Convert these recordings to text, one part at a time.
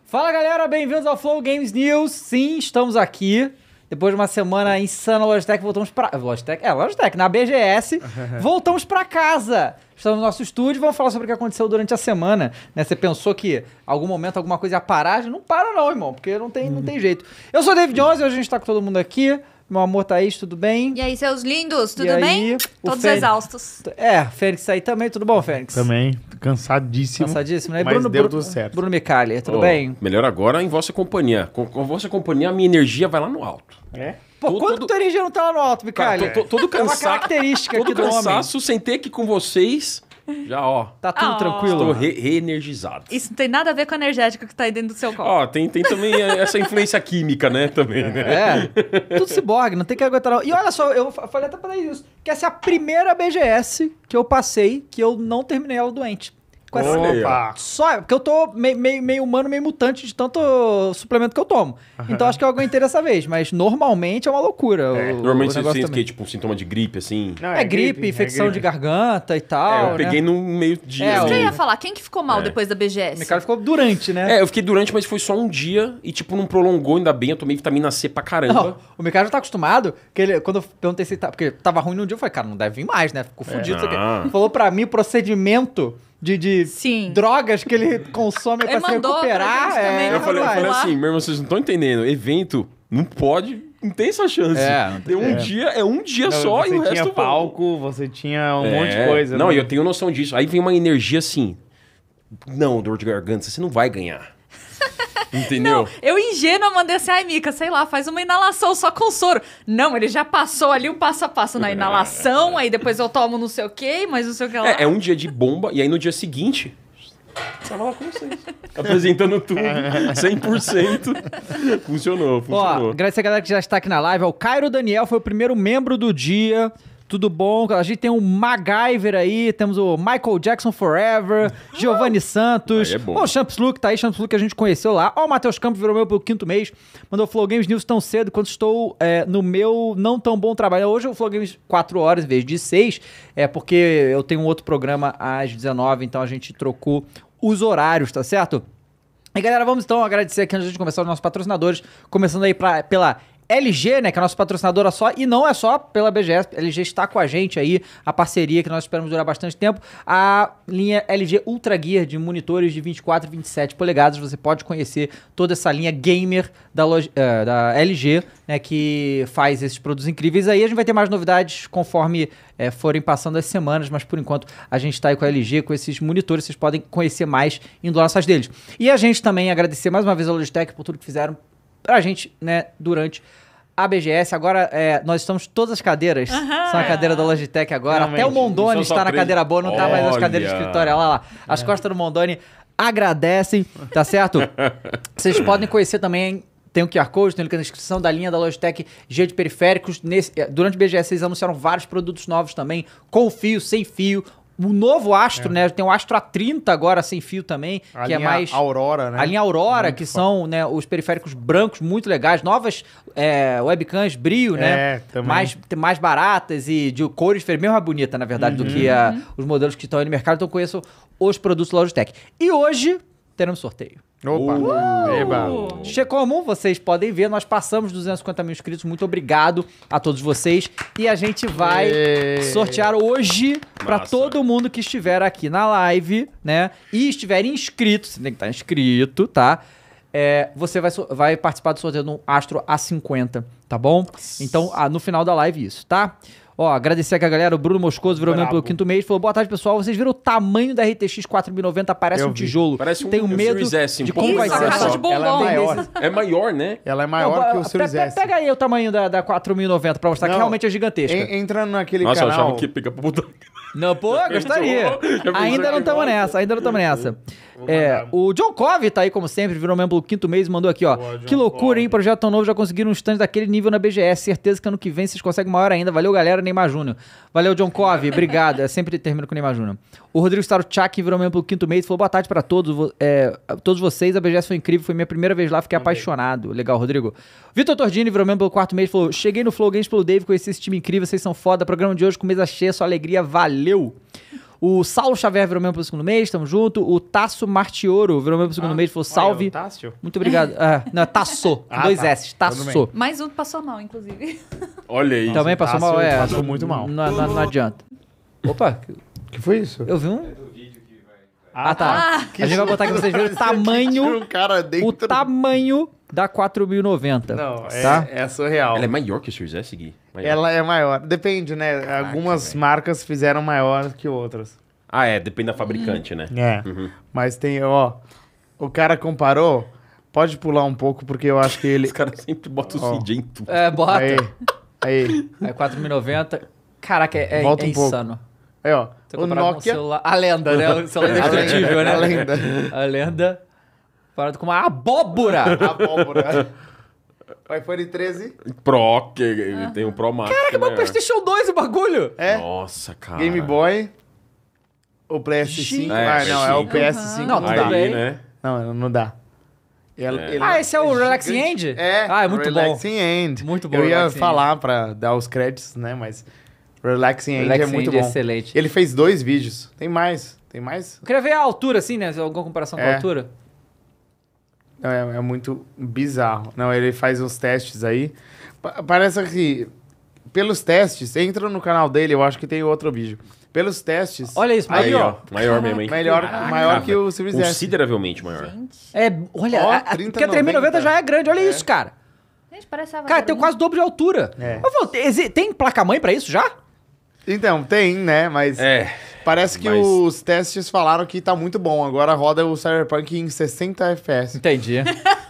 Fala galera, bem-vindos ao Flow Games News. Sim, estamos aqui. Depois de uma semana insana Logitech, voltamos pra... Logitech, na BGS. Voltamos pra casa. Estamos no nosso estúdio e vamos falar sobre o que aconteceu durante a semana. Né? Você pensou que em algum momento alguma coisa ia parar? Não para não, irmão, porque não tem jeito. Eu sou o David Jones e hoje a gente tá com todo mundo aqui. Meu amor Thaís, tudo bem? E aí, seus lindos, tudo aí, bem? Todos exaustos. Fênix aí também, tudo bom, Fênix? Também, cansadíssimo. Cansadíssimo, né? Mas deu tudo certo. Bruno Micali, tudo bem? Melhor agora em vossa companhia. Com vossa companhia, a minha energia vai lá no alto. É? Pô, quanto tua energia não tá lá no alto, Micali? Todo É uma cansaço. característica aqui do homem. Cansaço, sentei aqui com vocês, já ó. Tá tudo tranquilo? Estou reenergizado. Isso não tem nada a ver com a energética que tá aí dentro do seu copo. Ó, tem também essa influência química, né, também, né? Tudo ciborgue, não tem que aguentar não. E olha só, eu falei até pra isso, que essa é a primeira BGS que eu passei, que eu não terminei ela doente. Com essa... Olha aí, ó. Opa! Só, porque eu tô meio humano, meio mutante de tanto suplemento que eu tomo. Então acho que eu aguentei dessa vez, mas normalmente é uma loucura. Normalmente você negócio tem também. tipo um sintoma de gripe, assim. Não, É gripe, infecção de garganta e tal, Eu peguei no meio dia. É, Isso que eu ali. ia falar, quem que ficou mal depois da BGS? O Micali ficou durante, né? Eu fiquei durante, mas foi só um dia e, tipo, não prolongou, ainda bem. Eu tomei vitamina C pra caramba. Não, o Micali já tá acostumado, que ele, quando eu perguntei se tá, porque tava ruim no dia, eu falei, cara, não deve vir mais, né? Ficou fudido. Isso aqui. Falou pra mim o procedimento de Sim. drogas que ele consome Ele pra se mandou pra recuperar. gente também, Eu falei rapaz. assim, meu irmão, vocês não estão entendendo. Evento não pode, não tem essa chance. Não tem. Deu um dia, é um dia só e o Você tinha resto palco, você tinha um monte de coisa. Não, né? e eu tenho noção disso. Aí vem uma energia assim. Não, dor de garganta, você não vai ganhar. Entendeu? Eu ingênua mandei assim, ai Mica, sei lá, faz uma inalação só com soro. Não, ele já passou ali o passo a passo na inalação, aí depois eu tomo não sei o que, mas não sei o que lá. É um dia de bomba, e aí no dia seguinte, tava lá com vocês. Apresentando tudo, 100%. Funcionou. Ó, agradecer a galera que já está aqui na live. O Cairo Daniel foi o primeiro membro do dia. Tudo bom? A gente tem o MacGyver aí, temos o Michael Jackson Forever, Giovanni Santos. Aí é bom. Ó, o Champs Luke tá aí, Champs Luke que a gente conheceu lá. Ó, o Matheus Campos virou meu pelo 5º mês. Mandou Flow Games News tão cedo quanto estou no meu não tão bom trabalho. Hoje o Flow Games 4 horas em vez de 6, porque eu tenho um outro programa às 19, então a gente trocou os horários, tá certo? E galera, vamos então agradecer aqui antes de gente começar os nossos patrocinadores, começando aí pela LG, né, que é a nossa patrocinadora só, e não é só pela BGS, a LG está com a gente aí, a parceria que nós esperamos durar bastante tempo, a linha LG Ultra Gear de monitores de 24 e 27 polegadas, você pode conhecer toda essa linha gamer da LG, né, que faz esses produtos incríveis aí, a gente vai ter mais novidades conforme forem passando as semanas, mas por enquanto a gente está aí com a LG, com esses monitores, vocês podem conhecer mais indo lá no site deles. E a gente também agradecer mais uma vez a Logitech por tudo que fizeram pra gente, né, durante a BGS. Agora, nós estamos todas as cadeiras, são a cadeira da Logitech agora. Realmente. Até o Mondoni está na cadeira boa, não tá mais nas cadeiras de Olha. escritório. Olha lá. As costas do Mondoni agradecem, tá certo? Vocês podem conhecer também, tem o QR Code, tem o link na descrição da linha da Logitech G de periféricos. Durante a BGS eles anunciaram vários produtos novos também, com fio, sem fio. O novo Astro, né? Tem o Astro A30 agora sem fio também, A que é linha mais... Aurora, né? A linha Aurora, Muito que foda. são, né, os periféricos brancos muito legais, novas webcams brilho, né? Também. Mais baratas e de cores bem mais bonita, na verdade, do que os modelos que estão aí no mercado. Então conheço os produtos da Logitech. E hoje teremos sorteio. Opa! Eba! Como vocês podem ver, nós passamos 250 mil inscritos. Muito obrigado a todos vocês. E a gente vai sortear hoje para Massa. todo mundo que estiver aqui na live, né? E estiver inscrito, você tem que estar inscrito, tá? Você vai participar do sorteio no Astro A50, tá bom? Então, no final da live isso, tá? Ó, agradecer aqui a galera, o Bruno Moscoso virou membro pelo 5º mês, falou, boa tarde pessoal, vocês viram o tamanho da RTX 4090, parece Eu um vi. tijolo. Parece um Tenho medo Series S, de um como pouco vai Isso, ser a caixa essa... de bombom. Ela é maior. É maior, né? Ela é maior que o Series S. Pega aí o tamanho da 4090 pra mostrar que Não, realmente é gigantesca. Entra naquele Nossa, eu canal... achava que ia pegar pra botar. Não, pô, gostaria. Já pensou Ainda não que estamos gosta? nessa, ainda não estamos nessa. O John Cove tá aí, como sempre, virou membro pelo 5º mês e mandou aqui, ó. Boa, John Que loucura, Cove. hein? Projeto tão novo, já conseguiram um stand daquele nível na BGS. Certeza que ano que vem vocês conseguem maior ainda. Valeu, galera, Neymar Júnior. Valeu, John Cove, obrigado. Sempre termino com o Neymar Júnior. O Rodrigo Starochak virou membro pelo 5º mês e falou, boa tarde pra todos vocês. A BGS foi incrível, foi minha primeira vez lá, fiquei apaixonado. Legal, Rodrigo. Vitor Tordini virou membro pelo 4º mês e falou, cheguei no Flow Games pelo Dave, conheci esse time incrível, vocês são foda. Programa de hoje com mesa cheia, sua alegria, valeu. O Saulo Xavier virou membro pro segundo mês, tamo junto. O Tasso Martioro virou membro pro segundo mês, falou salve. Olha, o Tássio. Muito obrigado. Não, é Tasso, com dois tá. S, Tudo bem. Tasso. Mais um passou mal, inclusive. Olha aí. Também passou mal, Passou muito mal. Não adianta. Opa, O que foi isso? eu vi um... Ah, tá. A gente vai botar aqui pra vocês verem o tamanho... um cara dentro... O tamanho da 4090. Não, tá? é surreal. Ela é maior que o Series S, Gui? Maior. Ela é maior. Depende, né? Algumas marcas fizeram maior que outras. Ah, depende da fabricante, né? É. Mas tem, ó... O cara comparou... Pode pular um pouco, porque eu acho que ele... Os caras sempre botam o CJ em tudo. Bota. Aí. É 4090. Caraca, Volta um pouco. insano. Aí, ó. Você O comparar com Nokia... celular... A lenda, né? O celular indestrutível, né? A lenda. A lenda. Parado com uma abóbora. Abóbora. O iPhone 13. Pro, que tem o Pro Max. Caraca, mas o PlayStation 2 o bagulho. É. Nossa, cara. Game Boy. O PS5. Gente. Não, é o PS5. PS5. Não, Não tudo dá. bem. Aí, né? Não dá. Esse é o Relaxing gigante. End? É, Ah, é muito bom. Relaxing End. Muito bom, Eu ia Relaxing falar pra dar os créditos, né? Mas Relaxing End Relaxing é muito End é bom. excelente. Ele fez 2 vídeos. Tem mais? Tem mais? Eu queria ver a altura, assim, né? Alguma comparação com a É. altura. Não, é muito bizarro. Não, ele faz uns testes aí. Parece que, pelos testes, entra no canal dele, eu acho que tem outro vídeo. Pelos testes, Olha isso, Aí, aí, ó. Maior mesmo, hein? maior que o Series S. Consideravelmente maior. Olha, Ó, porque a 3090 já é grande, olha isso, cara. Gente, parece a Cara, tem quase o dobro de altura. É. Eu falo, tem placa-mãe pra isso já? Então, tem, né? Mas parece que mas- os testes falaram que tá muito bom. Agora roda o Cyberpunk em 60 FPS. Entendi.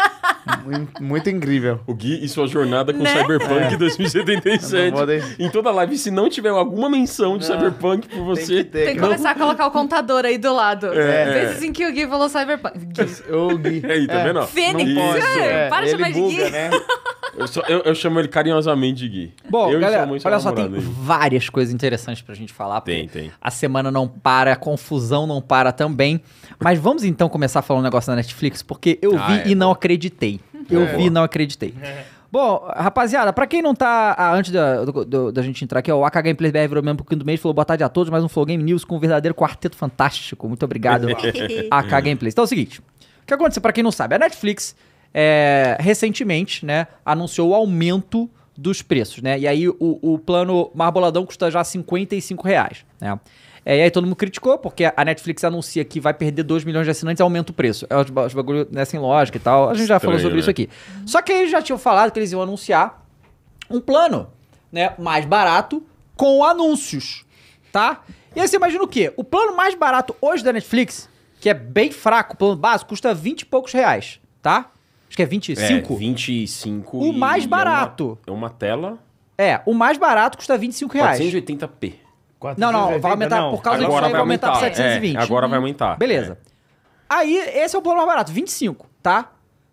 Muito incrível. O Gui e sua jornada com Né? Cyberpunk 2077. Não vou deixar. Em toda live, se não tiver alguma menção de Cyberpunk por você... Tem que começar a colocar o contador aí do lado. Vezes em que o Gui falou Cyberpunk. Gui. O Gui. Aí, tá vendo? ó? Fênix. Não pode. Para de ele chamar de buga, Gui. né? Eu chamo ele carinhosamente de Gui. Bom, eu e galera, sua mãe são olha só, tem namorados aí. várias coisas interessantes pra gente falar. porque Tem. A semana não para, a confusão não para também. Mas vamos então começar a falar um negócio da Netflix, porque eu vi e não acreditei. Eu vi e não acreditei. Bom, rapaziada, pra quem não tá... antes da gente entrar aqui, ó, o AK Gameplays BR virou mesmo do mês, falou boa tarde a todos, mais um Flow Game News com um verdadeiro quarteto fantástico. Muito obrigado, AK Gameplays. Então é o seguinte, o que aconteceu, pra quem não sabe, a Netflix, recentemente, né, anunciou o aumento dos preços, né, e aí o plano mais boladão custa já R$55, né. E aí todo mundo criticou, porque a Netflix anuncia que vai perder 2 milhões de assinantes e aumenta o preço. Os bagulho né, sem lógica e tal. A gente já falou Estranho, sobre né? isso aqui. Só que eles já tinham falado que eles iam anunciar um plano, né, mais barato com anúncios, tá? E aí você imagina o quê? O plano mais barato hoje da Netflix, que é bem fraco, o plano básico, custa 20 e poucos reais, tá? Acho que é 25. 25. O mais e barato. É uma tela O mais barato custa 25 reais. 480p. Não, vai aumentar por causa disso aí, vai aumentar pra 720. Agora vai aumentar. Beleza. Aí, esse é o plano mais barato, 25, tá?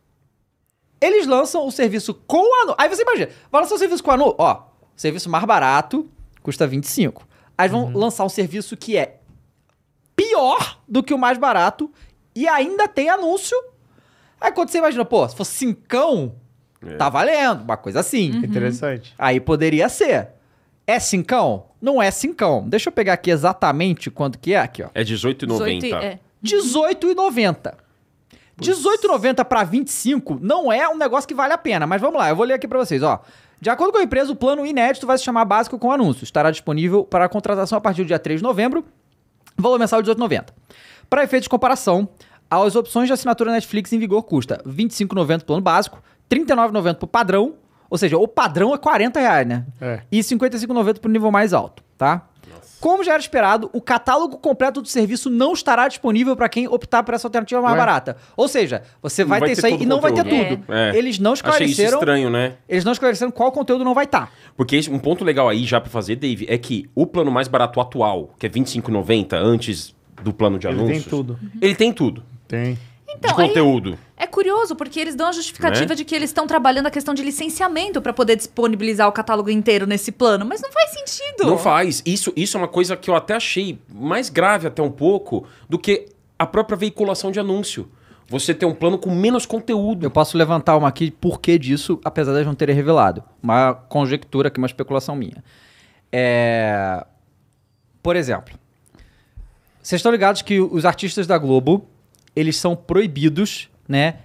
Eles lançam o serviço com anúncio. Aí você imagina, vai lançar o serviço com anúncio. Ó, o serviço mais barato custa 25. Aí vão lançar um serviço que é pior do que o mais barato e ainda tem anúncio. Aí quando você imagina, pô, se fosse cincão, tá valendo, uma coisa assim. Interessante. Aí poderia ser. É cincão? Não é cincão. Deixa eu pegar aqui exatamente quanto que é aqui, ó. É 18,90. 18, R$18,90. 18,90 para 25 não é um negócio que vale a pena, mas vamos lá, eu vou ler aqui para vocês, ó. De acordo com a empresa, o plano inédito vai se chamar básico com anúncio. Estará disponível para contratação a partir do dia 3 de novembro. Valor mensal de R$18,90. Para efeitos de comparação, as opções de assinatura Netflix em vigor custa R$25,90 plano básico, R$39,90 pro padrão, ou seja, o padrão é R$40, né? E R$55,90 pro nível mais alto, tá? Como já era esperado, o catálogo completo do serviço não estará disponível para quem optar por essa alternativa mais barata. Ou seja, você vai ter isso aí todo e não vai ter conteúdo. tudo. É. Eles não Achei isso esclareceram. estranho, né? Eles não esclareceram qual conteúdo não vai estar. Porque um ponto legal aí já pra fazer, Dave, é que o plano mais barato atual, que é R$25,90 antes do plano de Ele anúncios... tem tudo. Ele tem tudo. Tem. Então, de conteúdo. É curioso, porque eles dão a justificativa Né? de que eles estão trabalhando a questão de licenciamento para poder disponibilizar o catálogo inteiro nesse plano, mas não faz sentido. Não faz. Isso é uma coisa que eu até achei mais grave até um pouco do que a própria veiculação de anúncio. Você ter um plano com menos conteúdo. Eu posso levantar uma aqui por que disso, apesar de eles não terem revelado. Uma conjectura aqui, uma especulação minha. Por exemplo, Vocês estão ligados que os artistas da Globo, eles são proibidos, né,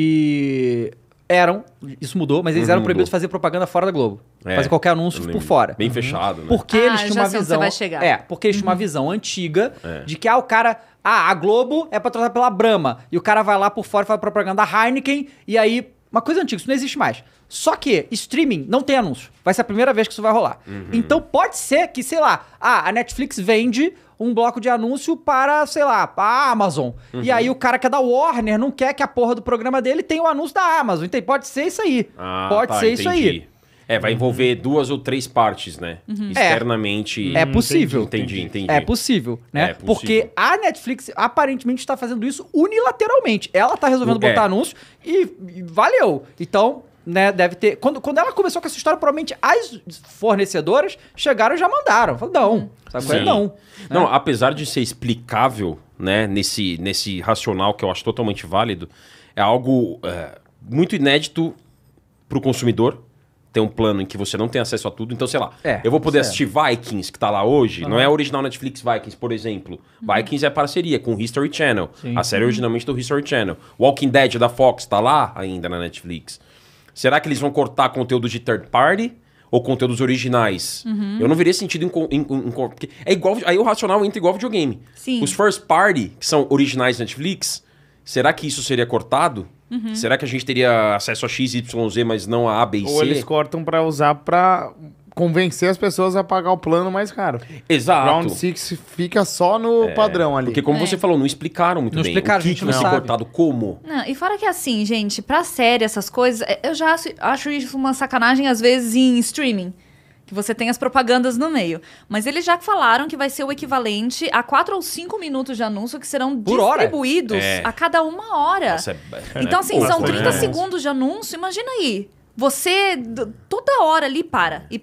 isso mudou, mas eles eram proibidos de fazer propaganda fora da Globo. Fazer qualquer anúncio por fora. Bem fechado, né? Porque eles tinham já uma sei onde visão. você vai chegar. Porque eles tinham uma visão antiga de que o cara. A Globo é patrocinada pela Brahma. E o cara vai lá por fora e faz propaganda da Heineken. E aí. Uma coisa antiga, isso não existe mais. Só que streaming não tem anúncio. Vai ser a primeira vez que isso vai rolar. Então pode ser que, sei lá, a Netflix vende um bloco de anúncio para, sei lá, para a Amazon. E aí o cara que é da Warner não quer que a porra do programa dele tenha o anúncio da Amazon. Então pode ser isso aí. Pode ser isso aí. Vai envolver 2 ou 3 partes, né? Externamente. É possível. Entendi. É possível, né? É possível. Porque a Netflix aparentemente está fazendo isso unilateralmente. Ela tá resolvendo botar anúncio e valeu. Então, né, deve ter... Quando ela começou com essa história, provavelmente as fornecedoras chegaram e já mandaram. Falaram, não. Sabe qual é? Não. Não, apesar de ser explicável, né, nesse racional que eu acho totalmente válido, é algo muito inédito pro consumidor. Tem um plano em que você não tem acesso a tudo. Então, sei lá, eu vou poder assistir Vikings, que tá lá hoje. Não é a original Netflix Vikings, por exemplo. Vikings é parceria com o History Channel. Sim. A série originalmente do History Channel. Walking Dead da Fox tá lá ainda na Netflix. Será que eles vão cortar conteúdo de third party ou conteúdos originais? Eu não veria sentido em porque é igual. Aí o racional entra igual videogame. Sim. Os first party, que são originais Netflix, será que isso seria cortado? Será que a gente teria acesso a X, Y, Z, mas não a B e C? Ou eles cortam pra usar pra convencer as pessoas a pagar o plano mais caro. Exato. Round 6 fica só no padrão ali. Porque como você falou, não explicaram muito Não bem. explicaram, o que a gente que não vai ser sabe. cortado como. Não, e fora que assim, gente, pra série, essas coisas, eu já acho isso uma sacanagem, às vezes, em streaming. Que você tem as propagandas no meio. Mas eles já falaram que vai ser o equivalente a 4 ou 5 minutos de anúncio que serão Por hora? distribuídos a cada 1 hora. Nossa, Então, assim, são 30 né? segundos de anúncio. Imagina aí. Você, toda hora ali, para. E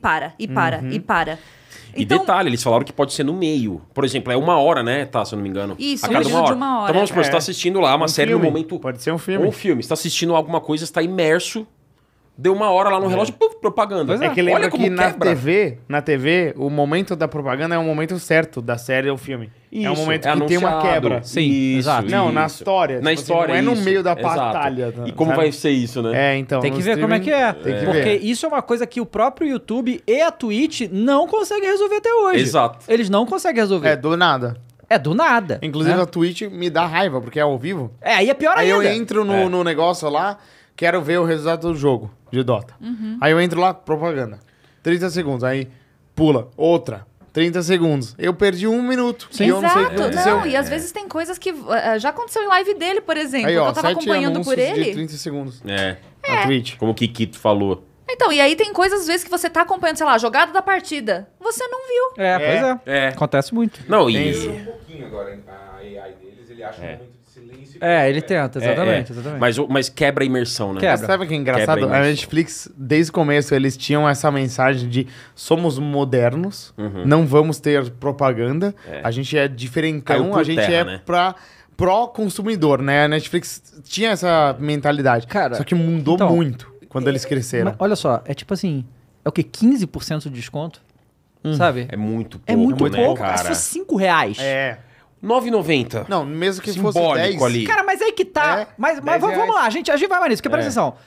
Então, detalhe, eles falaram que pode ser no meio. Por exemplo, é 1 hora, né? Tá, se eu não me engano. Isso, a cada vídeo de 1 hora. Então vamos supor, você tá assistindo lá uma série filme. no momento... Pode ser um filme. Ou um filme. Você tá assistindo alguma coisa, você tá imerso... Deu 1 hora lá no relógio, puf, propaganda. Pois É que lembra Olha como que na quebra. TV, o momento da propaganda é o momento certo da série ou filme. é um Isso, momento é que tem uma anunciado. quebra. Sim, Isso, exato. Não, na isso. história. Na tipo assim, história, não é no isso. meio da Exato. batalha. E como sabe? vai ser isso, né? É, então. Tem no que ver como é que é. streaming, tem que Porque ver. isso é uma coisa que o próprio YouTube e a Twitch não conseguem resolver até hoje. Exato. Eles não conseguem resolver. É, do nada. É do nada. Inclusive né? a Twitch me dá raiva, porque é ao vivo. Aí é pior Aí ainda. eu entro no negócio lá, quero ver o resultado do jogo de Dota. Aí eu entro lá, propaganda. 30 segundos, aí pula. Outra. 30 segundos. Eu perdi 1 minuto. E eu não sei o que exato. aconteceu. Não, e às vezes tem coisas que... já aconteceu em live dele, por exemplo. Aí, que ó, eu tava 7 acompanhando por anúncios de ele. 30 segundos. É. Na Twitch. Como o Kikito falou. Então, e aí tem coisas, às vezes, que você tá acompanhando, sei lá, a jogada da partida. Você não viu. Pois é. É. Acontece muito. Não, Tem e... isso. Um pouquinho agora, a AI deles, ele acha um momento de silêncio. Ele tenta, exatamente. exatamente. Mas quebra a imersão, né? Quebra. Sabe o que é engraçado? Quebra A isso. Netflix, desde o começo, eles tinham essa mensagem de somos modernos, não vamos ter propaganda, a gente é Caiu diferentão, por a gente terra, é né? pró-consumidor, né? A Netflix tinha essa mentalidade. Cara, só que mudou então, muito quando eles cresceram. Mas olha só, é tipo assim, é o quê? 15% de desconto? Sabe? É muito pouco, É muito né, pouco. cara? Se fosse R$5. É. 9,90. Não, mesmo que fosse Simbólico 10. ali. Cara, mas aí que tá. É, mas 10 vamos reais. lá, a gente vai mais nisso, porque presta atenção.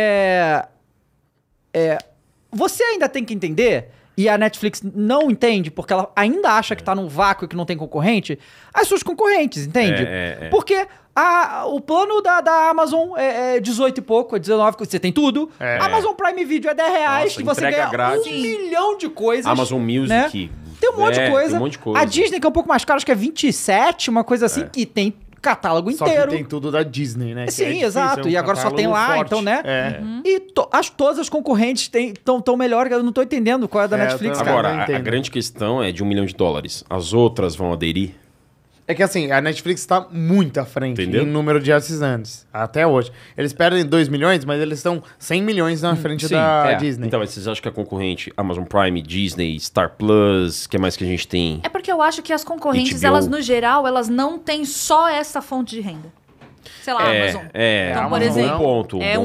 Você ainda tem que entender, e a Netflix não entende, porque ela ainda acha que tá num vácuo e que não tem concorrente, as suas concorrentes, entende? Porque o plano da Amazon é 18 e pouco, é 19, você tem tudo. É. Amazon Prime Video é R$10, Nossa, que você entrega ganha grátis. 1 milhão de coisas. Amazon Music. né? Tem um monte de coisa. Tem um monte de coisa. A Disney, que é um pouco mais cara, acho que é 27, uma coisa assim, que tem catálogo Só inteiro. que tem tudo da Disney, né? Que Sim, é difícil, exato. é um E agora só tem catálogo lá, forte. então, né? É. E todas as concorrentes estão melhor. Eu não tô entendendo qual é da É, Netflix, eu cara. não Agora, a entendo. grande questão é de $1 milhão. As outras vão aderir? É que assim, a Netflix tá muito à frente Entendeu? em número de assinantes, até hoje. Eles perdem 2 milhões, mas eles estão 100 milhões na frente sim, da é. Disney. Então, mas vocês acham que a concorrente Amazon Prime, Disney, Star Plus, o que mais que a gente tem? É porque eu acho que as concorrentes, HBO. elas, no geral, elas não têm só essa fonte de renda. sei lá, Amazon. Então, Amazon por exemplo, não.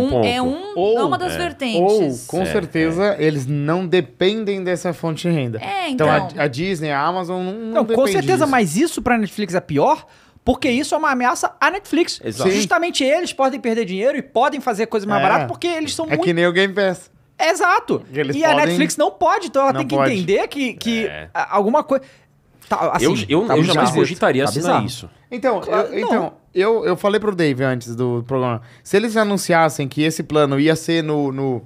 é uma das vertentes. Ou, com certeza, eles não dependem dessa fonte de renda. Então. a Disney, a Amazon não Não, com depende certeza, disso. mas isso pra Netflix é pior, porque isso é uma ameaça à Netflix. Exato. Justamente eles podem perder dinheiro e podem fazer coisas mais baratas porque eles são É muito... que nem o Game Pass. Exato. Eles E a podem- Netflix não pode, então ela Não tem que pode. entender que alguma coisa... Tá, assim, Eu tá jamais bizarro. cogitaria Tá assinar bizarro. isso. Então, Claro, eu falei pro Dave antes do programa, se eles anunciassem que esse plano ia ser no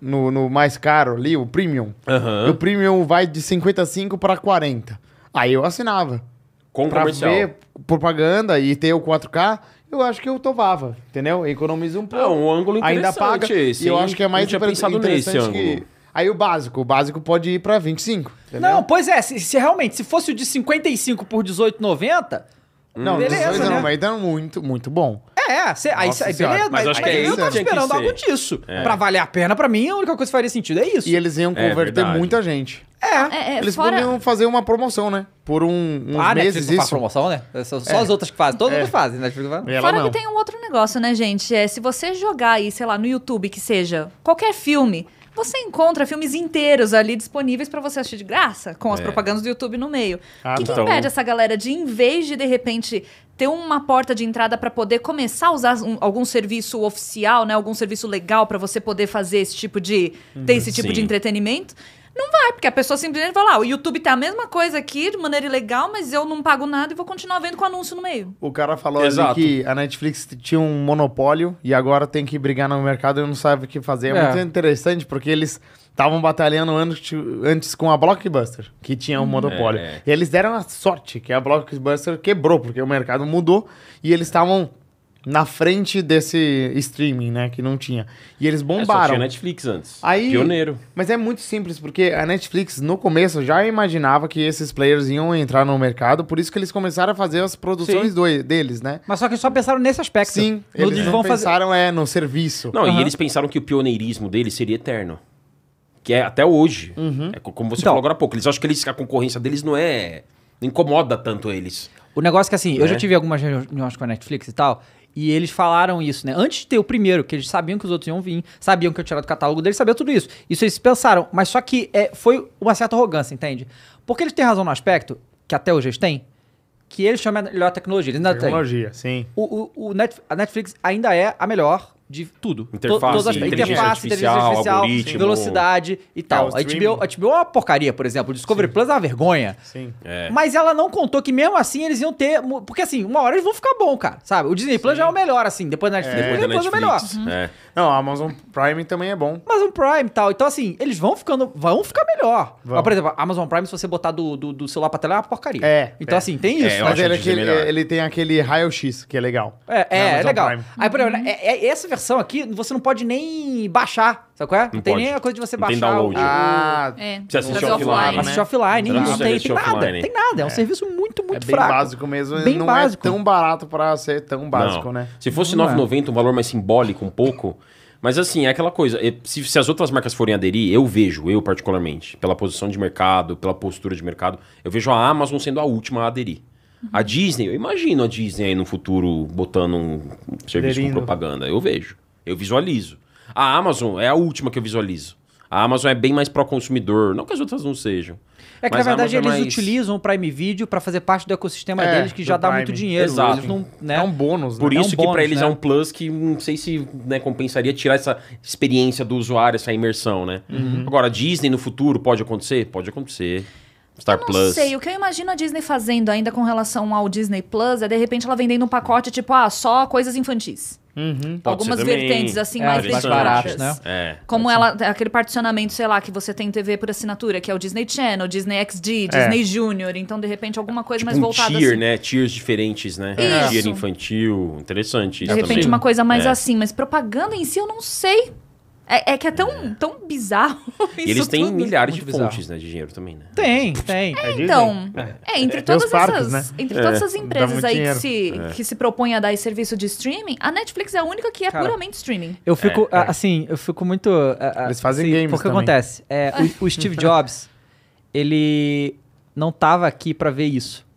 mais caro ali, o Premium, Aham. o Premium vai de 55 para 40, aí eu assinava. Com Pra comercial. ver propaganda e ter o 4K, eu acho que eu topava, entendeu? Economiza um pouco. um ângulo Ainda interessante paga, esse, e eu hein? acho que é mais Não tinha pensado nesse interessante ângulo. Aí o básico pode ir pra 25, entendeu? Não, pois é, se realmente, se fosse o de 55 por 18,90... Não, beleza, 18 né? não, mas então é muito bom. Aí Nossa beleza, senhora. Mas eu acho que é eu isso tava que tinha que esperando ser. algo disso. Pra valer a pena, pra mim, a única coisa que faria sentido é isso. E eles iam converter verdade. muita gente. Eles Fora... poderiam fazer uma promoção, né? Por uns A meses Netflix não faz isso. promoção, né? Só as outras que fazem. Todas outras fazem, né? Netflix faz. E ela Fora não. que tem um outro negócio, né, gente? Se você jogar aí, sei lá, no YouTube, que seja qualquer filme, você encontra filmes inteiros ali disponíveis pra você assistir de graça, com as propagandas do YouTube no meio. Ah, O que, tá. que Então- impede essa galera de, em vez de repente, ter uma porta de entrada pra poder começar a usar algum serviço oficial, né? Algum serviço legal pra você poder fazer esse tipo de... ter esse tipo Sim. de entretenimento? Não vai, porque a pessoa simplesmente vai lá, o YouTube tem a mesma coisa aqui, de maneira ilegal, mas eu não pago nada e vou continuar vendo com anúncio no meio. O cara falou Exato. ali que a Netflix tinha um monopólio e agora tem que brigar no mercado e não sabe o que fazer. É muito interessante porque eles estavam batalhando antes com a Blockbuster, que tinha um monopólio. E eles deram a sorte que a Blockbuster quebrou, porque o mercado mudou e eles estavam na frente desse streaming, né, que não tinha. E eles Só bombaram. tinha Netflix antes. Aí- Pioneiro. Mas é muito simples, porque a Netflix, no começo, já imaginava que esses players iam entrar no mercado, por isso que eles começaram a fazer as produções deles, né? Mas só que eles só pensaram nesse aspecto. Sim, No eles de não vão fazer... pensaram no serviço. Não, Aham. e eles pensaram que o pioneirismo deles seria eterno. Que é até hoje. É como você Então. falou agora há pouco. Eles acham que a concorrência deles não incomoda tanto eles. O negócio é que assim, eu já Né? tive algumas reuniões com a Netflix e tal, e eles falaram isso, né? Antes de ter o primeiro, que eles sabiam que os outros iam vir, sabiam que eu ia tirar do catálogo deles, sabiam tudo isso. Isso eles pensaram, mas só que foi uma certa arrogância, entende? Porque eles têm razão no aspecto, que até hoje eles têm, que eles chamam a melhor tecnologia. Eles ainda têm. Tecnologia, sim. A Netflix ainda é a melhor de tudo. Interface, Todas as inteligência artificial, algoritmo. velocidade e tal. o A streaming. HBO é uma porcaria, por exemplo. O Discovery Plus é uma vergonha. Sim. Mas ela não contou que mesmo assim eles iam ter... Porque assim, uma hora eles vão ficar bom, cara. Sabe? O Disney Plus já é o melhor, assim. Depois da Netflix, o Depois da Disney Plus é o melhor. Netflix. É. Não, a Amazon Prime também é bom. Mas o Prime e tal. Então, assim, eles vão ficar melhor. Vão. Ó, por exemplo, a Amazon Prime, se você botar do celular pra tela, é uma porcaria. Então, É. assim, tem isso. Eu Mas acho ele, a Disney melhor. ele tem aquele raio-x, que é legal. Na É Amazon legal. Prime. Aí, por exemplo, essa versão aqui, você não pode nem baixar, sabe qual é? Não tem pode. nem a coisa de você Não tem baixar download. o... Você assiste Fazer offline, Assistir offline, Você não não consegue tem assistir nada. offline. Tem nada. É um serviço muito, É muito bem fraco. básico mesmo. Bem não básico. é tão barato pra ser tão básico, Não. né? Se fosse Não é. 9,90, um valor mais simbólico um pouco. Mas assim, é aquela coisa. Se as outras marcas forem aderir, eu particularmente, pela posição de mercado, pela postura de mercado, eu vejo a Amazon sendo a última a aderir. A Disney, eu imagino a Disney aí no futuro botando um serviço Aderindo. com propaganda. Eu vejo. Eu visualizo. A Amazon é a última que eu visualizo. A Amazon é bem mais pró-consumidor. Não que as outras não sejam. É que, Mas na a verdade, Amazon eles é mais- utilizam o Prime Video pra fazer parte do ecossistema É, deles, que já do dá Prime. muito dinheiro. Exato. Eles não, né? É um bônus, Por né? isso um que bônus, pra eles né? é um plus que não sei se compensaria tirar essa experiência do usuário, essa imersão, né? Agora, Disney no futuro pode acontecer? Pode acontecer. Star Não Plus. sei, o que eu imagino a Disney fazendo ainda com relação ao Disney Plus é, de repente, ela vendendo um pacote, tipo, só coisas infantis. Pode Algumas ser também. vertentes, assim, É, mais mais dedicadas. baratos, né? É. Como aquele particionamento, sei lá, que você tem TV por assinatura, que é o Disney Channel, Disney XD, Disney Junior. Então, de repente, alguma coisa mais Um voltada tier, assim. né? Tiers diferentes, né? Isso. Tier infantil. Interessante De isso repente, também. uma coisa mais É. assim. Mas propaganda em si, eu não sei. É que é tão bizarro E isso eles têm tudo. milhares Muito de bizarro. fontes, né, de dinheiro também, né? Tem. Então, entre Tem os todas parques, essas, né? entre todas essas Dá empresas muito aí dinheiro. que se propõem a dar esse serviço de streaming, a Netflix é a única que é Cara, puramente streaming. Eu fico, assim, eu fico muito... Eles fazem assim, games porque também. acontece, o Steve Jobs, ele não tava aqui pra ver isso.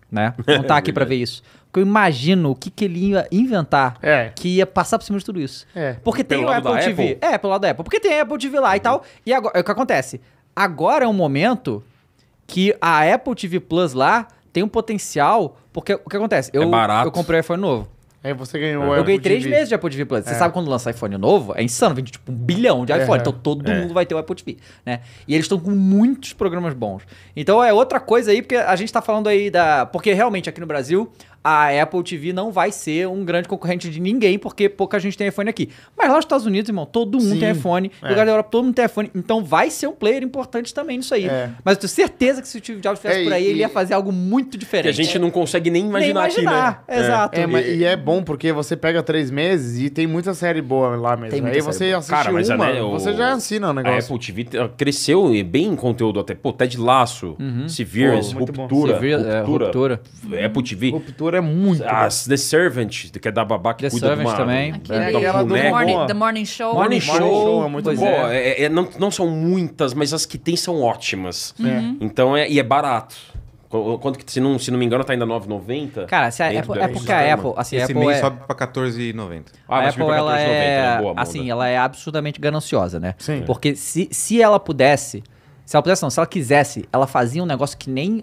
né? Não tá aqui pra ver isso. Porque eu imagino o que ele ia inventar que ia passar por cima de tudo isso. Porque tem Pelo o lado Apple da TV. Apple? Pelo lado da Apple. Porque tem a Apple TV lá e tal. E agora, o que acontece? Agora é um momento que a Apple TV Plus lá tem um potencial. Porque o que acontece? barato. Eu comprei o iPhone novo. Aí você ganhou Eu ganhei 3 meses de Apple TV Plus. Você sabe quando lança iPhone novo? É insano, vende tipo 1 bilhão de iPhone. Então todo mundo vai ter o Apple TV, né? E eles estão com muitos programas bons. Então é outra coisa aí, porque a gente tá falando aí da... Porque realmente aqui no Brasil, a Apple TV não vai ser um grande concorrente de ninguém, porque pouca gente tem iPhone aqui. Mas lá nos Estados Unidos, irmão, todo mundo tem iPhone. No lugar da Europa, todo mundo tem iPhone. Então vai ser um player importante também nisso aí. Mas eu tenho certeza que se o Steve Jobs estivesse por aí, ele ia fazer algo muito diferente. Que a gente não consegue nem imaginar aqui, né? Exato. E é bom porque você pega 3 meses e tem muita série boa lá mesmo. Tem muita Aí série você boa. assiste Cara, mas você já assina o A negócio. Apple TV cresceu bem em conteúdo até. Pô, Ted Lasso, Severance, Pô, muito bom. Ruptura. Apple TV. Ruptura é muito bom. The Servant, que é da babá que The cuida de Servant uma... também. aquela do The Morning Show. Morning Show é muito pois bom. Pô, não são muitas, mas as que tem são ótimas. Então, e é barato. Quanto que, se não me engano, tá ainda R$9,90? Cara, se a dentro Apple, do é porque a Apple, assim, a Esse Apple mês é, sobe pra R$14,90. a mas Apple fica ela R$14,90, é, né? Boa, assim, Monda. ela é absurdamente gananciosa, né? Sim. Porque se ela pudesse, se ela quisesse, ela fazia um negócio que nem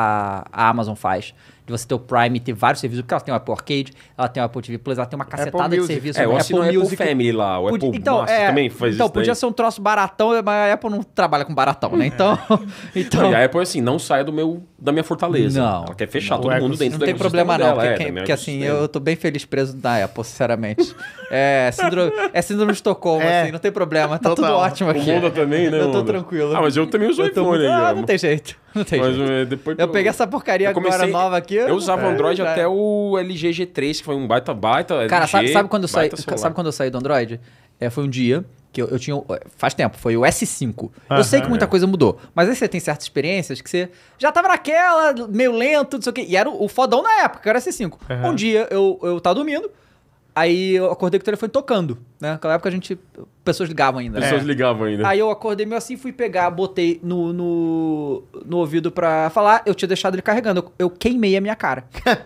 a Amazon faz. De você ter o Prime e ter vários serviços, porque ela tem o Apple Arcade, ela tem o Apple TV Plus, ela tem uma cacetada de Music. serviços. Eu assino Apple a Apple Music. Family lá, o Apple Master também faz então, isso podia daí. ser um troço baratão, mas a Apple não trabalha com baratão, né? Então, Não, e a Apple, assim, não saia da minha fortaleza. Não. Ela quer fechar Não, todo o mundo ecossistema dentro não do tem problema não, dela, porque, do meu porque assim, ecossistema. eu tô bem feliz preso na Apple, sinceramente. Síndrome de Estocolmo, assim, não tem problema, tá tudo Total. ótimo aqui. O Monda também, né, Eu tô Monda? tranquilo. Ah, mas eu também uso Eu tô iPhone muito- aí, ó. não tem jeito, não tem Mas jeito. depois Eu peguei essa porcaria agora nova aqui. Eu usava Android já- até o LG G3, que foi um baita Cara, LG, sabe quando eu saí, baita celular. sabe quando eu saí do Android? Foi um dia que eu tinha. Faz tempo, foi o S5. Eu sei que muita coisa mudou, mas aí você tem certas experiências que você já tava naquela, meio lento, não sei o quê. E era o fodão na época, que era o S5. Um dia eu tava dormindo, aí eu acordei com o telefone tocando, né? Naquela época pessoas ligavam ainda. As pessoas ligavam ainda. Aí eu acordei meio assim, fui pegar, botei no ouvido pra falar, eu tinha deixado ele carregando. Eu queimei a minha cara.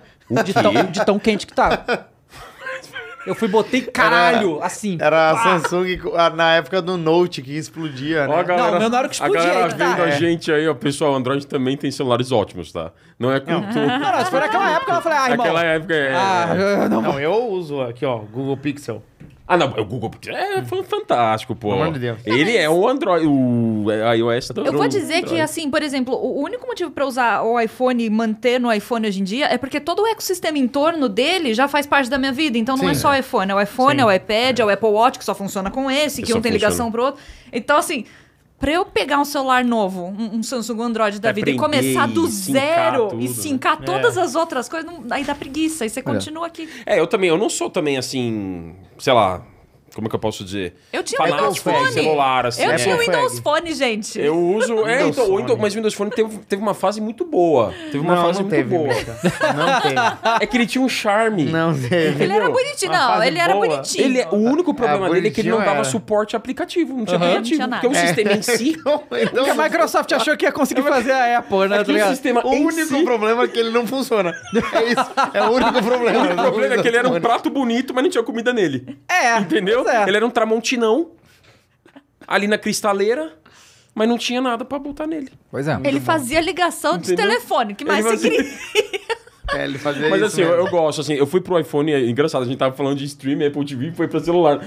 de tão quente que tava. Eu botei caralho, assim. Era a pá. Samsung na época do Note que explodia, né? Ó, a galera, Não, meu na hora que explodia, A galera aí que tá. vendo a gente aí, ó. Pessoal, Android também tem celulares ótimos, tá? Não é com tudo. Não, se for naquela época, eu falei, irmão. Naquela época não. Não, eu uso aqui, ó, Google Pixel. não, o Google Pixel é fantástico, pô. Pelo amor de Deus. Ele é o Android, o iOS do Eu vou dizer Android. que, assim, por exemplo, o único motivo pra usar o iPhone e manter no iPhone hoje em dia é porque todo o ecossistema em torno dele já faz parte da minha vida. Então não é só o iPhone, é o iPhone, é o iPad, é o Apple Watch, que só funciona com esse, que Só um tem funciona. ligação pro outro. Então, assim, pra eu pegar um celular novo, um Samsung Android da vida, e Aprender começar do e sincar zero tudo, e né? sincar todas as outras coisas, aí dá preguiça, aí você continua aqui. Eu não sou também assim, sei lá, como é que eu posso dizer? Eu tinha o Fanático Windows de Phone. celular, assim. Eu tinha o Apple Windows Fag. Phone, gente. Eu uso. Windows Phone. Mas o Windows Phone teve uma fase muito boa. Teve uma fase muito teve, boa. Mica. Não teve. É que ele tinha um charme. Não teve. Ele era entendeu? bonitinho. Uma Não, fase ele era boa. bonitinho. O único problema dele é que ele não bonitinho dava era. suporte a aplicativo. Não tinha Não aplicativo. tinha Porque o nada. sistema em si. Então, Porque a Microsoft achou que ia conseguir fazer a Apple, né? É Tá que o ligado? sistema o em único si. problema é que ele não funciona. É isso. É o único problema. O problema é que ele era um prato bonito, mas não tinha comida nele. Entendeu? pois é. Ele era um tramontinão ali na cristaleira, mas não tinha nada pra botar nele. Pois é. Ele fazia ligação de Entendeu? telefone. que mais Ele você fazia- queria? Ele fazia Mas isso assim, mesmo. eu gosto, assim, eu fui pro iPhone, é engraçado, a gente tava falando de streaming, Apple TV, foi pra celular.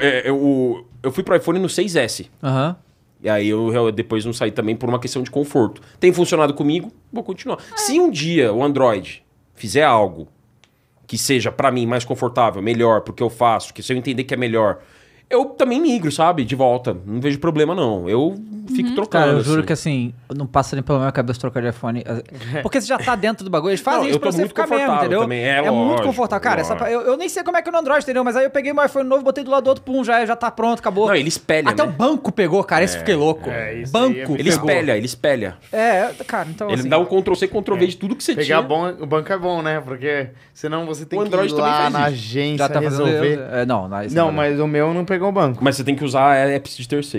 Eu fui pro iPhone no 6S. Aham. E aí eu depois não saí também por uma questão de conforto. Tem funcionado comigo, vou continuar. Se um dia o Android fizer algo que seja pra mim mais confortável, melhor, porque eu faço, que se eu entender que é melhor, eu também migro, sabe? De volta. Não vejo problema, não. Eu fico trocando. Cara, eu juro assim. que assim, não passa nem pela minha cabeça trocar de iPhone. Porque você já tá dentro do bagulho. Eles fazem Não, isso eu pra tô você muito ficar mesmo, confortável entendeu? também, é muito lógico, confortável. Cara, lógico. eu nem sei como é que é no Android, entendeu? Mas aí eu peguei meu iPhone novo, botei do lado do outro, pum, já tá pronto, acabou. Não, ele espelha, Até né? o banco pegou, cara. Esse eu fiquei louco. isso aí é Banco. muito Ele pegou. espelha. Cara, então Ele assim... dá um Ctrl-C, Ctrl-V de tudo que você Pegar tinha. o banco é bom, né? Porque senão você tem O que Android ir também lá faz na isso. agência Já tá fazendo... resolver. Não, Não, mas o meu não pegou o banco. Mas você tem que usar apps de terceiros.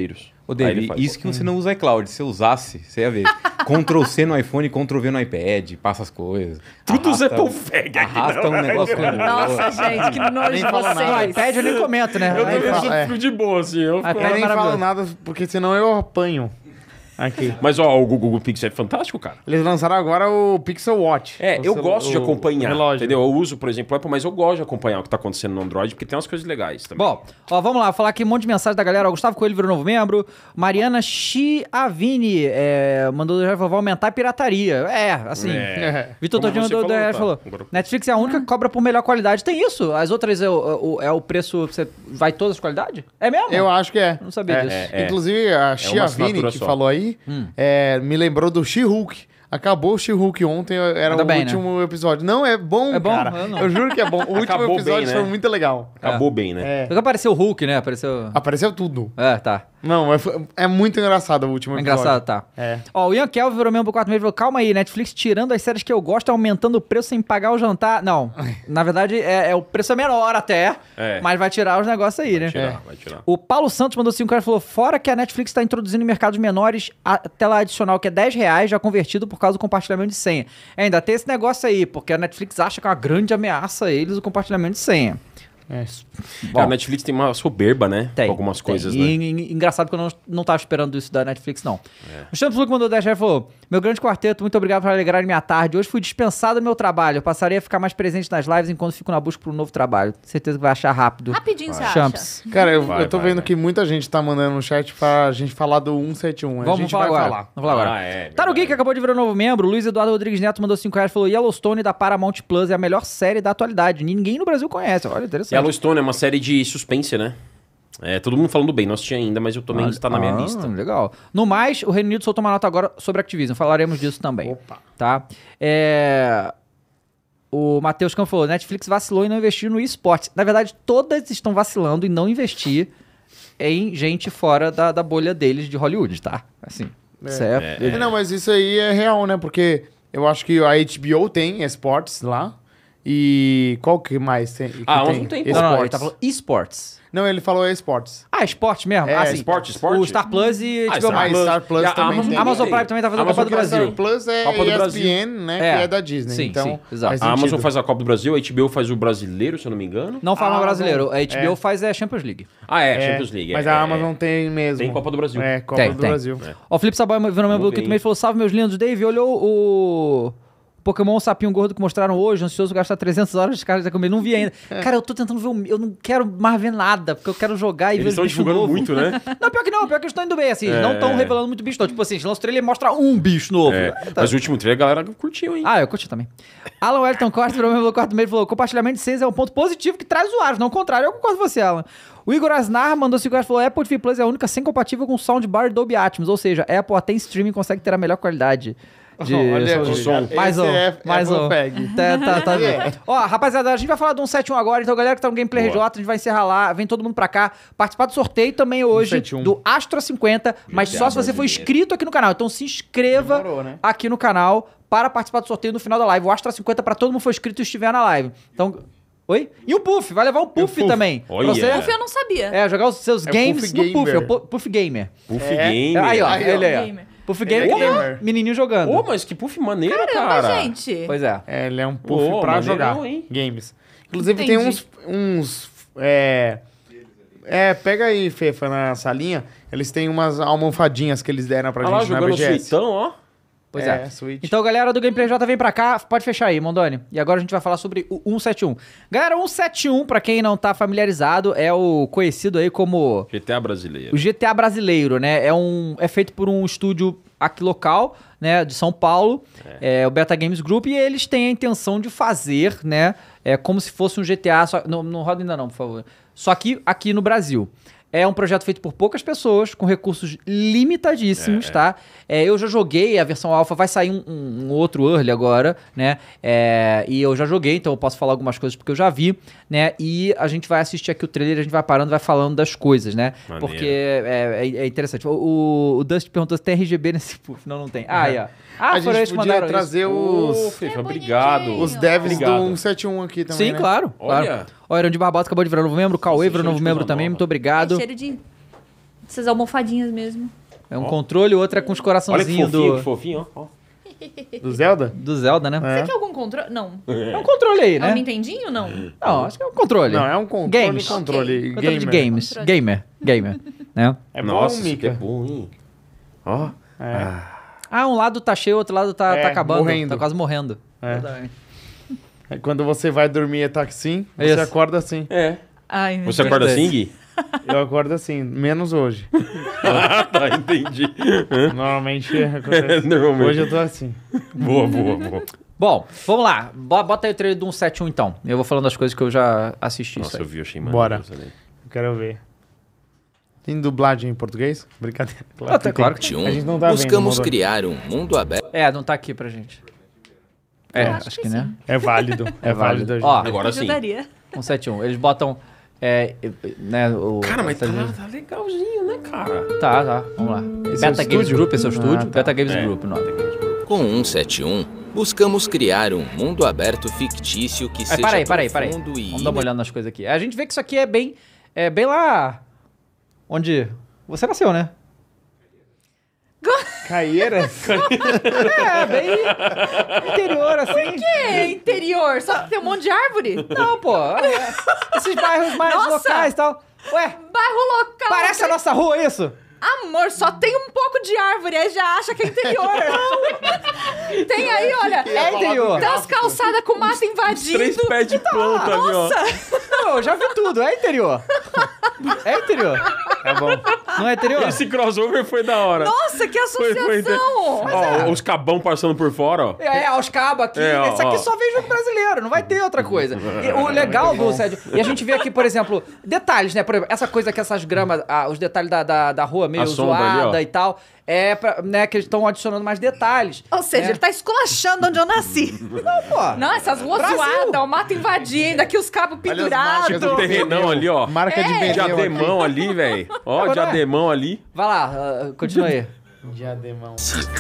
Ô, Aí ele David, faz. isso que você não usa iCloud. Se você usasse, você ia ver. Ctrl-C no iPhone, Ctrl-V no iPad, passa as coisas. Tudo Arrasta- Apple Fag aqui. Arrasta um negócio com o outro. Nossa, gente, que nojo de Nem fala nada. No vocês. iPad eu nem comento, né? Eu Aí também fala- é. fico de boa, assim. Eu fico- iPad Eu nem falo maravilhoso. nada, porque senão eu apanho aqui. Mas, ó, o Google Pixel é fantástico, cara. Eles lançaram agora o Pixel Watch. É, O eu celu- gosto de o acompanhar, relógio. entendeu? Eu uso, por exemplo, o Apple, mas eu gosto de acompanhar o que tá acontecendo no Android, porque tem umas coisas legais também. Bom, ó, vamos lá, vou falar aqui um monte de mensagem da galera. O Gustavo Coelho virou novo membro. Mariana Chiavini mandou já falou, vai aumentar a pirataria. É, assim. É. Vitor Como Todinho você mandou falou, 10 tá? falou. Agora- Netflix é a única que cobra por melhor qualidade. Tem isso. As outras é o preço. Você vai todas as qualidades? É mesmo? Eu acho que é. Não sabia disso. Inclusive, a Chia assinatura Vini, que só. falou aí, me lembrou do She-Hulk. Acabou o She-Hulk ontem, era Ainda o bem, último episódio. Não, é bom, É bom? cara. Eu não. Eu juro que é bom. O último Acabou episódio bem, né? foi muito legal. Acabou bem, né? É. Só que apareceu o Hulk, né? Apareceu. Apareceu tudo. É, tá. Não, é muito engraçado o último É episódio. engraçado, tá. É. Ó, o Ian Kelvin virou membro por 4 meses e falou: calma aí, Netflix tirando as séries que eu gosto, aumentando o preço sem pagar o jantar. Não, na verdade, o preço é menor até, mas vai tirar os negócios aí, né? Vai tirar. O Paulo Santos mandou 5 reais e falou: fora que a Netflix está introduzindo em mercados menores a tela adicional, que é R$10, já convertido por causa do compartilhamento de senha. Ainda tem esse negócio aí, porque a Netflix acha que é uma grande ameaça a eles o compartilhamento de senha. A Netflix tem uma soberba, né? Tem. Com algumas coisas, E, né? engraçado que eu não tava esperando isso da Netflix, não. O Champs Luke mandou 10 reais e falou: meu grande quarteto, muito obrigado por alegrar minha tarde. Hoje fui dispensado do meu trabalho. Eu passarei a ficar mais presente nas lives enquanto fico na busca por um novo trabalho. Certeza que vai achar rápido. Rapidinho você Champs. acha. Cara, eu Vai, tô vai, vendo vai. que muita gente tá mandando no chat pra gente falar do 171. A Vamos gente falar vai agora. falar. Vamos falar agora. Tá Tá que acabou de virar novo membro. Luiz Eduardo Rodrigues Neto mandou 5 reais e falou: Yellowstone da Paramount Plus é a melhor série da atualidade. Ninguém no Brasil conhece. Olha, interessante. Yellowstone é uma série de suspense, né? É, todo mundo falando bem, não assisti ainda, mas eu também está na minha lista. Legal. No mais, o Reino Unido soltou uma nota agora sobre Activision. Falaremos disso também. Opa. Tá? O Matheus Campos falou: Netflix vacilou em não investir no esportes. Na verdade, todas estão vacilando em não investir em gente fora da bolha deles de Hollywood, tá? Assim. Certo. Não, mas isso aí é real, né? Porque eu acho que a HBO tem esportes lá. E qual que mais tem? Que Ah, Amazon tem, pô. Não, ele Esportes. tá falando esportes. Não, ele falou esportes. Ah, esporte mesmo? É, ah, sim. esporte. O Star Plus e Ah, HBO Star Max. Plus. Star Plus E a também tem. Amazon Prime também tá fazendo a Copa do Amazon Brasil. Star Plus é Copa do ESPN, né? É. Que é da Disney. Sim, então, sim, exato. faz A Amazon sentido. faz a Copa do Brasil, a HBO faz o brasileiro, se eu não me engano. Não fala Ah, brasileiro. não. A HBO É. faz Champions League. Ah, É, Champions League. Mas é, a Amazon tem mesmo. Tem Copa do Brasil. É, Copa Tem, do tem. Brasil. Ó, o Felipe Saboy virou membro do bem. quinto mês e falou: salve meus lindos. Dave, olhou o Pokémon Sapinho Gordo que mostraram hoje, ansioso gastar 300 horas de carga comigo. Não vi ainda. Cara, eu tô tentando ver eu não quero mais ver nada, porque eu quero jogar e Eles ver estão os bichos divulgando novos. muito, né? Não, pior que não eles estão indo bem, assim. Eles não estão revelando muito bicho, não. Tipo assim, lança o trailer e mostra um bicho novo. É, Tá. mas o último trailer a galera curtiu, hein? Ah, eu curti também. Alan Wellington Costa, virou membro do quarto mês, falou: compartilhamento de senhas é um ponto positivo que traz usuários, não o contrário. Eu concordo com você, Alan. O Igor Asnar mandou 5 reais e falou: Apple TV Plus é a única sem compatível com soundbar e Dolby Atmos, ou seja, Apple até em streaming consegue ter a melhor qualidade de Olha, som. Mais esse um, é mais Apple um. Fag. Tá bem. Ó, rapaziada, a gente vai falar do 171 agora, então galera que tá no Gameplay RJ, a gente vai encerrar lá, vem todo mundo pra cá, participar do sorteio também hoje 171. do Astra 50, mas só se você for inscrito aqui no canal. Então se inscreva Demorou, né? aqui no canal para participar do sorteio no final da live. O Astra 50 pra todo mundo que for inscrito e estiver na live. Então, oi? E o Puff, vai levar um Puff também. Olha. Pra você Puff eu não sabia. jogar os seus É games Puff no Puff, é o Gamer. Puff Gamer. Puff É. Game. Aí, ó, Aí, ó. ele aí, ó. Gamer. Puff Ele é Gamer que tem gamer. um menininho jogando. Ô, mas que puff maneiro, Caramba, cara. gente. Pois é. É, ele é um puff Ô, pra maneirão, jogar hein? games. Inclusive Entendi. tem uns pega aí, Fefa, na salinha. Eles têm umas almofadinhas que eles deram pra Olha lá, gente na jogando BGS. suitão, ó. Pois é. Switch. Então, galera do Gameplay J, vem pra cá. Pode fechar aí, Mondoni. E agora a gente vai falar sobre o 171. Galera, o 171, pra quem não tá familiarizado, é o conhecido aí como GTA brasileiro. o GTA brasileiro, né? É feito por um estúdio aqui local, né, de São Paulo, o Beta Games Group, e eles têm a intenção de fazer, né, como se fosse um GTA, não roda ainda não, por favor, só que aqui no Brasil. É um projeto feito por poucas pessoas, com recursos limitadíssimos, tá? Eu já joguei a versão alpha, vai sair um outro early agora, né? E eu já joguei, então eu posso falar algumas coisas porque eu já vi, né? E a gente vai assistir aqui o trailer, a gente vai parando, vai falando das coisas, né? Maneiro. Porque é interessante. O Dust perguntou se tem RGB nesse puff. Não tem. Ah, aí, ó. Ah, a foram eles gente que podia mandaram trazer Ô, os Fefa, bonitinho. obrigado. os devs Obrigado. do 171 aqui também, Sim, né? claro. Olha. Claro. Ó, Irandir Barbosa acabou de virar novo membro, Cauê Nossa, virou cheiro novo de membro coisa também, nova. muito obrigado. Cheiro de... Essas almofadinhas mesmo. É um controle, o outro é com os Olha que coraçãozinhos fofinho, do, que fofinho, ó. Do Zelda? do Zelda, né? Você quer algum controle? Não. É um controle aí, É um né? Nintendinho, não? Não, acho que é um controle. Não, é um controle. Games. Controle. Controle de gamer. games. Controle. Gamer. Né? É Nossa, bom, isso aqui é Mika. bom, hein? Ó. Ah, um lado tá cheio, outro lado tá acabando. morrendo. Tá quase morrendo. É. Verdade. É quando você vai dormir e tá assim, você Isso. acorda assim. É. Ai, meu Você Deus. acorda assim, Gui? Eu acordo assim, menos hoje. Ah, tá, entendi. Normalmente acontece. Normalmente. Hoje eu tô assim. Boa. Bom, vamos lá. Bota aí o trailer do 171 então. Eu vou falando das coisas que eu já assisti. Nossa, isso aí. eu vi, achei Bora. maravilhoso ali. Eu quero ver. Tem dublagem em português? Brincadeira. Até claro que tem. A gente não tá Buscamos vendo, criar um mundo aberto. não tá aqui pra gente. Acho que né? É válido. É válido. gente. Ó, Agora sim. Ajudaria. 171. Eles botam. Né, o. Cara, mas tá legalzinho, né, cara? Tá. Vamos lá. Esse é o Beta Games estúdio? Group, esse é o estúdio. Ah, tá. Beta Games Group, o nome. Com 171, buscamos criar um mundo aberto fictício que seja Peraí. profundo e Vamos dar uma olhada nas coisas aqui. A gente vê que isso aqui é bem lá. Onde você nasceu, né? Caieiras? É, bem interior, assim. É interior, só que tem um monte de árvore. Não, pô. Esses bairros mais Nossa! locais e tal. Ué, Bairro local. parece a nossa rua isso? Amor, só tem um pouco de árvore, aí já acha que é interior. Tem aí, olha. É interior. Tem umas calçadas com mato 3 invadindo. pés de planta ali, ó. Não, eu já vi tudo. É interior. É interior. Tá bom. Não é interior? Esse crossover foi da hora. Nossa, que associação. Ó, os cabão passando por fora, ó. Os cabos aqui. É, ó, Esse aqui ó. só vem jogo brasileiro, não vai ter outra coisa. E o legal do Sérgio. E a gente vê aqui, por exemplo, detalhes, né? Por exemplo, essa coisa que essas gramas, os detalhes da rua meio A sombra zoada ali, ó. e tal. É pra, né, que eles estão adicionando mais detalhes. Ou seja, né? ele tá esculachando onde eu nasci. Não, pô. Não, essas ruas Brasil. zoadas, o mato invadindo, aqui os cabos Olha as pendurados. marcas do Terrenão ali, ó. Marca de pneu Diademão ali, velho. Ó, Agora é. diademão ali. Vai lá, continua aí. aqui. Diademão.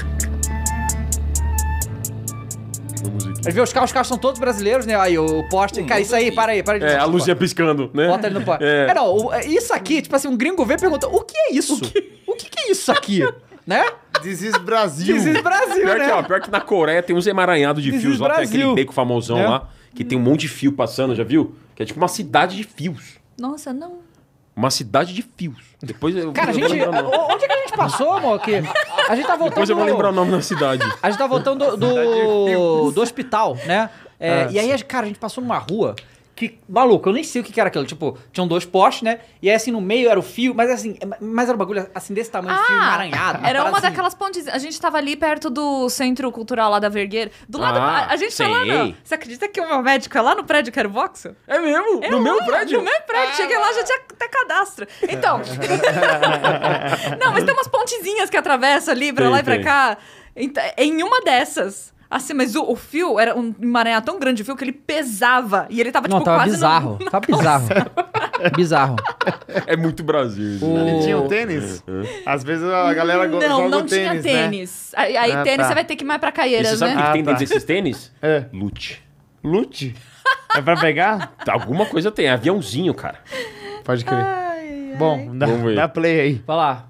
Ele vê os carros são todos brasileiros, né? Aí o poste. Cara, isso aí, para aí. Para de É, a luzinha piscando, né? Bota ele no poste. É. Isso aqui, tipo assim, um gringo vê e pergunta: o que é isso? O que é isso aqui? Né? This is Brasil. This is Brasil, Pior né? que, ó, pior que na Coreia tem uns emaranhados de This fios is lá, tem Brasil. aquele beco famosão É. lá, que tem um monte de fio passando, já viu? Que é tipo uma cidade de fios. Nossa, não. Uma cidade de fios. Depois eu Cara, a eu vou gente. lembrar o nome. Onde é que a gente passou, amor? Que a gente tá voltando. Depois eu vou lembrar o nome da cidade. A gente tá voltando do hospital, né? E aí, cara, a gente passou numa rua que, maluco, eu nem sei o que era aquilo. Tipo, tinham 2 postes, né? E aí, assim, no meio era o fio, mas assim, era um bagulho assim desse tamanho, fio emaranhado. Era uma parada assim. daquelas pontes. A gente tava ali perto do Centro Cultural lá da Vergueira. Do lado. A gente tá lá, sei. não. Você acredita que o meu médico é lá no prédio que era o Voxel? É mesmo? No meu prédio? No meu prédio. Cheguei lá, já tinha até cadastro. Então. Não, mas tem umas pontezinhas que atravessam ali pra Tem, lá e pra tem. cá. Em uma dessas. Assim, mas o fio era um emaranhado tão grande de fio que ele pesava. E ele tava, Não, tipo, tava quase bizarro. Tava bizarro. Bizarro. É muito Brasil. isso, O- né? E tinha o tênis? Às vezes a galera joga Não o tinha tênis, tênis. Aí Ah, tênis tá. você vai ter que ir mais pra E você Caieiras, sabe o né? que tem tá. dentro desses tênis? É. Lute. Lute? É pra pegar? Alguma coisa tem, aviãozinho, cara. Pode crer. Bom, Vamos ver. dá play aí. Vai lá.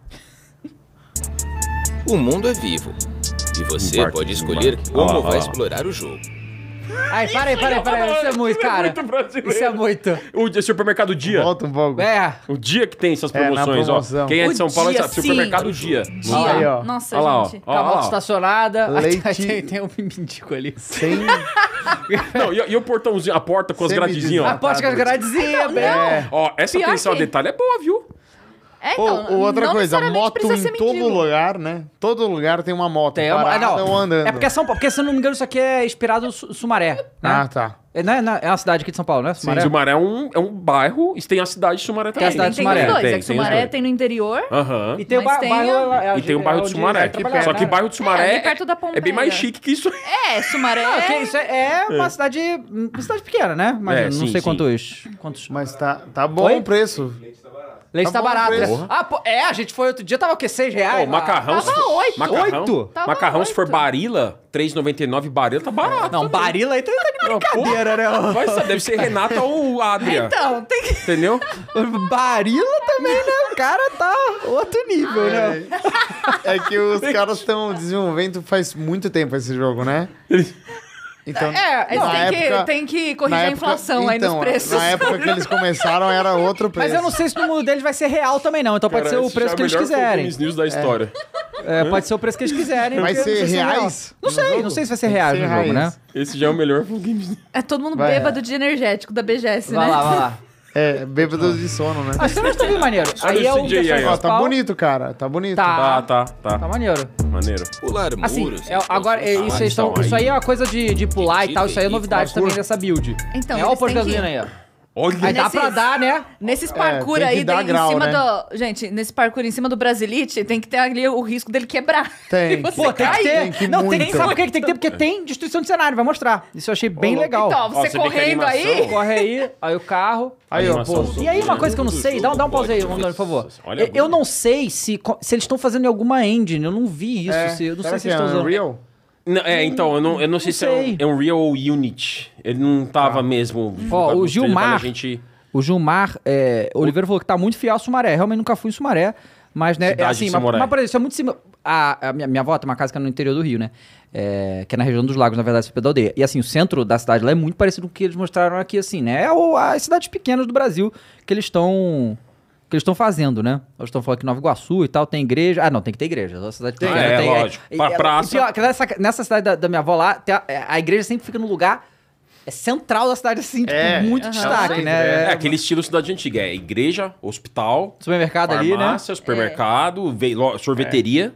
O mundo é vivo. E você Embarque, pode escolher embarque. como Olha lá, vai olha lá. explorar o jogo. Ai, para aí. Isso é muito, cara. muito brasileiro. Isso é muito. O supermercado Dia. Volta um pouco. É. O Dia que tem essas É, na promoções, promoção. ó. Quem é de O São Paulo Dia, sabe. Supermercado sim. Dia. Dia. Aí, ó. Nossa, Olha lá, ó. gente. Com a moto Ó. estacionada. Leite. Aí tem um mendigo ali. Sem... Não, e o portãozinho, a porta com as gradezinhas, A ó. porta com as gradezinhas, bem. É. Ó, essa Pior atenção ao que- detalhe é boa, viu? É, então, Ou outra não coisa, necessariamente moto precisa em ser todo mendigo. lugar, né? Todo lugar tem uma moto Tem parada ou andando. É porque é São Paulo. Porque, se eu não me engano, isso aqui é inspirado no Sumaré. Né? Ah, tá. É uma cidade aqui de São Paulo, né? Sumaré. Sumaré é um bairro e tem a cidade de Sumaré também. a cidade de Tem Sumaré. os dois. Tem, É que tem os Sumaré dois. tem no interior. Aham. E tem o Mas tem bairro... E tem o bairro de Sumaré. Só que o bairro de Sumaré ali perto da é bem mais Pompeia. chique que isso. É, Sumaré. Não, que isso é uma cidade pequena, né? Mas não sim, sei sim. quantos... Mas tá bom Oi? o preço. Leite tá bom o barato. preço. Né? Ah, pô, a gente foi outro dia, tava o quê? R$6? Pô, macarrão. Tava 8. Macarrão, 8? Tava macarrão se for 8. barila, R$3,99 barila, tá barato. Não, Barila aí tá de brincadeira, né? Vai saber, deve ser Renata ou Adria. Então, tem que... Entendeu? Barila também também, né? O cara tá outro nível, né? É que os caras estão desenvolvendo faz muito tempo esse jogo, né? Então, Eles têm que corrigir a inflação aí nos preços. Na época que eles começaram, era outro preço. Mas eu não sei se no mundo deles vai ser real também, não. Então pode ser o preço que eles quiserem. News da história. Pode ser o preço que eles quiserem. Vai porque ser não sei se é real. reais? Não sei, não sei se vai ser reais no jogo, né? Esse já é o melhor Flow Games News. É todo mundo Vai, bêbado de energético da BGS, Vai né? lá, vai lá. Bêbados de sono, né? Ah, você não está bem maneiro. Olha Aí é o o CJ aí, personagem ó. Ó, tá principal. bonito, cara. Tá bonito. Tá. Tá. Maneiro. Maneiro. Pular Assim, muros. agora, isso aí é uma coisa de pular e tal. Isso aí é novidade também dessa build. Então, Olha o eles posto de têm que- gasolina aí, ó. Olha, Aí dá Nesses- pra dar, né? Nesses parkour tem que aí, dar grau, em cima né? do... Gente, nesse parkour em cima do Brasilite, tem que ter ali o risco dele quebrar. Tem. E você Pô, tem que cai. ter. Tem que Não, tem, muito. sabe por que tem que ter? Porque tem destruição de cenário, vai mostrar. Isso eu achei bem legal. Então, você você vê que a correndo animação- aí... Corre aí o carro. Aí, ó, Animação pô. E aí, uma coisa que eu não sei, dá um pause aí, Rondônia, por favor. Olha, Eu não sei se eles estão fazendo em alguma engine, eu não vi isso. Eu não sei se eles estão usando. Unreal? Não, então, eu não sei se sei. é um Unreal ou Unity. Ele não tava mesmo... Ó, o Gilmar- A gente... O Gilmar Oliveira falou que tá muito fiel ao Sumaré. Realmente nunca fui em Sumaré, mas, né, Cidade de Sumaré. mas, por exemplo, isso é muito cima. A minha avó tem uma casa que é no interior do Rio, né? Que é na região dos lagos, na verdade, Cidade da Aldeia. E assim, o centro da cidade lá é muito parecido com o que eles mostraram aqui, assim, né? As cidades pequenas do Brasil que eles estão fazendo, né? Eles estão falando que Nova Iguaçu e tal, tem igreja. Ah, não, tem que ter igreja. A cidade pequena lógico. Pra praça. Pior, que nessa cidade da minha avó lá, a igreja sempre fica no lugar central da cidade, assim, tipo, muito destaque, né? É aquele estilo cidade antiga. É igreja, hospital, Supermercado ali, né? farmácia, supermercado, sorveteria,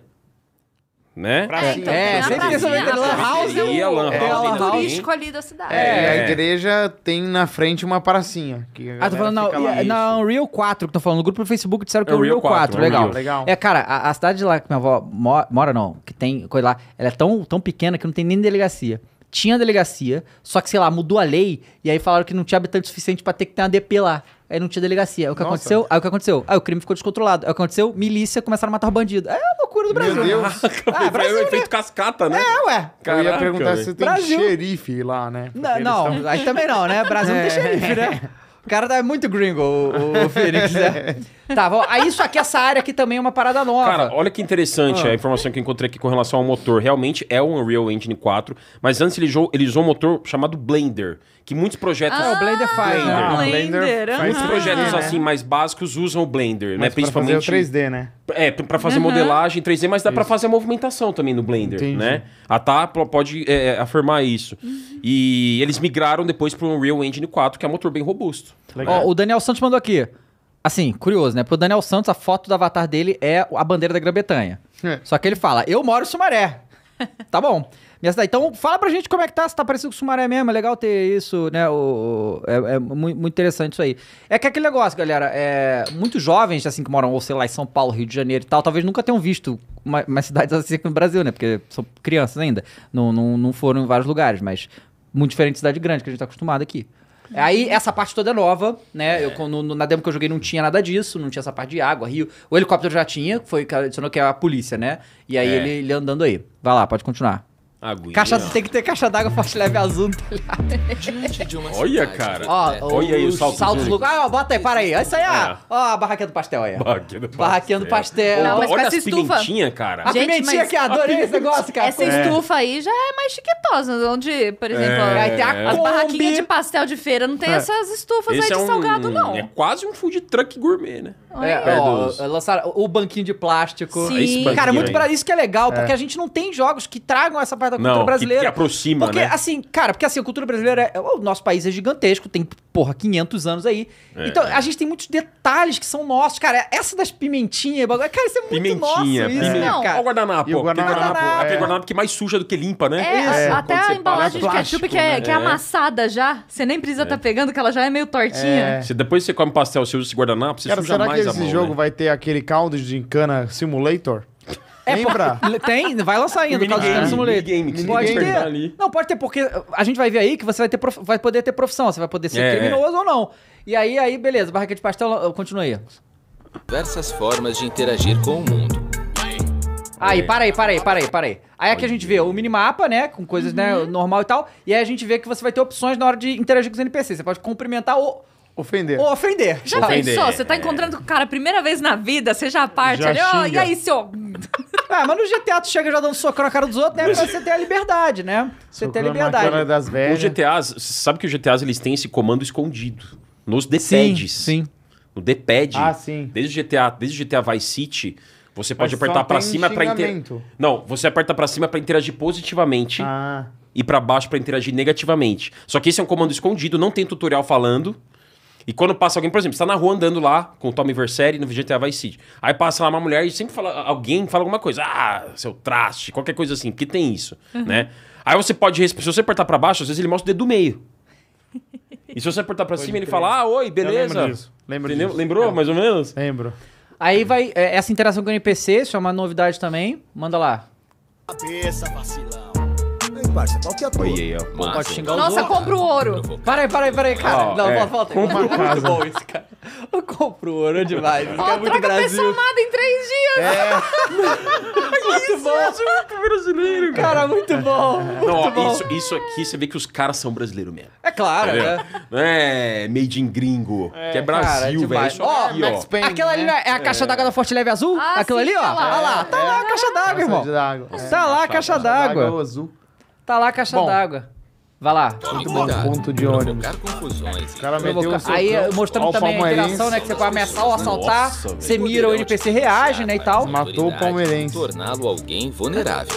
né? Sempre tem sorveteria. Lan House Sorveteria, lan tem house, lan o também. turístico ali da cidade. E a igreja tem na frente uma pracinha. Que a Tô galera falando fica lá. na Unreal 4 que tô falando. No grupo do Facebook disseram que é o Unreal Unreal 4. 4, Legal. Legal. Cara, a cidade de lá que minha avó mora, não, que tem coisa lá, ela é tão pequena que não tem nem delegacia. Tinha delegacia, só que, sei lá, mudou a lei e aí falaram que não tinha habitante suficiente pra ter que ter uma DP lá. Aí não tinha delegacia. Aí o que aconteceu? Aí o crime ficou descontrolado. Aí o que aconteceu? Milícia começaram a matar bandido. É a loucura do Brasil. Meu Deus. Ah, Brasil, é o né? efeito cascata, né? Ué. Eu ia Caraca, perguntar velho. se tem Brasil. xerife lá, né? Porque eles Não, tão- aí também não, né? Brasil não tem xerife, né? O cara tá muito gringo, o Phoenix, né? Tá, aí isso aqui, essa área aqui também é uma parada nova. Cara, olha que interessante a informação que eu encontrei aqui com relação ao motor. Realmente é um Unreal Engine 4, mas antes ele usou um motor chamado Blender, que muitos projetos... o Blender faz, né? Blender. Blender, faz Muitos aham. projetos 3D, né? assim mais básicos usam o Blender, né? Mas pra fazer Principalmente o 3D, né? pra fazer modelagem 3D, mas dá pra fazer a movimentação também no Blender, Entendi. né? A Tá pode afirmar isso. E eles migraram depois pro Unreal Engine 4, que é um motor bem robusto. Ó, o Daniel Santos mandou aqui. Assim, curioso, né? Porque o Daniel Santos, a foto do avatar dele é a bandeira da Grã-Bretanha. Só que ele fala, eu moro em Sumaré. Tá bom. Minha cidade. Então, fala pra gente como é que tá, se tá parecido com Sumaré mesmo. É legal ter isso, né? É muito interessante isso aí. É que aquele negócio, galera, muitos jovens, assim, que moram, ou sei lá, em São Paulo, Rio de Janeiro e tal, talvez nunca tenham visto umas cidades assim aqui no Brasil, né? Porque são crianças ainda. Não foram em vários lugares, mas muito diferente de cidade grande, que a gente tá acostumado aqui. Aí, essa parte toda é nova, né? Na demo que eu joguei não tinha nada disso, não tinha essa parte de água, rio. O helicóptero já tinha, foi que adicionou que é a polícia, né? E aí ele andando aí. Vai lá, pode continuar. Aguinha. Tem que ter caixa d'água forte leve azul, tá ligado? Diante de uma Olha, cidade cara. Ó, Olha aí o os salto saltos dele. Ah, bota aí, para aí. Isso aí, ó a barraquinha do pastel aí. Ó. Barraquinha do pastel. Não, mas com Olha essa as estufa. pimentinhas, cara. A Gente, pimentinha mas- aqui, adorei esse negócio, cara. Essa estufa aí já é mais chiquetosa, onde, por exemplo, Aí tem a as Kombi. barraquinhas de pastel de feira não tem essas estufas aí de salgado, não. É quase um food truck gourmet, né? Lançaram o banquinho de plástico. Sim. Esse Cara, banquinho muito aí. pra isso que é legal, porque a gente não tem jogos que tragam essa parte da cultura Não, brasileira. que aproxima, porque, né? assim, cara, porque assim, a cultura brasileira, o nosso país é gigantesco, tem, 500 anos aí. Então, a gente tem muitos detalhes que são nossos. Cara, essa das pimentinhas, bagulho, cara, isso é muito nosso. Pimentinha, Isso, pimentinha. Não. Olha o guardanapo. E o ó. Aquele guardanapo, aquele guardanapo que mais suja do que limpa, né? Até Quando a você embalagem de passa ketchup plástico, que é amassada já. Você nem precisa estar pegando, que ela já é meio tortinha. Se depois você come pastel, você usa esse guardanapo, você Cara, suja será que mais a esse mão, jogo né? vai ter aquele caldo de gincana simulator? Lembra? Tem, vai lançar ainda o Caldo de Cana Simulator. minigame que você Pode tem que ter. apertar ali. Não, pode ter, porque a gente vai ver aí que você vai poder ter profissão. Você vai poder ser criminoso ou não. E aí, beleza, barraquinha de pastel, continua aí. Diversas formas de interagir com o mundo. Aí, para aí. Aí aqui a gente vê o minimapa, né, com coisas, né, normal e tal. E aí a gente vê que você vai ter opções na hora de interagir com os NPCs. Você pode cumprimentar Ofender. Ou ofender. Já Ofender, pensou? Você tá encontrando com o cara a primeira vez na vida, você já parte Já ali, ó, e xinga. aí, seu... Ah, mas no GTA tu chega já dando socão na cara dos outros, né? Pra você ter a liberdade, né? Você ter a Socando na cara liberdade. das velhas. Os GTAs, você sabe que os GTAs eles têm esse comando escondido nos Sim, D-pads. sim. No D-pad. Ah, sim. Desde o GTA Vice City, você pode Mas apertar só pra tem cima pra xingamento. Não, você aperta pra cima pra interagir positivamente Ah, e pra baixo pra interagir negativamente. Só que esse é um comando escondido, não tem tutorial falando. E quando passa alguém, por exemplo, você tá na rua andando lá com o Tommy Vercetti no GTA Vice City. Aí passa lá uma mulher e sempre alguém fala alguma coisa. Ah, seu traste, qualquer coisa assim, porque tem isso, né? Aí você pode, se você apertar pra baixo, às vezes ele mostra o dedo do meio. E se você apertar pra cima, ele fala, ah, oi, beleza. lembro disso. Lembro Entendeu? disso. Lembrou, mais ou menos? lembro. Aí vai essa interação com o NPC, isso é uma novidade também. Manda lá. Cabeça, vacilão. Ei, parça, qual que é a tua? Oi, aí, ó. Mas Pode xingar os Nossa, outros. compra o ouro. Para aí, cara. Ó, Não, é. volta. Compra uma casa. Muito bom esse cara. Eu compro ouro é demais. Isso Ó, é muito troca Brasil. personada em 3 dias. Muito bom. brasileiro, Cara, muito bom. Não, ó, Muito bom. isso aqui você vê que os caras são brasileiros mesmo. É claro, Entendeu? né? Não é made in gringo. que é Brasil, cara, é velho. demais. Isso Ó, aqui, Max ó. Payne, Aquela ali né? é a caixa d'água da Forte Leve Azul? Ah, Aquilo sim, ali, ó. tá lá. Olha lá. Tá lá a caixa d'água, irmão. d'água. Tá lá a caixa d'água. azul. Tá lá a caixa Bom. d'água. Vai lá. Tome bom, cuidado. ponto de ônibus. Provocar confusões. O cara meteu um socão. Aí mostrando Ó, também a palmeirense. interação, né? Que você pode ameaçar ou assaltar. Nossa, velho. Você mira, o NPC reage, né? E tal. Matou o palmeirense. Torná-lo alguém vulnerável.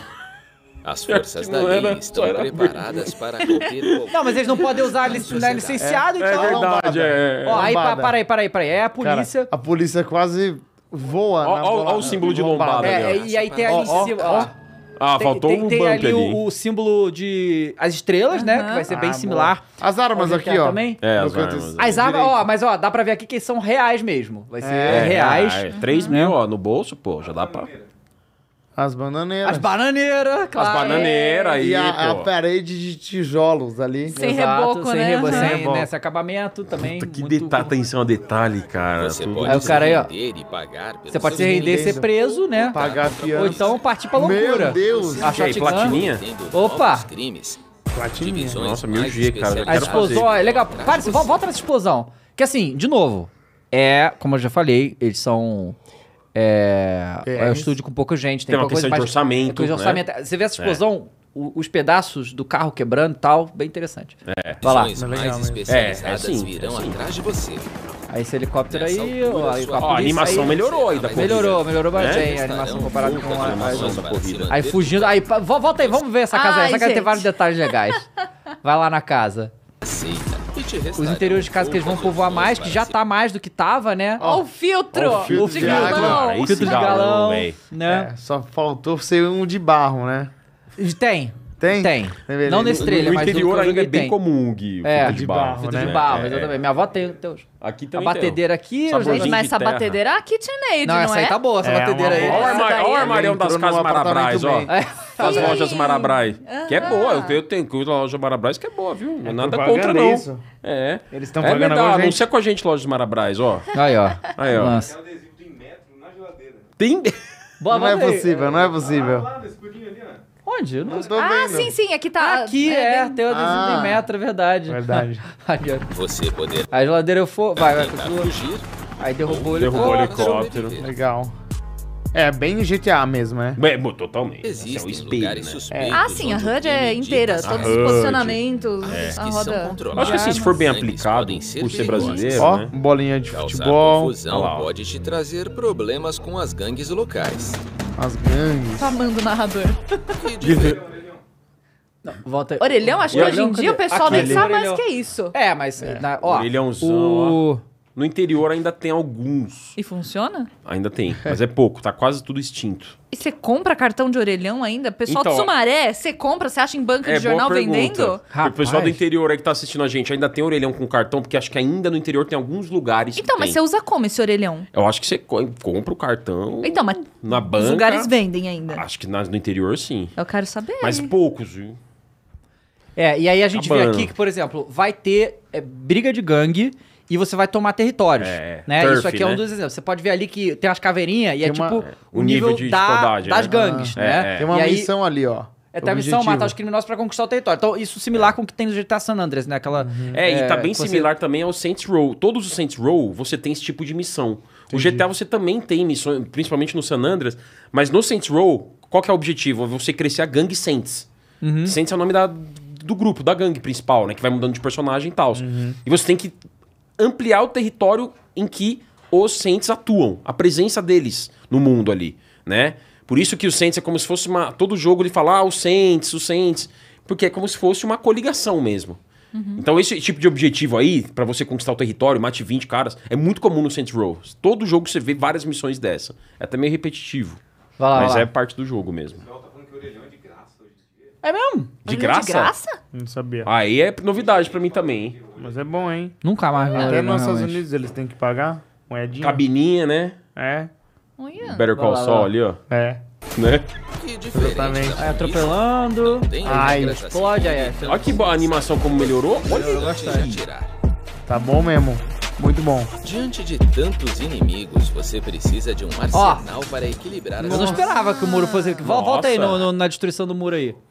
As forças da não lei era- estão só era preparadas para conter qualquer Não, mas eles não podem usar sociedade. licenciado, É então. verdade, Ó, aí, Lombada. para aí. É a Cara, polícia. a polícia quase voa na Ó o símbolo de lombada. É, ali, ó. e aí tem ali Ó, em cima. ó. Ó. Ah, faltou um tem bump ali ali. o símbolo de. As estrelas, né? Que vai ser bem Ah, similar. boa. As armas ao aqui, GTA ó. também. É, No as canto armas. As armas, direito. ó, mas ó, dá pra ver aqui que são reais mesmo. Vai ser reais. 3 mil, ó, no bolso, pô, já dá pra... As bananeiras. As bananeiras, claro. As bananeiras aí, E a pô. parede de tijolos ali. Sem Exato, reboco, sem né? reboco, Aham. sem Reboco. nesse acabamento também. Que muito- atenção a detalhe, cara. Você tudo. pode Aí o cara aí, ó. se render e pagar pelos Você pode se seus render e direitos. ser preso, né? Pagar a fiança. Ou então partir pra loucura. Meu Deus. A E aí, shotgun. platininha? Cometendo Opa! novos crimes. Platininha. Divisões Nossa, mais 1000G, cara, já A quero explosão, ó, é legal. Para, volta nessa explosão. Que assim, de novo, como eu já falei, eles são. É um estúdio com pouca gente. Tem uma pouca coisa, questão de mas- orçamento, é coisa de né? orçamento. Você vê essa explosão, os pedaços do carro quebrando e tal, bem interessante. Vai lá. Divisões legal mais mesmo. especializadas É, sim, virão é sim. atrás de você. Aí esse helicóptero Nessa aí, altura, ó, aí com sua- a Ó, a polícia animação aí- melhorou aí da corrida. Melhorou bastante a Estarão animação comparada com poucas a animações da para se corrida. Aí manter fugindo, aí volta aí, vamos ver essa casa aí. Ai, Essa casa tem gente. vários detalhes legais. Vai lá na casa. aceita e te Os restarão interiores de casa que eles vão poucas povoar mais, opções que já para tá mais do que tava, né? Ó o filtro. Ó o filtro de de galão. água. Cara, esse Filtro de galão, velho. né? É, só faltou ser um de barro, né? Tem. Tem? Tem. Beleza. Não nesse trailer, No mas interior no ainda é jogo bem tem. comum, Gui. É, filtro de barro. Filtro né? de barro, É, exatamente. Minha avó tem até hoje. Aqui A também batedeira aqui... eu já- Saborzinho. Gente, mas de essa terra. batedeira é a KitchenAid, Não, não, essa aí é? tá boa, essa É, batedeira aí. uma boa. Olha Essa daí o é- armário das Entrou casas num Marabrais, ó. apartamento É. Das Sim. lojas Marabrais. Que é Aham. boa, eu tenho a loja Marabrais que é boa, viu? Nada propaganda contra, não. isso. É. Eles estão É pagando verdade, agora, gente. anuncia com a gente, lojas Marabrais, ó. Aí, ó. Aí, ó. Lança. Tem um adesivo de metro na geladeira. Tem... Boa, Não é bota aí. possível, não é possível. Lá no escurinho ali, ó. Onde? Eu não Não sei. tô Ah, vendo. sim, aqui tá. Aqui bem- tem o adesivo Ah. de metro, é verdade. Verdade. Aí, ó. Você poder A geladeira eu for... Vai, tentar continua. fugir. Aí derrubou o Derrubou o helicóptero. helicóptero. Legal. É, bem GTA mesmo, né? Totalmente. Esse é o Existem espelho, lugares né? suspeitos. Ah, sim, a onde o HUD é crime inteira. indica Todos as os HUD. posicionamentos, armas a que são roda. controladas. Acho que assim, se for bem Sangues aplicado, podem ser por ser perigosos. brasileiro, Ó, né? bolinha de Causar futebol, confusão Olha lá, ó. pode te trazer problemas com as gangues locais. as gangues. Tá amando o narrador. E de Volta aí. Orelhão, acho que hoje em Orelhão, dia o cadê? pessoal Aqui, nem ali. sabe mais o Orelhão. que é isso. É, mas... ó, Orelhãozão, o... No interior ainda tem alguns. E funciona? Ainda tem, mas é pouco, tá quase tudo extinto. E você compra cartão de orelhão ainda? Pessoal Então, de Sumaré, você compra? Você acha em banca de boa jornal pergunta. vendendo? Rapaz. O pessoal do interior aí que tá assistindo a gente ainda tem orelhão com cartão, porque acho que ainda no interior tem alguns lugares Então, que mas tem. você usa como esse orelhão? Eu acho que você compra o cartão Então, mas na banca. os lugares vendem ainda. Acho que no interior sim. Eu quero saber. Mas poucos, viu? E aí a gente vê Acabando. aqui que, por exemplo, vai ter briga de gangue e você vai tomar territórios. Né? turf, Isso aqui é um né? dos exemplos. Você pode ver ali que tem umas caveirinhas e é Tem uma- tipo o o nível nível de dificuldade, das né? gangues, Ah, né? é. Tem uma E aí, missão ali, ó. Tem a missão, matar os criminosos pra conquistar o território. Então, isso similar com o que tem no GTA San Andreas, né? Aquela... E tá bem similar também ao Saints Row. Todos os Saints Row, você tem esse tipo de missão. O GTA você também tem missões, principalmente no San Andreas, mas no Saints Row, qual que é o objetivo? É você crescer a gangue Saints. Saints é o nome do grupo, da gangue principal, né? Que vai mudando de personagem e tal. E você tem que ampliar o território em que os Saints atuam. A presença deles no mundo ali, né? Por isso que o Saints é como se fosse uma... Todo jogo ele fala, os Saints... Porque é como se fosse uma coligação mesmo. Então esse tipo de objetivo aí, pra você conquistar o território, mate 20 caras, é muito comum no Saints Row. Todo jogo você vê várias missões dessa. É até meio repetitivo. Mas é parte do jogo mesmo. É mesmo? De graça? De graça? Não sabia. Aí é novidade pra mim também, hein? Mas é bom, hein? Nunca mais. Até nos Estados Unidos eles têm que pagar moedinha. Cabininha, né? É. Olha. Better Call Saul ali, ó. É. Né? Que diferente Exatamente. da Aí atropelando. não tem Ai, regras a explode, seguir. aí Olha que boa a animação como melhorou. Olha. Antes de atirar. Tá bom mesmo. Muito bom. Diante de tantos inimigos, você precisa de um arsenal para equilibrar Eu não esperava que o muro fosse... Volta aí na destruição do muro aí.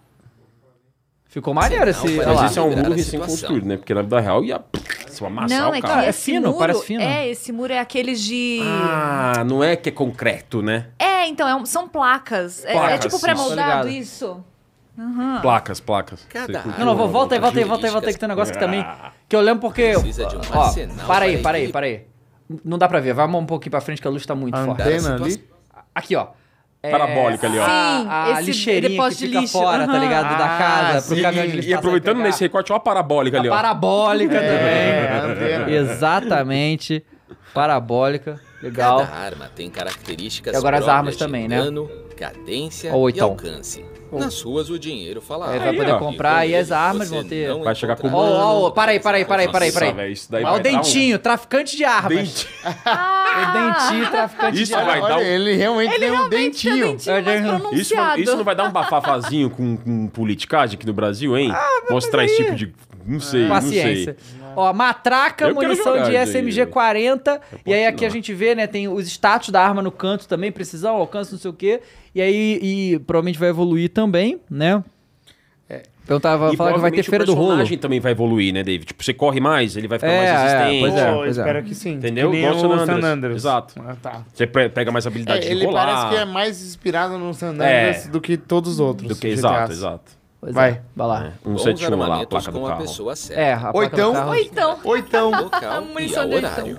Ficou maneiro esse... Mas Olha lá. Mas esse é um Liberar muro a recém-construído, né? Porque na vida real ia se amassar Não, o é que cara. É esse fino, muro, parece fino. esse muro é aqueles de... Ah, não é que é concreto, né? Então, são placas. É Placas, tipo isso. pré-moldado, Tô ligado. isso. Placas. Cada Você- Não, volta aí, que tem um negócio que também... Que eu lembro porque... Precisa de um Ó, arsenal para aí. para Não dá pra ver, vai um pouquinho pra frente que a luz tá muito A forte. antena ali. Aqui, ó. Parabólica ali, ó. Sim, A esse lixeirinha que depósito de fica lixo, fora, tá aham. ligado? Da casa, pro E, caminhão de e lixo aproveitando passar e nesse recorte, ó a parabólica ali, pegar. ó. Parabólica a também. antena. Exatamente. Parabólica. Legal. Cada arma tem características E agora as próprias armas de também, né? dano, cadência Ou e então. alcance. Nas ruas o dinheiro fala Aí vai alto. poder ó. comprar e as Você armas vão ter... não Vai chegar com encontrará- Ó, para aí. Nossa, velho, isso daí Olha o vai dar um- dentinho, traficante de armas. Dente. O dentinho, traficante Isso de armas. vai dar Olha, um... ele realmente tem um dentinho. mais pronunciado. Isso não vai dar um bafafazinho com politicagem aqui no Brasil, hein? Mostrar esse tipo de... Não sei, Paciência. Ó, matraca, Eu quero munição jogar de isso aí, SMG-40. E aí aqui não. a gente vê, né, tem os status da arma no canto também, precisão, alcance, não sei o quê. E aí, provavelmente vai evoluir também, né? Eu tava E falando que vai ter provavelmente feira o do rolo. personagem também vai evoluir, né, David? Tipo, você corre mais, ele vai ficar mais É, resistente. pois é. Pô, espero que sim. Entendeu? Que nem Igual o o San San Andreas. Andreas. Exato. Ah, tá. Você pega mais habilidade de Ele rolar. parece que é mais inspirado no San Andreas do que todos os outros. Do que, GTAs. exato. Pois Vai. é, vai lá. Um Bons 71 lá, a armamentos placa do com a carro. pessoa certa. É, a placa Ou do então- carro. Ou então, Ou então. Local e munição ao de horário.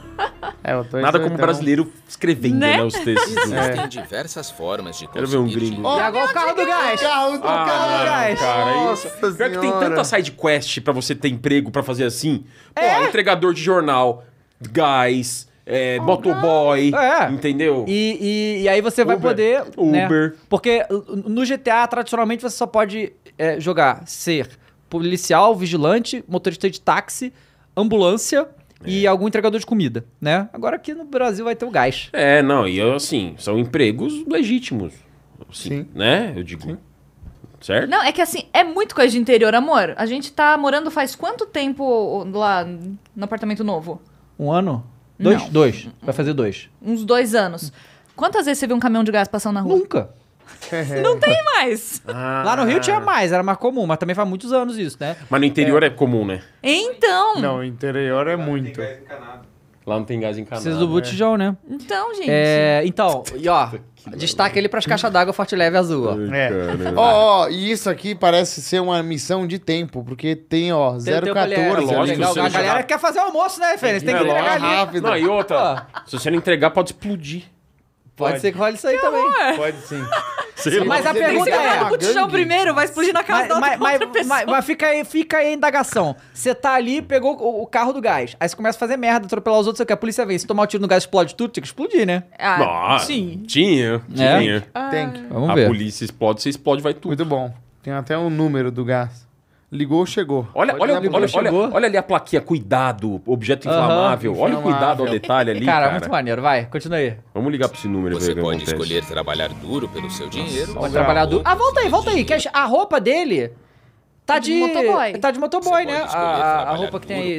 Eu tô Nada como então. brasileiro escrevendo, né, os textos. Existem diversas formas de Quero ver um conseguir gringo. dinheiro. E agora o carro do gás. Carro do carro do gás. Cara, Nossa isso. Pior que tem Senhora. tanta side quest pra você ter emprego pra fazer assim. Pô, entregador de jornal, gás, motoboy, É. entendeu? E aí você vai Uber. poder... né? Uber. Porque no GTA, tradicionalmente, você só pode jogar, ser policial, vigilante, motorista de táxi, ambulância e algum entregador de comida, né? Agora aqui no Brasil vai ter o gás. Não, e assim, são empregos legítimos. Assim, Sim. né? Eu digo. Certo? Não, é que assim, é muito coisa de interior, amor. A gente tá morando faz quanto tempo lá no apartamento novo? Um ano? Não. Dois. Vai fazer 2. Uns 2 anos. Quantas vezes você viu um caminhão de gás passando na rua? Nunca. Não tem mais. Lá no Rio tinha mais, era mais comum, mas também faz muitos anos isso, né? Mas no interior é comum, né? Então. Não, o interior é muito. Lá não tem gás encanado. Precisa do botijão, né? Então, gente. Então, e ó, destaque ele pras caixas d'água Forte Leve Azul, ó. É. Ó, e isso aqui parece ser uma missão de tempo, porque tem, ó, Tem o tempo ali, 014 lógico, ali. legal, você a não galera jogar- quer fazer almoço, né, Fênix? Tem que entregar ali. rápido. Não, e outra, se você não entregar, pode explodir. Pode ser que role isso aí também. Pode sim. Mas a Você tem pergunta que ser é... uma O botijão gangue. primeiro vai explodir na casa da outra pessoa. Mas fica aí a indagação. Você tá ali, pegou o carro do gás. Aí você começa a fazer merda, atropelar os outros, você quer a polícia vem. Se tomar o tiro no gás, explode tudo, tem que explodir, né? Nossa, sim. Tinha. Tem que. Vamos A ver. polícia explode, você explode, vai tudo. Muito bom. Tem até o número do gás. Ligou, chegou. Olha, Pode olha, dar pro olha, gás. chegou. olha ali a plaquinha, cuidado, objeto Aham, inflamável. Olha o cuidado ao inflamável. detalhe ali, Cara, cara. muito maneiro. Vai, continua aí. Vamos ligar pra esse número e ver Você o que pode acontece. escolher trabalhar duro pelo seu dinheiro. Vai trabalhar duro. Ah, volta aí. Que a roupa dele tá De motoboy. Tá de motoboy, Você né? pode escolher A trabalhar roupa que tem duro. aí, né?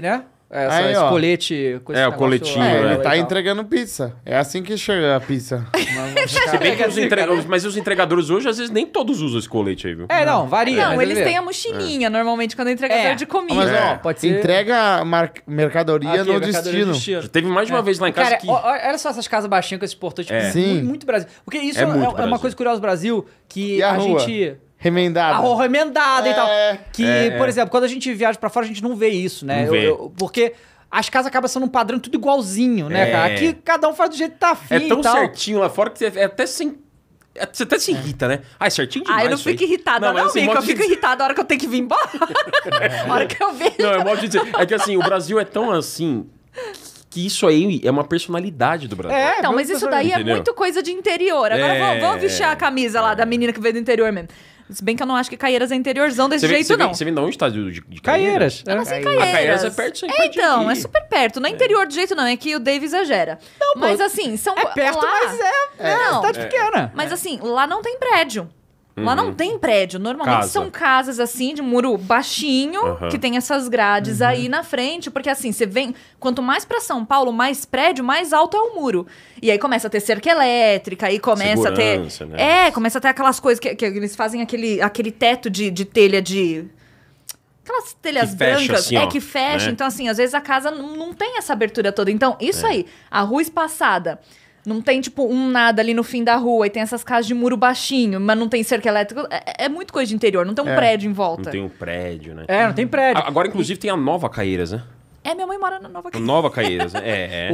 Aí, ó. colete... com esse É, o negócio coletinho, amarelo Ele e tá tal. entregando pizza. É assim que chega a pizza. Se bem que mas os entregadores hoje, às vezes, nem todos usam esse colete aí, viu? Não, varia. Não, mas eles ele têm vê. a mochilinha, normalmente, quando é entregador de comida. Mas, ó, pode ser- entrega mercadoria Aqui, no mercadoria destino. Já teve mais de uma vez lá em casa Cara, que... olha só essas casas baixinhas com esses portões, tipo, Sim. muito Brasil. Porque isso É é, muito é uma Brasil. coisa curiosa do Brasil, que E a rua? gente... Remendada. A rua remendada e tal. Que, por é. exemplo, quando a gente viaja pra fora, a gente não vê isso, né? Não vê. Porque as casas acabam sendo um padrão tudo igualzinho, né, É. cara? Aqui cada um faz do jeito que tá afim É tão e tal. certinho lá fora que você é até sem... Você até se irrita, né? Ah, é certinho demais Eu não isso aí. fico irritada, não, mas assim, amiga. modo Eu de fico dizer- irritada a hora que eu tenho que vir embora. A hora que eu vejo. Não, é modo de dizer. É que assim, o Brasil é tão assim... Que isso aí é uma personalidade do Brasil. Então, mas isso daí é Entendeu? muito coisa de interior. Agora vamos vestir a camisa lá da menina que veio do interior mesmo. Se bem que eu não acho que Caieiras é interiorzão desse jeito, não. Você vem de onde tá? De Caeiras. Eu não sei A Caieiras. Caieiras é perto, Então, aqui. é super perto. Não é interior de jeito não, é que o Dave exagera. Não, mas assim, são... É perto, lá... mas é Não, cidade pequena. Mas assim, lá não tem prédio. Lá não tem prédio. Normalmente Casa. são casas assim, de muro baixinho, que tem essas grades aí na frente. Porque assim, você vem... Quanto mais pra São Paulo, mais prédio, mais alto é o muro. E aí começa a ter cerca elétrica, aí começa Segurança, a ter... né? Começa a ter aquelas coisas que eles fazem aquele teto de telha de... Aquelas telhas Que fecha, brancas, assim, ó, que fecha. né? Então, assim, às vezes a casa não tem essa abertura toda. Então, isso aí, a rua espaçada, não tem, tipo, um nada ali no fim da rua, e tem essas casas de muro baixinho, mas não tem cerca elétrica. É muito coisa de interior, não tem um prédio em volta. Não tem um prédio, né? Não tem prédio. Agora, inclusive, tem a Nova Caieiras, né? Minha mãe mora na Nova A Casa. Nova Caieiras, né?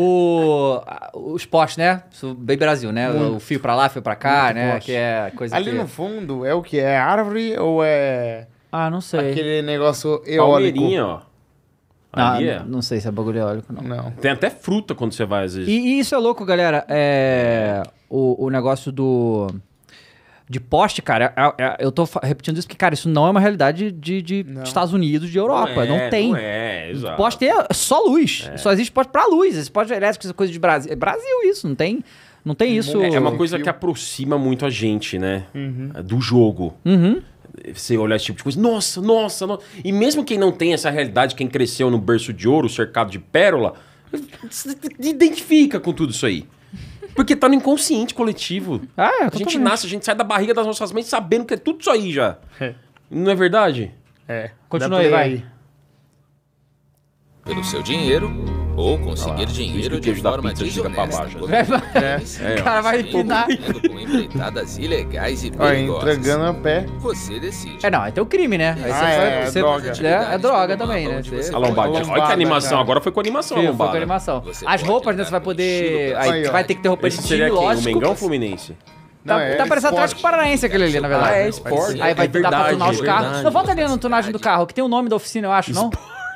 Os postes, né? Isso bem Brasil, né? O fio pra lá, fio pra cá, Muito né? poste. Que é coisa Ali que... no fundo é o que? É árvore ou é Não sei. aquele negócio eólico? Palmeirinha, ó. Não, Ali é. não sei se é bagulho eólico, não. Não. Tem até fruta quando você vai, às vezes. E isso é louco, galera. O negócio de poste, cara, eu tô repetindo isso porque, cara, isso não é uma realidade de Estados Unidos, de Europa. Não tem. Não é, exato. Poste é só luz. Só existe poste pra luz. Esse poste elétrico, essa coisa de Brasil. É Brasil isso, não tem isso. É uma coisa que aproxima muito a gente, né? Do jogo. Uhum. Você olhar esse tipo de coisa, nossa. E mesmo quem não tem essa realidade, quem cresceu no berço de ouro, cercado de pérola, se identifica com tudo isso aí. Porque tá no inconsciente coletivo. A gente totalmente. nasce, a gente sai da barriga das nossas mães sabendo que é tudo isso aí já. Não é verdade? Continua dá aí, pra vai. ir. Pelo seu dinheiro ou conseguir dinheiro o de queijo da forma pizza chega pra desonesta. baixo, O cara vai empinar. empinar. Com empreitadas ilegais e Olha, perigosas. entregando a pé. Você decide. Aí tem o crime, né? Aí você droga. É droga também, né? Você A lombada. Olha que Lombada, animação. cara. Agora foi com animação, a foi com lombada. animação. Você As pode roupas, né? Você vai andar poder... no Aí estilo. vai ter que ter roupa Esse de seria time, quem? O lógico. Mengão ou Fluminense? Não, é Tá parecendo esporte. Atlético Paranaense aquele ali, na verdade. Ah, é esporte. Aí vai É dar pra verdade, tunar os é carros. verdade. Não, volta ali na tunagem do carro, que tem o nome da oficina, eu acho, não?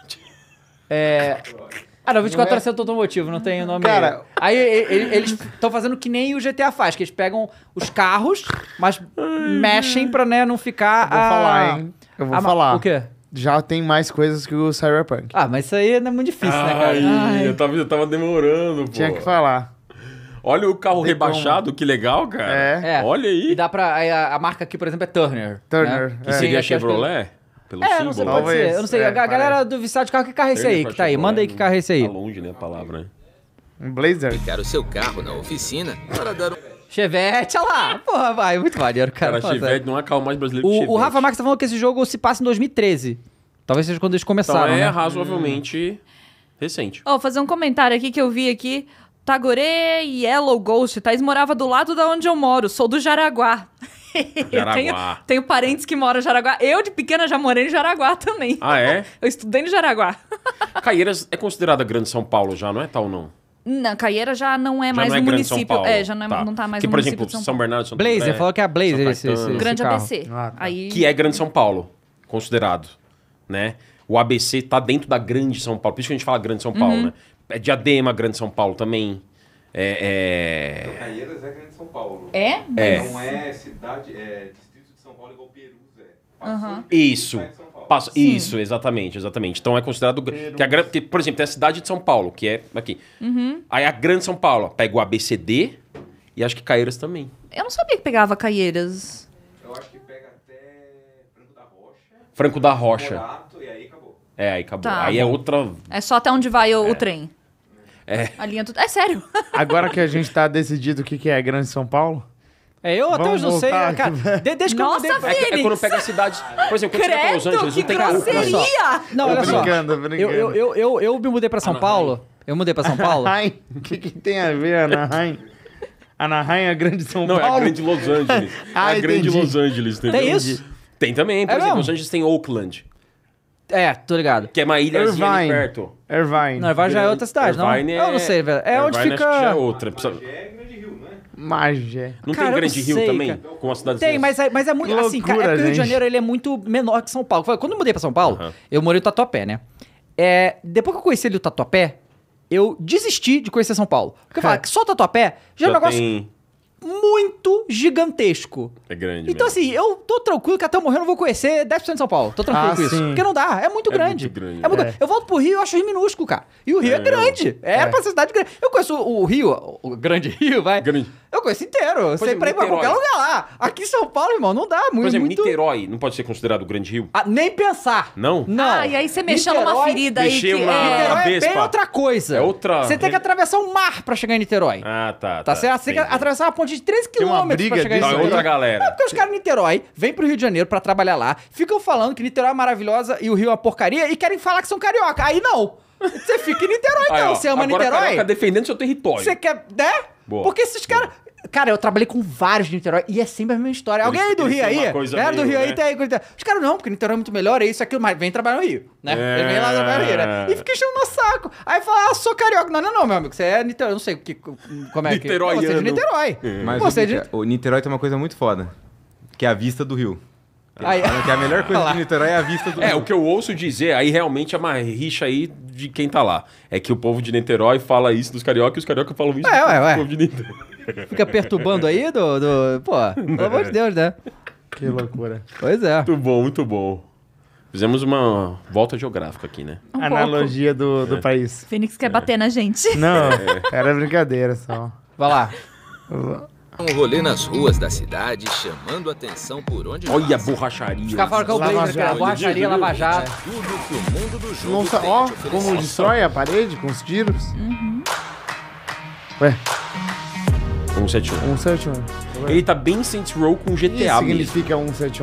Não, 24 horas centro automotivo, não tem o nome. Cara- Aí eles estão fazendo que nem o GTA faz, que eles pegam os carros, mas mexem pra, né, não ficar... Vou falar, hein? Eu vou falar. O quê? Já tem mais coisas que o Cyberpunk. Mas isso aí não é muito difícil, né, cara? Ai. Eu tava demorando, pô. Tinha que falar. Olha o carro Tem rebaixado, que legal, cara. É. Olha aí. E dá pra... aí a marca aqui, por exemplo, é Turner. Turner, Né? Que é. seria Aqui, acho que- Chevrolet? Pelo não sei, símbolo? pode ser. Talvez. Eu não sei. É, A galera parece. do viciado de carro, que carro é esse aí que tá aí? Manda aí que carro é esse aí. Tá longe, né, a palavra, né? Um Blazer. Ficar o seu carro na oficina para dar um Chevette, olha lá. Porra, vai. Muito maneiro, cara. Cara, Fala sério. Chevette não é carro mais brasileiro que O Chevette. Rafa Marques tá falando que esse jogo se passa em 2013. Talvez seja quando eles Então começaram, é né? razoavelmente recente. Vou fazer um comentário aqui que eu vi aqui. Tagore e Yellow Ghost, Thaís morava do lado da onde eu moro. Sou do Jaraguá. Jaraguá. Tenho parentes que moram em Jaraguá. Eu, de pequena, já morei em Jaraguá também. Ah, é? Eu estudei no Jaraguá. Caieiras é considerada Grande São Paulo já, não é tal não? Não, Caieira já não é Já mais não é no Grande São município. Paulo. Já não, Tá. não tá mais que, no por município exemplo, de São São Paulo. Bernardo, São Blazer, André, falou que é a Blazer São esse Caetano. Grande carro. ABC. Ah, tá. Aí... Que é Grande São Paulo, considerado, né? O ABC tá dentro da Grande São Paulo, por isso que a gente fala Grande São Paulo, né? É Diadema, Grande São Paulo também. Caieiras é Grande São Paulo. É? Não é cidade, é distrito de São Paulo igual Perus é. Passou Isso. sai de São Paulo. Isso, exatamente. Então é considerado. Que por exemplo, tem a cidade de São Paulo, que é aqui. Aí a Grande São Paulo pega o ABCD e acho que Caieiras também. Eu não sabia que pegava Caieiras. Eu acho que pega até Franco da Rocha, Franco da Rocha. Morato e aí acabou. Aí acabou. Tá. Aí é outra... É só até onde vai o trem. É. A linha é sério. Agora que a gente tá decidido o que é Grande São Paulo, Eu até Vamos hoje não sei, voltar cara. Desde que Nossa, eu mudei... Fênix! É quando pega as cidades... Por exemplo, quando você vai pra Los Angeles, Credo, não que tem... grosseria! Não, olha só. brincando, brincando. Eu me mudei pra São Paulo. Eu mudei pra São Paulo. Anaheim. O que tem a ver, Anaheim? Anaheim é a Grande São Não, Paulo? é a grande Los Angeles. Ah, É a grande entendi. Los Angeles, entendeu? Tem isso? Tem também. Por É exemplo, mesmo? Los Angeles tem Oakland, É, tô ligado. que é uma ilhazinha ali Irvine. perto. Irvine. Não, Irvine já é outra cidade, não? Irvine Eu não sei, velho. É onde Irvine fica... acho que já é outra. É Grande Rio, não é? Magé. Não Cara, eu tem Grande não Rio sei, também? cara. Com a cidade Tem, mas é muito... Que assim, cara, é loucura, porque o Rio de gente. Janeiro ele é muito menor que São Paulo. Quando eu mudei pra São Paulo, Aham. eu morei no Tatuapé, né? Depois que eu conheci ali o Tatuapé, eu desisti de conhecer São Paulo. Porque eu falava que só o Tatuapé já é um negócio tem... muito gigantesco. É grande Então, mesmo. assim, eu tô tranquilo que até eu morrer eu não vou conhecer 10% de São Paulo. Tô tranquilo Ah, com isso. sim. Porque não dá, é muito É grande. muito grande, É muito é. grande. Eu volto pro Rio e acho o Rio minúsculo, cara. E o Rio é, grande. Era pra ser cidade grande. Eu conheço o Rio, o Grande Rio, vai. Grande. Eu conheço inteiro. Eu sei exemplo, pra ir pra qualquer Niterói. lugar lá. Aqui em São Paulo, irmão, não dá. Por exemplo, muito... Niterói não pode ser considerado Grande Rio? Ah, nem pensar. Não? Não. Ah, e aí você mexeu numa Niterói- ferida aí mexeu que na- é... Niterói é bem Vespa. outra coisa. É outra- Você tem que atravessar um mar pra chegar em Niterói. Ah, tá. Tá certo? Você tem que entendi. atravessar uma ponte de 13 Tem uma quilômetros pra briga chegar em disso Não, é aí. outra Niterói. galera. É porque os caras de Niterói vêm pro Rio de Janeiro pra trabalhar lá, ficam falando que Niterói é maravilhosa e o Rio é uma porcaria e querem falar que são carioca. Aí não. Você fica em Niterói, Aí, então. ó, Você ama agora Niterói? Carioca defendendo seu território. Você quer, né? Boa. Porque esses caras... Cara, eu trabalhei com vários de Niterói e é sempre a mesma história. Alguém aí do eles Rio têm aí? uma coisa Galera do meio, Rio aí né? tem aí. Os caras não, porque Niterói é muito melhor, é isso, aquilo, mas vem trabalhar no Rio, né? Eles vêm lá trabalhar no Rio, né? E fica enchendo no saco. Aí fala, sou carioca. Não, meu amigo, você é Niterói, eu não sei como é que... Niteróiano. Você é de Niterói. Mas Você é de... o Niterói tem uma coisa muito foda, que é a vista do rio. Aí- Falam que a melhor coisa Olha lá. de Niterói é a vista do É, rio. o que eu ouço dizer, aí realmente é uma rixa aí de quem tá lá. É que o povo de Niterói fala isso dos carioca e os carioca falam isso Ué. do povo de Niterói. Fica perturbando aí Pô, pelo amor de Deus, né? Que loucura. Pois é. Muito bom, muito bom. Fizemos uma volta geográfica aqui, né? Um Analogia do país. Fênix quer bater na gente. Não, era brincadeira só. Vai lá. Um rolê nas ruas da cidade, chamando atenção por onde Olha a passa. borracharia. Os caras falam que é o Lava Blazer, cara. Jato. Borracharia, Lava Jato. Tudo que o mundo do jogo Nossa, tem ó, te oferecer. como destrói a parede com os tiros. Ué, 171. 171. Ele tá bem Saints Row com O que GTA mesmo. significa 171?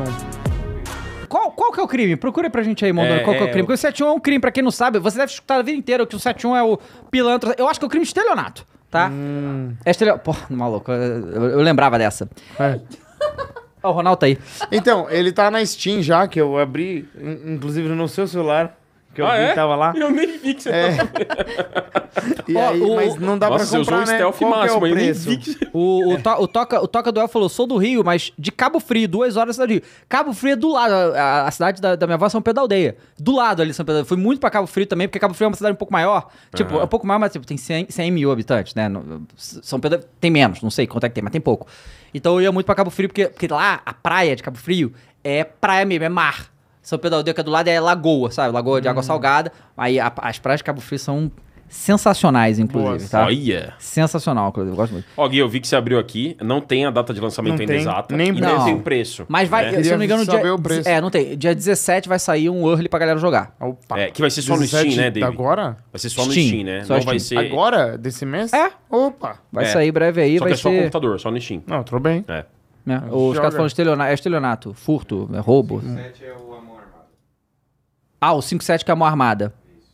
Qual que é o crime? Procura aí pra gente aí, Mondoni, qual que é o crime. Porque o 71 é um crime, pra quem não sabe, você deve escutar a vida inteira que o 71 é o pilantra. Eu acho que é o crime de estelionato, tá? É estelionato. Pô, maluco, eu lembrava dessa. É. Ó, o Ronaldo tá aí. Então, ele tá na Steam já, que eu abri, inclusive no seu celular, que eu vi que tava lá. Eu nem vi que você tava... E Ó, aí, mas não dá Nossa, pra você usou comprar, o né? stealth Qual que é máximo, o eu nem preço? vi que... O Toca do El falou, sou do Rio, mas de Cabo Frio, 2 horas da cidade do Rio. Cabo Frio é do lado, a cidade da minha avó é São Pedro da Aldeia. Do lado ali, São Pedro da Aldeia. Fui muito pra Cabo Frio também, porque Cabo Frio é uma cidade um pouco maior. Tipo, é um pouco maior, mas tipo, tem 100 mil habitantes, né? São Pedro tem menos, não sei quanto é que tem, mas tem pouco. Então eu ia muito pra Cabo Frio, porque lá, a praia de Cabo Frio é praia mesmo, é mar. São Pedro da Aldeia, que é do lado, é lagoa, sabe? Lagoa de água salgada. Aí as praias de Cabo Frio são sensacionais, inclusive, Boas. tá? Olha. Sensacional, inclusive, eu gosto muito. Ó, Gui, eu vi que você abriu aqui. Não tem a data de lançamento Não ainda tem, exata. nem e nem preço. tem o preço. Mas vai, né? se eu não me engano, Queria saber o preço. não tem. Dia 17 vai sair um early pra galera jogar. Opa. É, que vai ser só no 17 Steam, né, David? Agora? Vai ser só no Steam. Steam, né? Só Não Steam. vai ser... Agora? Desse mês? É. Opa. Vai É. sair breve aí, Só vai que é só ser... computador, só no Steam. Não, tudo bem. É. né? Os Joga. caras falando estelionato, furto, roubo. 7 é o Amor Armado. Ah, o 5.7 que é a mão armada.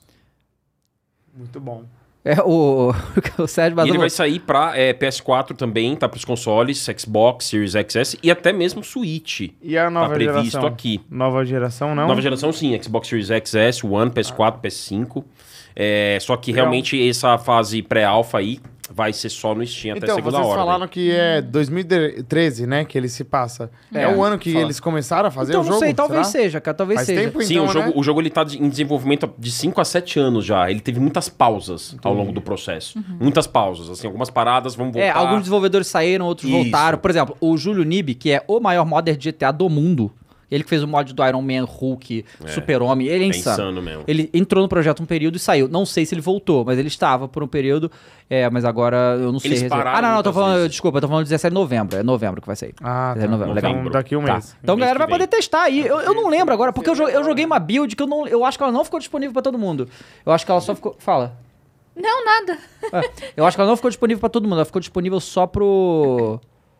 Muito bom. É o Sérgio E Bazão. ele vai sair pra PS4 também, tá pros consoles, Xbox, Series XS e até mesmo Switch. E a nova Tá previsto geração? aqui. Nova geração, não? Nova geração, sim. Xbox Series XS, One, PS4, PS5. É, só que Legal. realmente essa fase pré-alpha aí vai ser só no Steam até Então, segunda vocês hora. falaram que é 2013, né, que ele se passa. É, o ano que fala. eles começaram a fazer Então, o não jogo? sei, talvez será? seja, cara, talvez Faz seja. tempo, Sim, então, o jogo ele tá em desenvolvimento de 5 a 7 anos já. Ele teve muitas pausas ao longo do processo. Muitas pausas, assim, algumas paradas, vamos voltar. É, alguns desenvolvedores saíram, outros Isso. voltaram. Por exemplo, o Júlio Nib, que é o maior modder de GTA do mundo, Ele que fez o mod do Iron Man, Hulk, Super-Homem, ele é insano. insano mesmo. Ele entrou no projeto um período e saiu. Não sei se ele voltou, mas ele estava por um período. Mas agora eu não sei. Eles pararam não, tô muitas falando, vezes. desculpa, eu tô falando 17 de novembro. É novembro que vai sair. 17 de novembro, legal. Então, daqui a um Tá. mês. Então a Mês galera vai que vem. poder testar aí. Eu não lembro agora, porque eu joguei uma build que eu acho que ela não ficou disponível pra todo mundo. Eu acho que ela só ficou. Fala. Não, nada. Eu acho que ela não ficou disponível pra todo mundo. Ela ficou disponível só pro.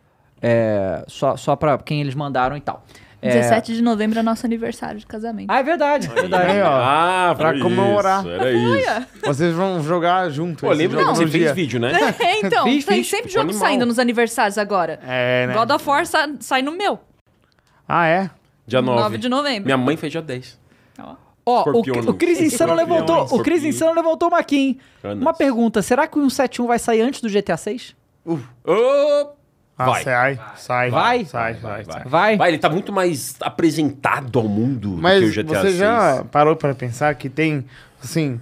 Só pra quem eles mandaram e tal. 17 de novembro é nosso aniversário de casamento. Ah, é verdade. Verdade. Aí, ó. Pra Pra comemorar. Era isso. Vocês vão jogar junto. Pô, esse lembra jogo que você no fez dia. vídeo, né? Então, Fiz, tem fiz. sempre Ficou jogo animal. saindo nos aniversários agora. É, né? God of War sai no meu. Ah, é? Dia 9. 9 de novembro. Minha mãe fez dia 10. Ó, Escorpião, o Cris Insano levantou. O Cris Escorpião. Insano levantou uma aqui, hein? Canas. Uma pergunta: será que o 171 vai sair antes do GTA 6? Ô, Ah, sai. Vai? Sai. Vai? Vai, ele tá muito mais apresentado ao mundo Mas do que o GTA você 6. já parou pra pensar que tem, assim,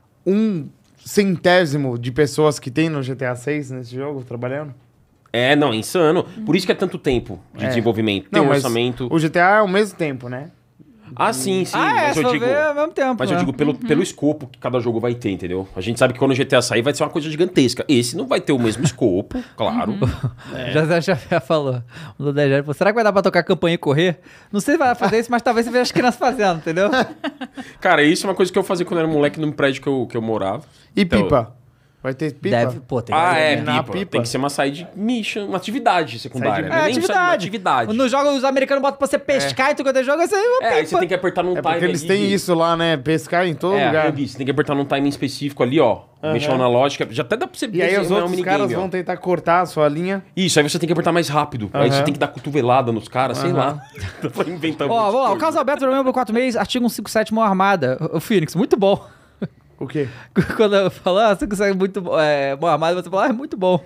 1/100º de pessoas que tem no GTA 6 nesse jogo trabalhando? É, não, é insano. Por isso que é tanto tempo de desenvolvimento. Tem um mas orçamento. O GTA é ao mesmo tempo, né? Ah, sim. se Mas eu for digo. ver, ao mesmo tempo. Mas eu né? digo pelo escopo que cada jogo vai ter, entendeu? A gente sabe que quando o GTA sair vai ser uma coisa gigantesca. Esse não vai ter o mesmo escopo, claro. Já falou. O do Dejari falou: será que vai dar pra tocar campanha e correr? Não sei se vai fazer isso, mas talvez você veja as crianças fazendo, entendeu? Cara, isso é uma coisa que eu fazia quando eu era moleque no prédio que eu morava. E Então- pipa? Vai ter pipa? Deve, pô, tem Ah, é, eliminar pipa. a pipa. Tem que ser uma side mission, uma atividade secundária. Side Não é nem atividade. uma atividade. Nos jogos os americanos botam pra você pescar e tu quando joga, você uma Aí pipa. você tem que apertar num É time. porque eles ali têm de- isso lá, né? Pescar em todo É, lugar. eu disse, tem que apertar num time específico ali, ó. Mexer na lógica. Já até dá pra você E aí os desenhar um outros minigame, caras ó. vão tentar cortar a sua linha. Isso, aí você tem que apertar mais rápido. Aí você tem que dar cotovelada nos caras, sei lá. Vai inventar Ó, vamos lá, o caso Alberto pelo menos 4 meses, artigo 157, mão armada. O Phoenix, muito bom. O quê? Quando eu falo, você consegue muito bom, mão armada, você fala, é muito bom.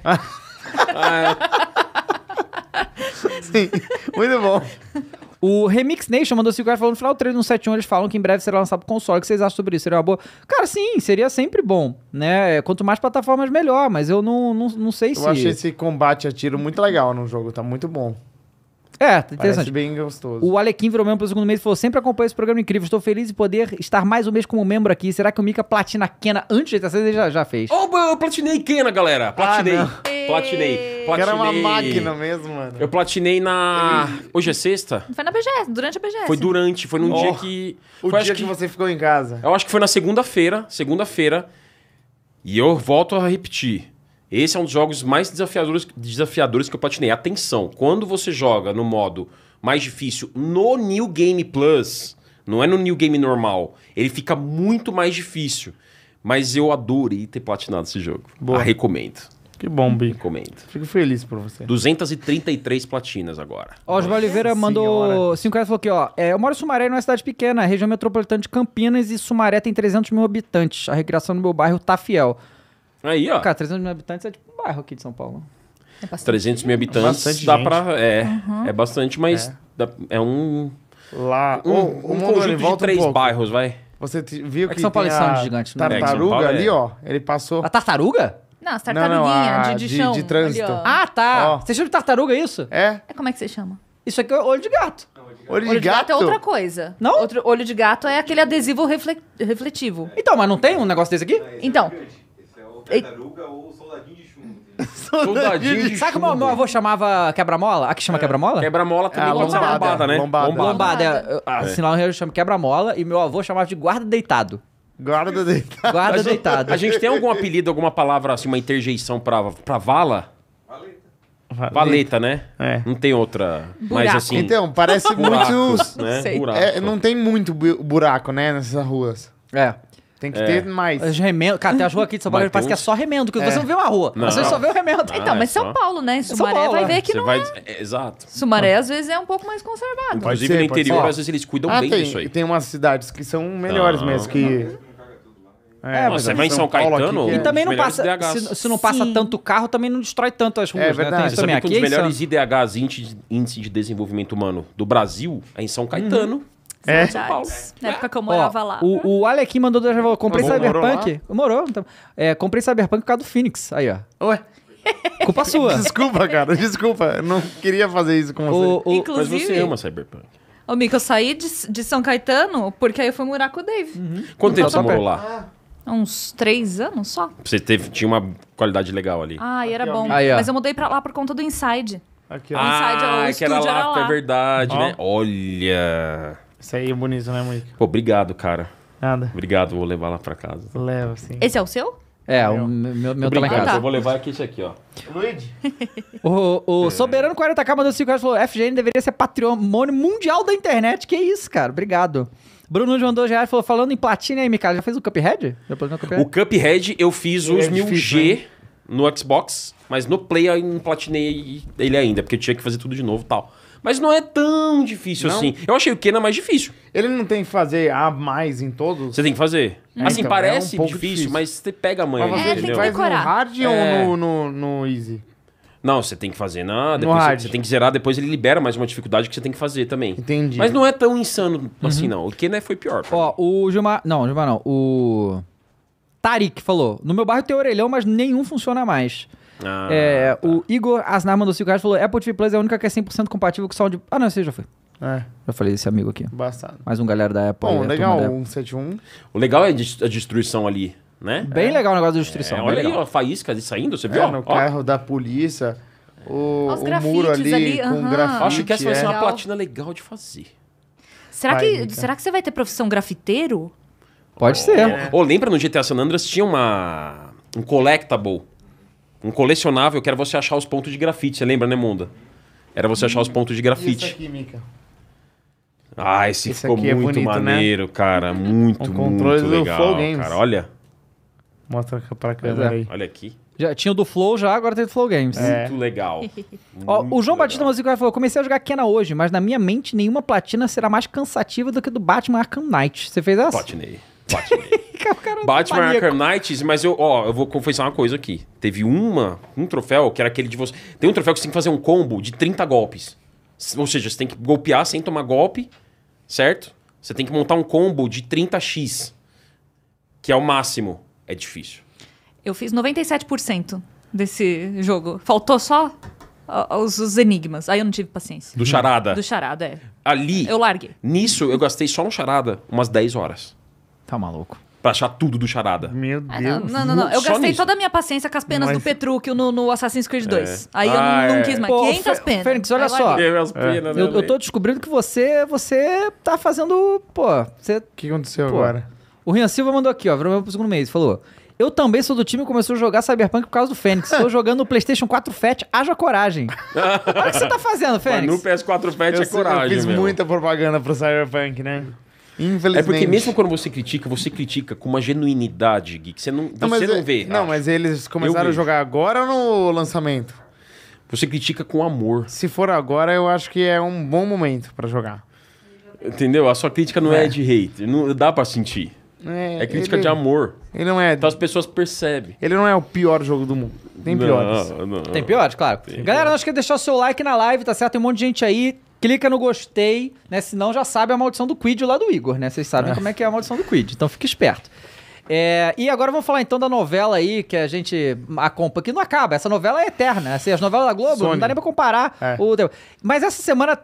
Sim, muito bom. O Remix Nation mandou 5 reais falando no final do treino no 71, eles falam que em breve será lançado pro console. O que vocês acham sobre isso? Seria uma boa? Cara, sim, seria sempre bom, né? Quanto mais plataformas, melhor, mas eu não sei Eu se... achei esse combate a tiro muito legal no jogo, tá muito bom. É, tá Parece interessante. bem gostoso. O Alequim virou membro pelo segundo mês e falou: sempre acompanho esse programa incrível. Estou feliz de poder estar mais um mês como membro aqui. Será que o Mika platina Kena antes de GTA 6? Ele já fez. Oh, eu platinei Kena, galera. Platinei. não. Platinei. Que era uma Platinei. máquina mesmo, mano. Eu platinei na... Hoje é sexta? Foi na BGS, durante a BGS. Foi num Oh, dia que... O foi, dia acho que você ficou em casa. Eu acho que foi na segunda-feira. E eu volto a repetir. Esse é um dos jogos mais desafiadores que eu platinei. Atenção, quando você joga no modo mais difícil no New Game Plus, não é no New Game normal, ele fica muito mais difícil. Mas eu adorei ter platinado esse jogo. Boa. Recomendo. Que bom, Bi. Recomendo. Fico feliz por você. 233 platinas agora. Ó, o Osvaldo Oliveira mandou 5 reais e falou aqui, ó. Eu moro em Sumaré, numa cidade pequena, região metropolitana de Campinas, e Sumaré tem 300 mil habitantes. A recreação no meu bairro tá fiel. Aí, ó. Cara, 300 mil habitantes é tipo um bairro aqui de São Paulo. É bastante. 300 mil habitantes, Bastante dá gente. pra... É bastante, mas é um Lá, conjunto de volta 3 pouco. bairros, vai. Você viu É que que São Paulo tem são a gigantes, né? É que São tartaruga Paulo é- ali, ó. Ele passou... A tartaruga? Não, as Não, tartaruguinhas a de de chão. trânsito. Ali, ó. Ah, tá. Ó. Você chama de tartaruga isso? É? Como é que você chama? Isso aqui é olho de gato. Olho Olho de gato é outra coisa. Não? Olho de gato é aquele adesivo refletivo. Então, mas não tem um negócio desse aqui? Então, Esse é o tartaruga ou o soldadinho de chumbo. entendeu? Soldadinho de Sabe como o meu avô chamava quebra-mola? Aqui chama quebra-mola? Quebra-mola também pode ser lombada, né? lombada. Lombada. Assim lá no Rio chama quebra-mola e meu avô chamava de guarda deitado. Guarda deitado. Guarda deitado. A gente tem algum apelido, alguma palavra, assim, uma interjeição pra vala? Valeta, né? É. Não tem outra. Mas Buraco. assim. Então, parece buracos, muito... né? Sei. Buraco. Não tem muito buraco, né, nessas ruas. É. Tem que ter mais. Os remendos. Cara, tem as ruas aqui de São Paulo Mas que parece tem que é só remendo, que você não vê uma rua. Não. Você só vê o remendo. então é mas só. São Paulo, né? São Sumaré Paulo, vai é. ver que Você não vai... é. Exato. Sumaré às vezes é um pouco mais conservado. Inclusive ser, no pode interior, ser. às vezes eles cuidam Ah, bem disso aí. tem umas cidades que são melhores Não. mesmo, que... É, Você vai em São Paulo aqui Caetano? que é- E também Os não melhores passa. IDHs. Se não passa Sim. tanto carro, também não destrói tanto as ruas, É né? verdade. Tem isso Você também. sabia que um Aqui dos é melhores insano. índice de desenvolvimento humano do Brasil é em São Caetano. É. São Paulo. Na época que eu morava lá. O Alequim mandou já falou, comprei Morou Cyberpunk. Morou. Então, comprei Cyberpunk por causa do Phoenix. Aí, ó. Ué, Culpa sua. desculpa, cara, desculpa. Eu não queria fazer isso com você. Mas Inclusive, você ama Cyberpunk. Ô, Mico, eu saí de São Caetano porque aí eu fui morar com o Dave. Quanto tempo você tá morou perto. lá? Uns 3 anos só. Você tinha uma qualidade legal ali. Ai, era Aqui, ó, bom. Aí, ó. Mas eu mudei pra lá por conta do Inside. Aqui, ó. Inside, o que era estúdio lá, era lá. é verdade, Ó. né? Olha. Isso aí é bonito, né, Monique? Pô, obrigado, cara. Nada. Obrigado, vou levar lá pra casa. Leva, assim. Esse é o seu? É, o meu tá lá em Obrigado, casa. tá. eu vou levar aqui esse aqui, ó. Luigi. O Soberano 40k mandou 5 reais e falou: FGN deveria ser patrimônio mundial da internet. Que isso, cara? Obrigado. Bruno Nunes mandou reais e falou: falando em platina aí, Mikael, já fez o Cuphead? Já platinou o Cuphead? O Cuphead eu fiz os É 1000G difícil, no Xbox, mas no Play eu não platinei ele ainda, porque eu tinha que fazer tudo de novo e tal. Mas não é tão difícil Não? assim. Eu achei o Kena mais difícil. Ele não tem que fazer A mais em todos? Você tem que fazer. Assim, então, parece é um pouco difícil, difícil. mas você pega a manha, Mas você tem que entendeu? faz no decorar. hard É. ou no easy? Não, você tem que fazer na... Depois hard. você tem que zerar, depois ele libera mais uma dificuldade que você tem que fazer também. Entendi. Mas não é tão insano assim, não. O Kena foi pior. pra mim. Ó, o Gilmar. Não, Gilmar não. O. Tarik falou: no meu bairro tem orelhão, mas nenhum funciona mais. Ah, O Igor Asnar mandou 5 reais e falou: Apple TV Plus é a única que é 100% compatível com sound. Ah, não, esse já foi. É, Já falei desse amigo aqui. bastante. Mais um galera da Apple. Bom, aí, a legal, turma da- 171. O legal é a destruição ali, né? Bem legal o negócio da destruição. É, bem olha aí, legal. ó, a faísca ali saindo, você viu? É, ó? no Ó, carro da polícia. Os O grafites muro ali, ali, com aham. grafite. acho que essa vai ser uma Legal. platina legal de fazer. Será Vai, que, Mica. será que você vai ter profissão grafiteiro? Pode ser. Ô, lembra no GTA San Andreas tinha um collectible, um colecionável que era você achar os pontos de grafite. Você lembra, né, Munda? Era você achar os pontos de E esse grafite. aqui, Mica? Ah, esse Esse ficou aqui é muito bonito, né? maneiro, cara. Muito, Um controle muito do legal, Flow Games. cara. Olha, Mostra pra câmera aí. olha aqui. Já tinha o do Flow já, agora tem o do Flow Games. É. Muito legal. Ó, o Muito João Batista legal. Musical falou: comecei a jogar Kena hoje, mas na minha mente nenhuma platina será mais cansativa do que do Batman Arkham Knight. Você fez essa? Platinei. Platinei. O cara é Batman maníaco. Arkham Knights, mas eu vou confessar uma coisa aqui. Teve um troféu que era aquele de você... Tem um troféu que você tem que fazer um combo de 30 golpes. Ou seja, você tem que golpear sem tomar golpe, certo? Você tem que montar um combo de 30x, que é o máximo. É difícil. Eu fiz 97% desse jogo. Faltou só os enigmas. Aí eu não tive paciência. Do charada. Do charada, é. Ali, Eu larguei. nisso, eu gastei só no charada umas 10 horas. Tá maluco. Pra achar tudo do charada. Meu Ah, Deus. não. Eu Só gastei nisso. toda a minha paciência com as penas Mas- do Petrúquio no Assassin's Creed 2. Aí eu Ah, não é. quis mais. Pô, 500 penas. Fênix, olha Aí eu só. larguei. Eu tô descobrindo que você tá fazendo. Pô, você. O que aconteceu Pô. agora? O Rian Silva mandou aqui, ó. Virou meu pro segundo mês. Falou: eu também sou do time que começou a jogar Cyberpunk por causa do Fênix. Estou jogando no PlayStation 4 Fat. Haja coragem. Olha o que você tá fazendo, Mas Fênix. no PS4 Fat é coragem, eu fiz meu. muita propaganda pro Cyberpunk, né? Infelizmente. É porque mesmo quando você critica com uma genuinidade, Gui, que você não, mas você não vê. Não, acho. mas eles começaram a vejo. jogar agora ou no lançamento? Você critica com amor. Se for agora, eu acho que é um bom momento pra jogar. Entendeu? A sua crítica não é de hate. Não dá pra sentir. É crítica de amor. Ele não é. Então as pessoas percebem. Ele não é o pior jogo do mundo. Tem piores. Não. Tem piores, claro. Galera, não esqueça de deixar o seu like na live, tá certo? Tem um monte de gente aí. Clica no gostei, né? Senão já sabe a maldição do Quid lá do Igor, né? Vocês sabem como é que é a maldição do Quid. Então fica esperto. E agora vamos falar então da novela aí que a gente acompanha, que não acaba. Essa novela é eterna. Assim, as novelas da Globo, não Sony. dá nem pra comparar. É. Mas essa semana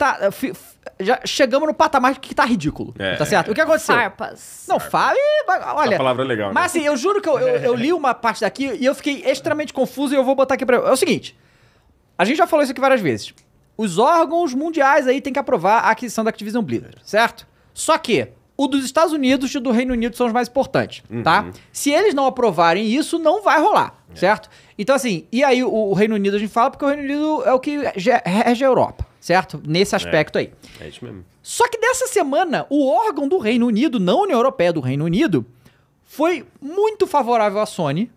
já chegamos no patamar que tá ridículo. É. Tá certo? O que aconteceu? Farpas. Não, fale. Olha. A palavra é legal, né? Mas assim, eu juro que eu li uma parte daqui e eu fiquei extremamente confuso e eu vou botar aqui pra. É o seguinte: a gente já falou isso aqui várias vezes. Os órgãos mundiais aí têm que aprovar a aquisição da Activision Blizzard, certo? Só que o dos Estados Unidos e o do Reino Unido são os mais importantes, tá? Se eles não aprovarem isso, não vai rolar, certo? Então assim, e aí o Reino Unido a gente fala porque o Reino Unido é o que rege a Europa, certo? Nesse aspecto aí. É isso mesmo. Só que dessa semana, o órgão do Reino Unido, não a União Europeia, do Reino Unido, foi muito favorável à Sony.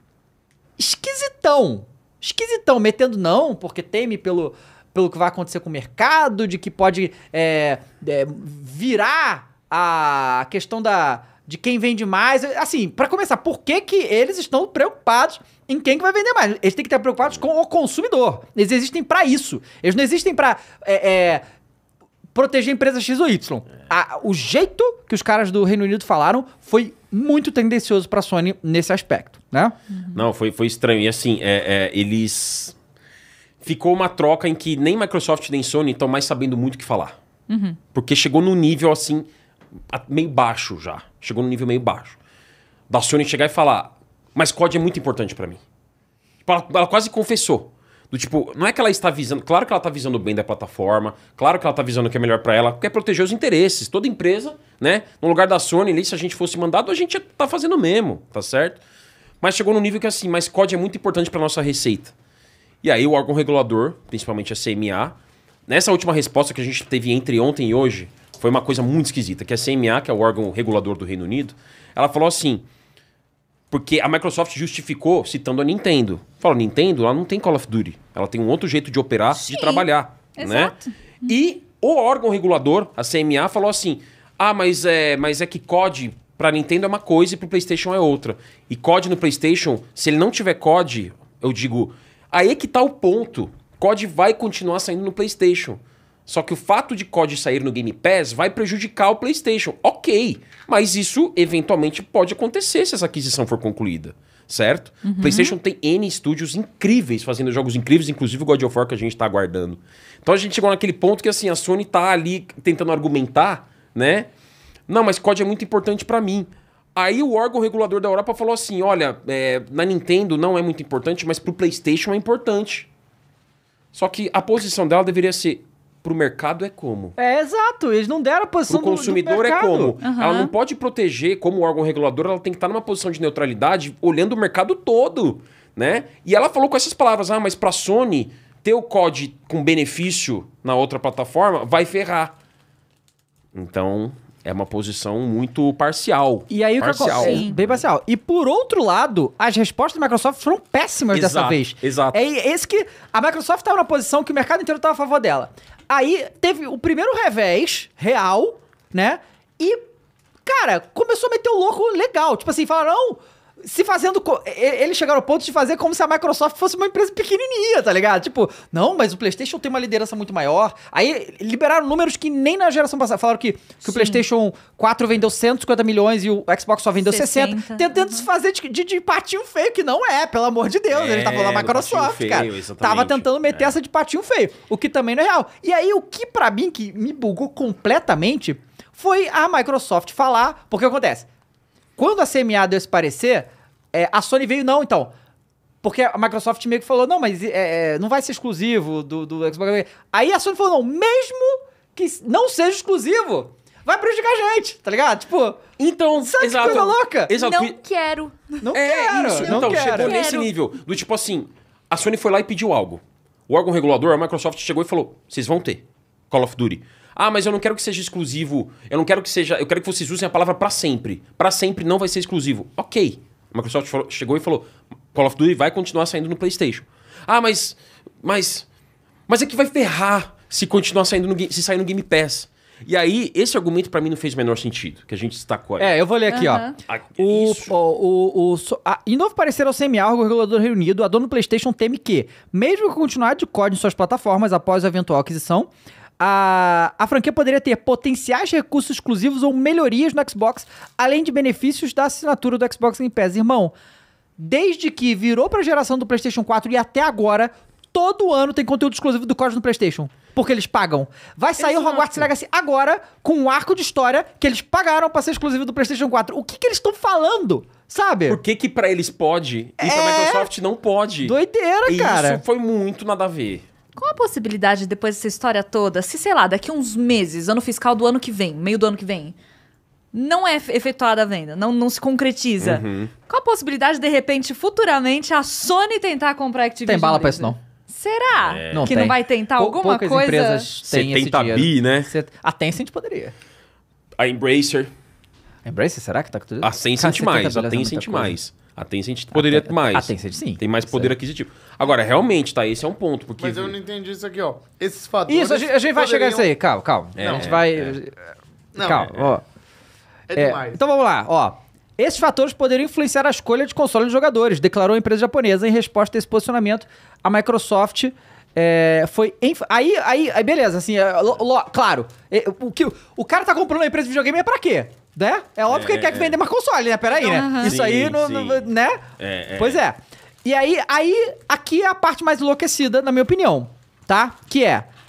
Esquisitão, metendo não, porque teme pelo que vai acontecer com o mercado, de que pode virar a questão de quem vende mais. Assim, pra começar, por que eles estão preocupados em quem que vai vender mais? Eles têm que estar preocupados com o consumidor. Eles existem pra isso. Eles não existem pra proteger a empresa X ou Y. O jeito que os caras do Reino Unido falaram foi muito tendencioso pra Sony nesse aspecto, né? Não, foi estranho. E assim, eles... Ficou uma troca em que nem Microsoft nem Sony estão mais sabendo muito o que falar. Porque chegou num nível, assim, meio baixo já. Chegou num nível meio baixo. Da Sony chegar e falar, mas COD é muito importante pra mim. Tipo, ela quase confessou. Do tipo, não é que ela está visando... Claro que ela está visando o bem da plataforma. Claro que ela está visando o que é melhor pra ela. Quer proteger os interesses. Toda empresa, né? No lugar da Sony, ali, se a gente fosse mandado, a gente ia tá fazendo mesmo, tá certo? Mas chegou num nível que assim, mas COD é muito importante pra nossa receita. E aí o órgão regulador, principalmente a CMA, nessa última resposta que a gente teve entre ontem e hoje, foi uma coisa muito esquisita. Que a CMA, que é o órgão regulador do Reino Unido, ela falou assim... Porque a Microsoft justificou citando a Nintendo. Falou, Nintendo, ela não tem Call of Duty. Ela tem um outro jeito de operar, de trabalhar. Exato. Né? E o órgão regulador, a CMA, falou assim... mas é que COD pra Nintendo é uma coisa e pro PlayStation é outra. E COD no PlayStation, se ele não tiver COD, eu digo... Aí é que tá o ponto. COD vai continuar saindo no PlayStation. Só que o fato de COD sair no Game Pass vai prejudicar o PlayStation. Ok, mas isso eventualmente pode acontecer se essa aquisição for concluída, certo? O PlayStation tem N estúdios incríveis fazendo jogos incríveis, inclusive o God of War que a gente tá aguardando. Então a gente chegou naquele ponto que assim, a Sony tá ali tentando argumentar, né? Não, mas COD é muito importante pra mim. Aí o órgão regulador da Europa falou assim, olha, na Nintendo não é muito importante, mas pro PlayStation é importante. Só que a posição dela deveria ser... Pro mercado é como? Exato. Eles não deram a posição pro consumidor do mercado. É como? Ela não pode proteger, como órgão regulador, ela tem que estar numa posição de neutralidade, olhando o mercado todo, né? E ela falou com essas palavras, mas pra Sony, ter o COD com benefício na outra plataforma vai ferrar. Então, é uma posição muito parcial. E aí parcial. o que bem parcial. E por outro lado, as respostas da Microsoft foram péssimas dessa vez. Exato. É esse que a Microsoft estava na posição que o mercado inteiro estava a favor dela. Aí teve o primeiro revés real, né? E, cara, começou a meter o louco legal. Tipo assim, falaram, se fazendo... Eles chegaram ao ponto de fazer como se a Microsoft fosse uma empresa pequenininha, tá ligado? Tipo, não, mas o PlayStation tem uma liderança muito maior. Aí liberaram números que nem na geração passada. Falaram que o PlayStation 4 vendeu 150 milhões e o Xbox só vendeu 60. Tentando se fazer de patinho feio, que não é, pelo amor de Deus. Ele tá falando da Microsoft, feio, cara. exatamente. Tava tentando meter essa de patinho feio. O que também não é real. E aí, o que pra mim, que me bugou completamente, foi a Microsoft falar... Porque acontece... Quando a CMA deu esse parecer, a Sony veio, não, então. Porque a Microsoft meio que falou, não, mas não vai ser exclusivo do Xbox. Aí a Sony falou, não, mesmo que não seja exclusivo, vai prejudicar a gente, tá ligado? Tipo, então, sabe que coisa louca? Exato. Não quero. Não quero, isso. não Então, quero. chegou nesse nível. Do tipo assim, a Sony foi lá e pediu algo. O órgão regulador, a Microsoft chegou e falou, vocês vão ter Call of Duty. Mas eu não quero que seja exclusivo. Eu não quero que seja... Eu quero que vocês usem a palavra pra sempre. Pra sempre não vai ser exclusivo. Ok. A Microsoft chegou e falou, Call of Duty vai continuar saindo no PlayStation. Mas é que vai ferrar se continuar saindo se sair no Game Pass. E aí, esse argumento pra mim não fez o menor sentido, que a gente destacou aí. Eu vou ler aqui, ó. Em novo parecer ao CMA, o regulador do Reino Unido, a dona do PlayStation teme que, mesmo com continuidade de COD em suas plataformas após a eventual aquisição, a franquia poderia ter potenciais recursos exclusivos ou melhorias no Xbox, além de benefícios da assinatura do Xbox Game Pass. Irmão, desde que virou pra geração do PlayStation 4 e até agora, todo ano tem conteúdo exclusivo do COD no PlayStation. Porque eles pagam. Vai sair o Hogwarts Legacy agora com um arco de história que eles pagaram pra ser exclusivo do PlayStation 4. O que eles estão falando? Sabe? Por que pra eles pode e pra Microsoft não pode? Doideira, cara. Isso foi muito nada a ver. Qual a possibilidade, depois dessa história toda, se, sei lá, daqui uns meses, ano fiscal do ano que vem, meio do ano que vem, não é efetuada a venda, não se concretiza. Qual a possibilidade, de repente, futuramente, a Sony tentar comprar a Activision? Tem bala pra Blizzard? isso, não. Será? Não que tem. não vai tentar alguma Poucas coisa? empresas têm esse 70 dinheiro. bi, né? A Tencent poderia. A Embracer. A Embracer, será que tá com tudo? A Tencent mais. A Tencent mais. A Tencent poderia ter mais. A Tencent sim. Tem mais poder aquisivo. Agora, realmente, tá? Esse é um ponto. Porque... Mas eu não entendi isso aqui, ó. Esses fatores... Isso, a gente vai chegar nisso aí. Calma. A gente vai... Não, calma, ó. É demais. Então vamos lá, ó. Esses fatores poderiam influenciar a escolha de console dos jogadores, declarou a empresa japonesa em resposta a esse posicionamento. A Microsoft foi... Aí, beleza, assim, claro. O cara tá comprando uma empresa de videogame é pra quê? Né? É óbvio que ele quer que vender mais console, né? Peraí, né? Isso Sim, aí, né? Pois é. E aí, aqui é a parte mais enlouquecida, na minha opinião, tá? Que é,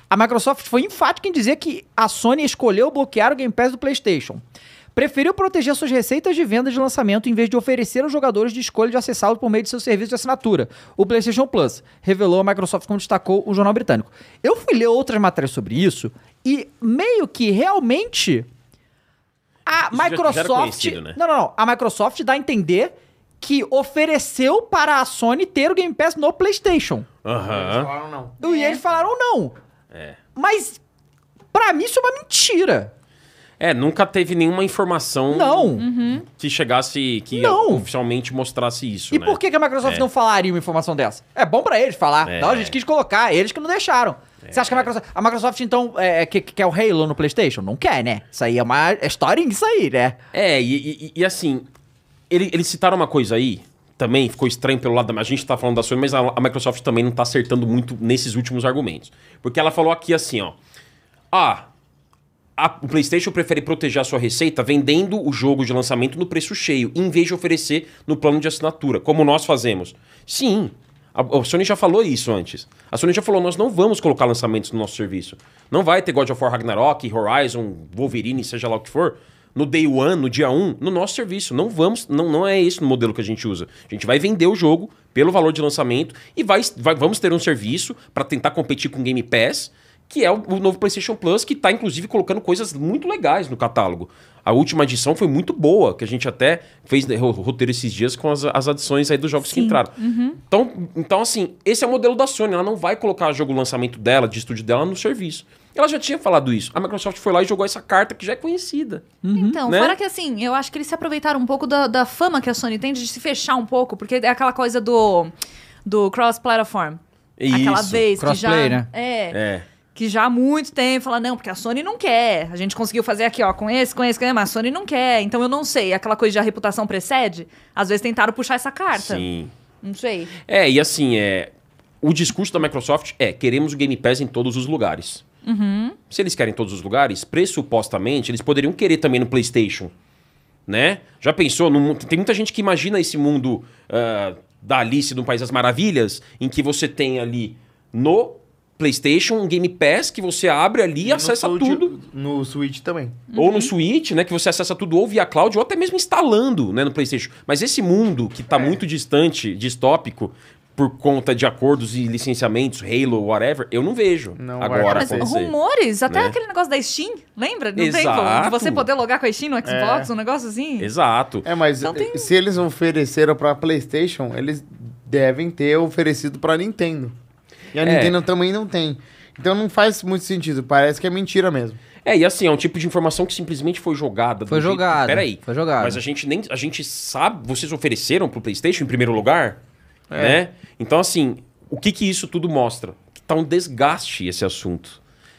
A Microsoft foi enfática em dizer que a Sony escolheu bloquear o Game Pass do PlayStation. Preferiu proteger suas receitas de venda de lançamento em vez de oferecer aos jogadores de escolha de acessá-lo por meio de seu serviço de assinatura, o PlayStation Plus, revelou a Microsoft, como destacou o jornal britânico. Eu fui ler outras matérias sobre isso e meio que realmente a Isso já Microsoft... era conhecido, né? Não. A Microsoft dá a entender que ofereceu para a Sony ter o Game Pass no PlayStation. Aham. Falaram não. E eles falaram não. É. Mas, pra mim, isso é uma mentira. Nunca teve nenhuma informação Não. que chegasse, que Não. oficialmente mostrasse isso, E né? por que a Microsoft não falaria uma informação dessa? É bom pra eles falar. Não, a gente quis colocar, eles que não deixaram. Você acha que a Microsoft então, quer o Halo no PlayStation? Não quer, né? Isso aí é uma historinha isso aí, né? E assim, eles citaram uma coisa aí, também ficou estranho pelo lado da... A gente tá falando da Sony, mas a Microsoft também não tá acertando muito nesses últimos argumentos. Porque ela falou aqui assim, ó... o PlayStation prefere proteger a sua receita vendendo o jogo de lançamento no preço cheio, em vez de oferecer no plano de assinatura, como nós fazemos. Sim, a Sony já falou isso antes. A Sony já falou, nós não vamos colocar lançamentos no nosso serviço. Não vai ter God of War Ragnarok, Horizon, Wolverine, seja lá o que for, no Day One, no dia 1, no nosso serviço. Não vamos, não é esse o modelo que a gente usa. A gente vai vender o jogo pelo valor de lançamento e vamos ter um serviço para tentar competir com o Game Pass, que é o novo PlayStation Plus, que tá, inclusive, colocando coisas muito legais no catálogo. A última edição foi muito boa, que a gente até fez roteiro esses dias com as adições aí dos jogos que entraram. Então, assim, esse é o modelo da Sony. Ela não vai colocar o jogo lançamento dela, de estúdio dela, no serviço. Ela já tinha falado isso. A Microsoft foi lá e jogou essa carta que já é conhecida. Então, né? fora que assim, eu acho que eles se aproveitaram um pouco da fama que a Sony tem de se fechar um pouco, porque é aquela coisa do cross-platform. Aquela Isso. vez que já... Crossplay, né? Que já há muito tempo fala, não, porque a Sony não quer. A gente conseguiu fazer aqui, ó, com esse, mas a Sony não quer. Então eu não sei, aquela coisa de a reputação precede, às vezes tentaram puxar essa carta. Sim. Não sei. E assim, o discurso da Microsoft queremos o Game Pass em todos os lugares. Se eles querem em todos os lugares, pressupostamente, eles poderiam querer também no PlayStation, né? Já pensou? Tem muita gente que imagina esse mundo da Alice no País das Maravilhas, em que você tem ali no PlayStation um Game Pass que você abre ali e acessa tudo. No Switch também. Ou no Switch, né? Que você acessa tudo ou via cloud ou até mesmo instalando, né, no PlayStation. Mas esse mundo que tá muito distante, distópico, por conta de acordos e licenciamentos, Halo, whatever, eu não vejo Não agora vai Mas acontecer. rumores, até né? aquele negócio da Steam, lembra? Não Exato. tem de você poder logar com a Steam no Xbox, um negócio assim? Exato. Mas Então tem- se eles ofereceram pra PlayStation, eles devem ter oferecido pra Nintendo. E a Nintendo também não tem. Então não faz muito sentido. Parece que é mentira mesmo. E assim, é um tipo de informação que simplesmente foi jogada. Foi jogada. Peraí. Foi jogada. Mas a gente sabe, vocês ofereceram pro PlayStation em primeiro lugar, né? Então assim, o que isso tudo mostra? Que tá um desgaste esse assunto.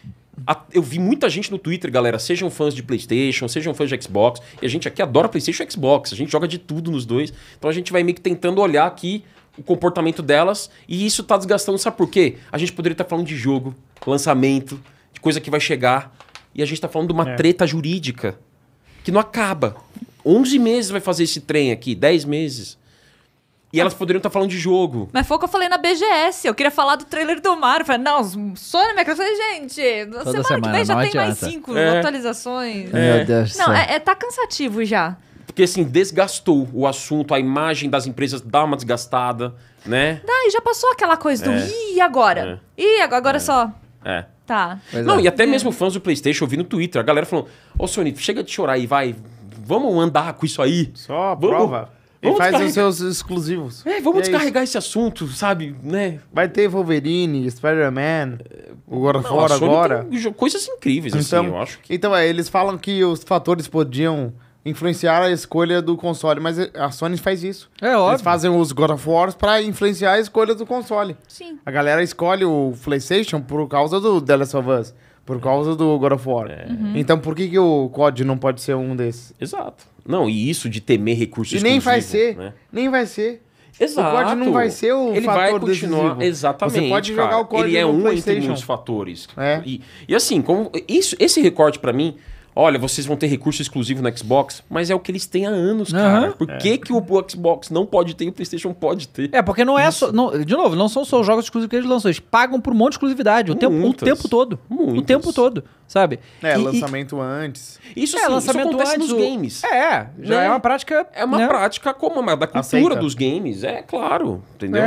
Eu vi muita gente no Twitter, galera, sejam fãs de PlayStation, sejam fãs de Xbox, e a gente aqui adora PlayStation e Xbox, a gente joga de tudo nos dois, então a gente vai meio que tentando olhar aqui o comportamento delas, e isso tá desgastando, sabe por quê? A gente poderia estar falando de jogo, lançamento, de coisa que vai chegar, e a gente tá falando de uma treta jurídica que não acaba. 11 meses vai fazer esse trem aqui, 10 meses. E elas poderiam estar falando de jogo. Mas foi o que eu falei na BGS. Eu queria falar do trailer do Mario. Eu falei, não, Sony Microsoft, gente, semana que semana, vem já não tem mais adianta. 5 atualizações. Meu Deus do Não, céu. tá cansativo já. Porque assim, desgastou o assunto, a imagem das empresas dá uma desgastada, né? E já passou aquela coisa do, e agora? E agora só. Tá. Pois Não, é. e até mesmo fãs do PlayStation, eu vi no Twitter, a galera falando, ô Sony, chega de chorar aí, vai, vamos andar com isso aí. Só Vamos- prova. E vamos faz os descarregar. seus exclusivos. Vamos E é descarregar esse assunto, sabe, né? isso. Vai ter Wolverine, Spider-Man, o God of Não, a War Sony agora. tem coisas incríveis, assim, eu acho que... Então, eles falam que os fatores podiam influenciar a escolha do console, mas a Sony faz isso. É óbvio. Eles fazem os God of Wars pra influenciar a escolha do console. Sim. A galera escolhe o PlayStation por causa do The Last of Us, por causa do God of War. Então, por que o COD não pode ser um desses? Exato. Não, e isso de temer recursos E nem vai exclusivo, ser. né? Nem vai ser. Exato. O COD não vai ser o Ele fator vai continuar, decisivo. exatamente, Você pode jogar cara. o COD Ele é no um entre PlayStation. muitos fatores. É. E assim, esse recorte pra mim, olha, vocês vão ter recurso exclusivo no Xbox, mas é o que eles têm há anos, cara. Por que que o Xbox não pode ter e o PlayStation pode ter? Porque não é só... de novo, não são só os jogos exclusivos que eles lançam. Eles pagam por um monte de exclusividade. O tempo todo. O tempo todo, sabe? Lançamento antes. Isso, assim, lançamento isso acontece antes, nos games. Já é uma prática... É uma prática como da cultura Aceita. dos games. É claro, entendeu?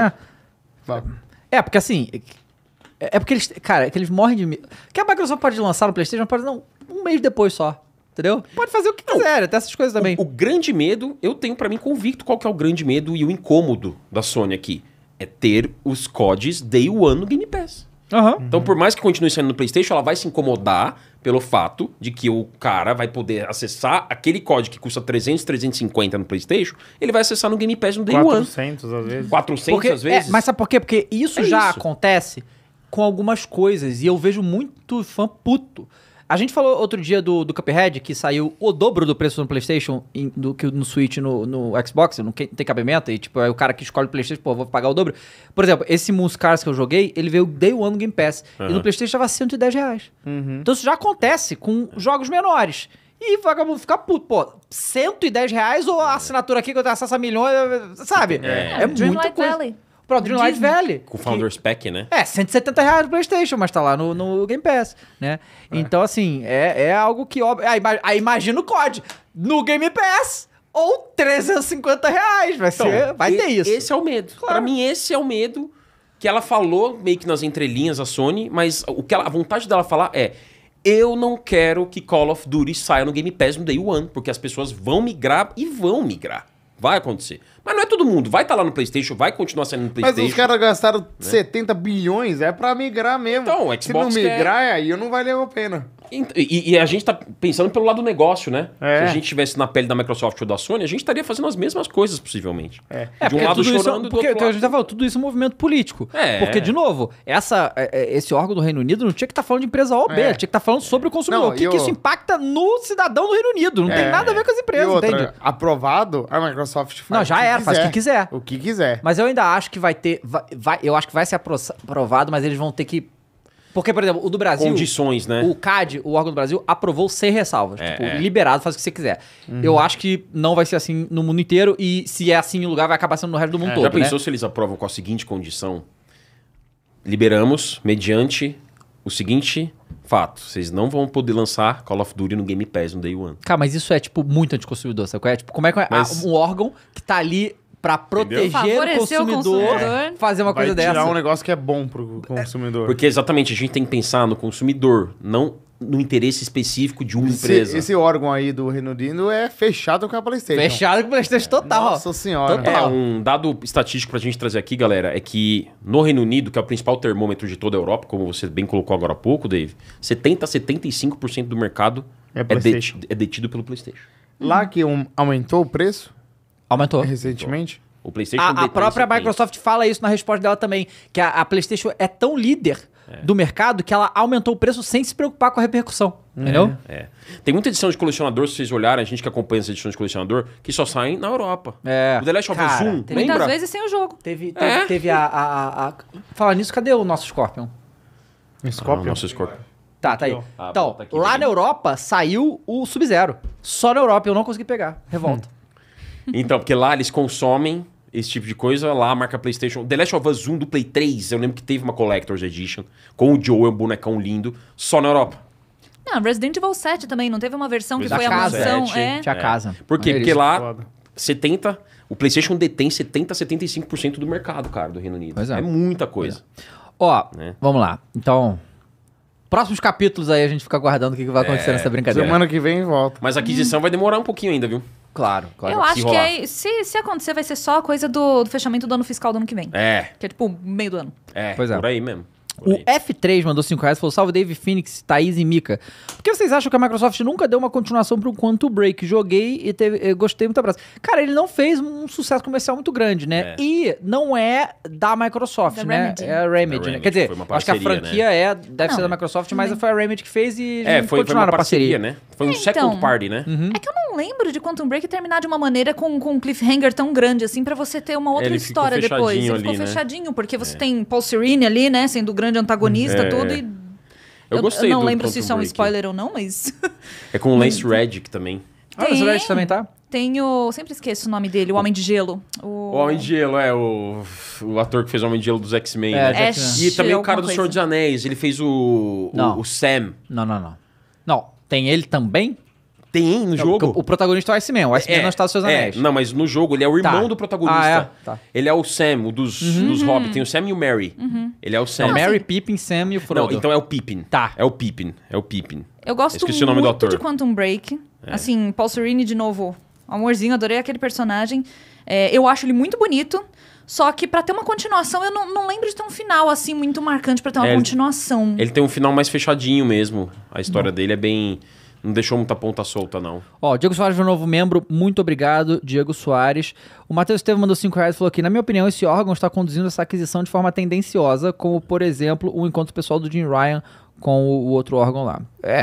Porque assim... porque eles... Cara, é que eles morrem de medo. Que a Microsoft pode lançar no PlayStation, pode não, um mês depois só. Entendeu? Pode fazer o que quiser, até essas coisas também. O grande medo, eu tenho pra mim convicto qual que é o grande medo e o incômodo da Sony aqui. É ter os CODs Day One no Game Pass. Então, por mais que continue saindo no PlayStation, ela vai se incomodar pelo fato de que o cara vai poder acessar aquele COD que custa 300, 350 no PlayStation, ele vai acessar no Game Pass no Day 400 One. às vezes. 400 às vezes. Mas sabe por quê? Porque isso já acontece com algumas coisas e eu vejo muito fã puto. A gente falou outro dia do Cuphead, que saiu o dobro do preço no PlayStation do que no Switch no Xbox, não tem cabimento, e tipo, é o cara que escolhe o PlayStation, pô, vou pagar o dobro. Por exemplo, esse Moon Scars que eu joguei, ele veio Day One no Game Pass, e no PlayStation tava R$110. Então isso já acontece com jogos menores. E o vagabundo fica puto, pô, R$110 ou a assinatura aqui que eu tenho acesso a milhões, sabe? É muita Dreamlight coisa. Valley. Pro Dreamlight Valley. Com o Founders Pack, né? R$170 no PlayStation, mas tá lá no Game Pass, né? Então, assim, é algo que... Aí imagina o COD no Game Pass ou R$350. Vai ter isso. Esse é o medo. Claro. Pra mim, esse é o medo que ela falou meio que nas entrelinhas, a Sony, mas a vontade dela falar é: eu não quero que Call of Duty saia no Game Pass no Day One, porque as pessoas vão migrar e vão migrar. Vai acontecer. Mas não é todo mundo. Vai estar lá no PlayStation, vai continuar saindo no PlayStation. Mas os caras gastaram 70 bilhões, é pra migrar mesmo. Então, o Xbox se não migrar, aí não vai levar a pena. E a gente tá pensando pelo lado do negócio, né? É. Se a gente estivesse na pele da Microsoft ou da Sony, a gente estaria fazendo as mesmas coisas, possivelmente. De um lado chorando e do outro a gente lado. tá falando, tudo isso é um movimento político. Porque, de novo, esse órgão do Reino Unido não tinha que estar falando de empresa A ou B, tinha que estar falando sobre o consumidor. Não, o que isso impacta no cidadão do Reino Unido. Não tem nada a ver com as empresas, entende? Aprovado, a Microsoft faz Não, já era, faz o que quiser. O que quiser. Mas eu ainda acho que vai ter... eu acho que vai ser aprovado, mas eles vão ter que... Porque, por exemplo, o do Brasil... Condições, né? O CAD, o órgão do Brasil, aprovou sem ressalvas. Liberado, faz o que você quiser. Eu acho que não vai ser assim no mundo inteiro e se é assim em lugar, vai acabar sendo no resto do mundo todo, Já pensou né? se eles aprovam com a seguinte condição? Liberamos mediante o seguinte fato. Vocês não vão poder lançar Call of Duty no Game Pass no Day One. Cara, mas isso é, tipo, muito anticonsumidor, sabe? Como é que um órgão que tá ali pra proteger Favorecer o consumidor fazer uma coisa Vai tirar dessa? um negócio que é bom pro consumidor. Porque exatamente, a gente tem que pensar no consumidor, não no interesse específico de uma empresa. Esse órgão aí do Reino Unido é fechado com a PlayStation. Fechado com o PlayStation total. Nossa senhora. Total. Um dado estatístico pra gente trazer aqui, galera, é que no Reino Unido, que é o principal termômetro de toda a Europa, como você bem colocou agora há pouco, Dave, 70 a 75% do mercado é detido pelo PlayStation. Lá que aumentou o preço Aumentou. recentemente. O PlayStation A detém própria 70. Microsoft fala isso na resposta dela também, que a PlayStation é tão líder do mercado que ela aumentou o preço sem se preocupar com a repercussão, entendeu? Tem muita edição de colecionador, se vocês olharem, a gente que acompanha essa edição de colecionador, que só saem na Europa. O The Last of Us 1, tem- lembra? Muitas vezes sem o jogo. Teve Falar nisso, cadê o nosso Scorpion? Scorpion. Nossa, Scorpion. Tá aí. Ah, Então, tá aqui, lá beleza. na Europa saiu o Sub-Zero. Só na Europa eu não consegui pegar. Revolta. Então, porque lá eles consomem esse tipo de coisa, lá a marca PlayStation... The Last of Us 1 do Play 3, eu lembro que teve uma Collector's Edition, com o Joel, um bonecão lindo, só na Europa. Não, Resident Evil 7 também, não teve uma versão que Da foi a casa. mansão? 7. Tinha casa. Por quê? Aí Porque eles- lá, foda. 70... O PlayStation detém 70 a 75% do mercado, cara, do Reino Unido. Pois é. É muita coisa. Ó, Né? vamos lá. Então, próximos capítulos aí a gente fica aguardando o que vai acontecer nessa brincadeira. Semana que vem volta. Mas a aquisição vai demorar um pouquinho ainda, viu? Claro, claro. Eu acho que rolar. aí, se acontecer, vai ser só coisa do fechamento do ano fiscal do ano que vem. É, Que é tipo meio do ano. Pois é. por aí mesmo. Por O aí. F3 mandou R$5 e falou: salve Dave, Phoenix, Thaís e Mika. Por que vocês acham que a Microsoft nunca deu uma continuação pro Quantum Break? Joguei e gostei, muito abraço. Cara, ele não fez um sucesso comercial muito grande, né? E não é da Microsoft, Da né? Remedy. É a Remedy, Da né? Remedy, Quer dizer, foi uma acho que a parceria, franquia deve ser Não, da Microsoft, mas foi a Remedy que fez e Foi continuaram uma a parceria. né? Foi um Então, second party, né? É que eu não lembro de Quantum Break terminar de uma maneira com um cliffhanger tão grande assim pra você ter uma outra Ele ficou história depois. fechadinho Ele ficou ali, né? fechadinho, porque você tem Paul Serene ali, né, sendo o grande antagonista, tudo, e Eu gostei Eu não do lembro se Quantum isso é um Break. spoiler ou não, mas... É com o Lance Reddick também. Ah, o Celeste também tá? Tem o... Sempre esqueço o nome dele, o Homem de Gelo. O Homem de Gelo, o ator que fez o Homem de Gelo dos X-Men. É, né? Ash, E também o cara do alguma Senhor coisa. dos Anéis. Ele fez o Sam. Não. Não, tem ele também? Tem no jogo? O protagonista é o Iceman. O Iceman não está dos seus anéis. Não, mas no jogo ele é o irmão Tá. do protagonista. Ah, é? Tá. Ele é o Sam, o dos Hobbits. Tem o Sam e o Merry. Ele é o Sam. Não, Mary, Pippin, Sam e o Frodo. Não, então é o Pippin. Tá. É o Pippin. Eu gosto Esqueci o nome do muito ator. de Quantum Break. Assim, Paul Sereni, de novo, amorzinho, adorei aquele personagem. Eu acho ele muito bonito. Só que pra ter uma continuação, eu não lembro de ter um final, assim, muito marcante pra ter uma continuação. Ele tem um final mais fechadinho mesmo. A história dele é bem... Não deixou muita ponta solta, não. Ó, Diego Soares foi um novo membro. Muito obrigado, Diego Soares. O Matheus Estevam mandou 5 reais e falou aqui: na minha opinião, esse órgão está conduzindo essa aquisição de forma tendenciosa, como, por exemplo, o encontro pessoal do Jim Ryan com o outro órgão lá.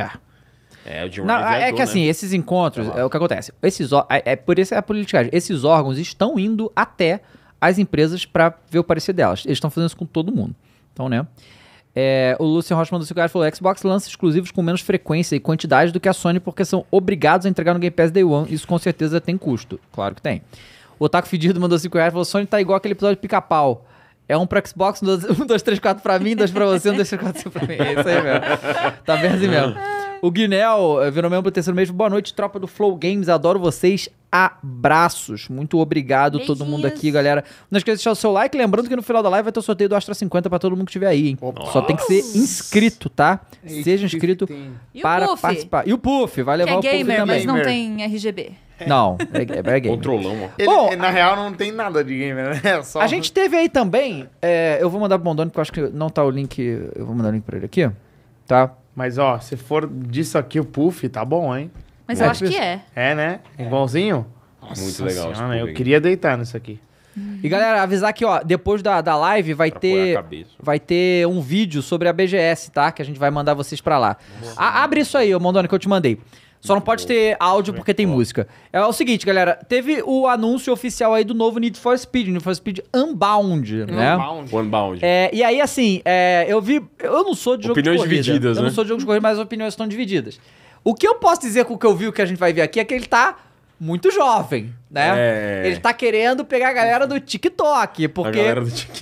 O Jim Não, Ryan é viajou, que assim, né? esses encontros, é o que acontece. Por isso é a politicagem. Esses órgãos estão indo até as empresas para ver o parecer delas. Eles estão fazendo isso com todo mundo. Então, né? O Lucian Rocha mandou 5 reais e falou: Xbox lança exclusivos com menos frequência e quantidade do que a Sony porque são obrigados a entregar no Game Pass Day One. Isso com certeza tem custo. Claro que tem. O Otaku Fedido mandou 5 reais e falou: Sony tá igual aquele episódio de Pica-Pau. É um pra Xbox, 1, 2, 3, 4 pra mim, 2 pra você, 1, 2, 3, 4, 5 pra mim. É isso aí mesmo. Tá bem assim mesmo. O Guinel virou membro do terceiro mês. Boa noite, tropa do Flow Games. Adoro vocês. Abraços. Muito obrigado todo mundo aqui, galera. Não esqueça de deixar o seu like. Lembrando que no final da live vai ter o sorteio do Astra 50 pra todo mundo que estiver aí, hein? Só tem que ser inscrito, tá? Seja inscrito E o para Puff? participar. E o Puff, vai Que levar é o Puff gamer, também. mas não tem RGB. Não, é gamer. Controlão, ó. Ele, na real, não tem nada de gamer, né? Só... A gente teve aí também, eu vou mandar pro Mondoni, porque eu acho que não tá o link, eu vou mandar o link pra ele aqui, tá? Mas, ó, se for disso aqui, o Puff, tá bom, hein? Mas eu acho que é. É, né? Igualzinho? Nossa Muito legal esse senhora, Puff eu aqui. queria deitar nisso aqui. E galera, avisar que, ó, depois da live vai Pra apoiar a ter, cabeça. vai ter um vídeo sobre a BGS, tá? Que a gente vai mandar vocês pra lá. Abre isso aí, ô Mondoni, que eu te mandei. Só não pode ter áudio porque tem música. É o seguinte, galera, teve o anúncio oficial aí do novo Need for Speed Unbound, né? Unbound. E aí, assim, eu vi... Eu não sou de jogo Opiniões de corrida. divididas, Eu não né? sou de jogo de corrida, mas as opiniões estão divididas. O que eu posso dizer com o que eu vi, o que a gente vai ver aqui, é que ele tá muito jovem, né? Ele tá querendo pegar a galera do TikTok, porque... A galera do TikTok.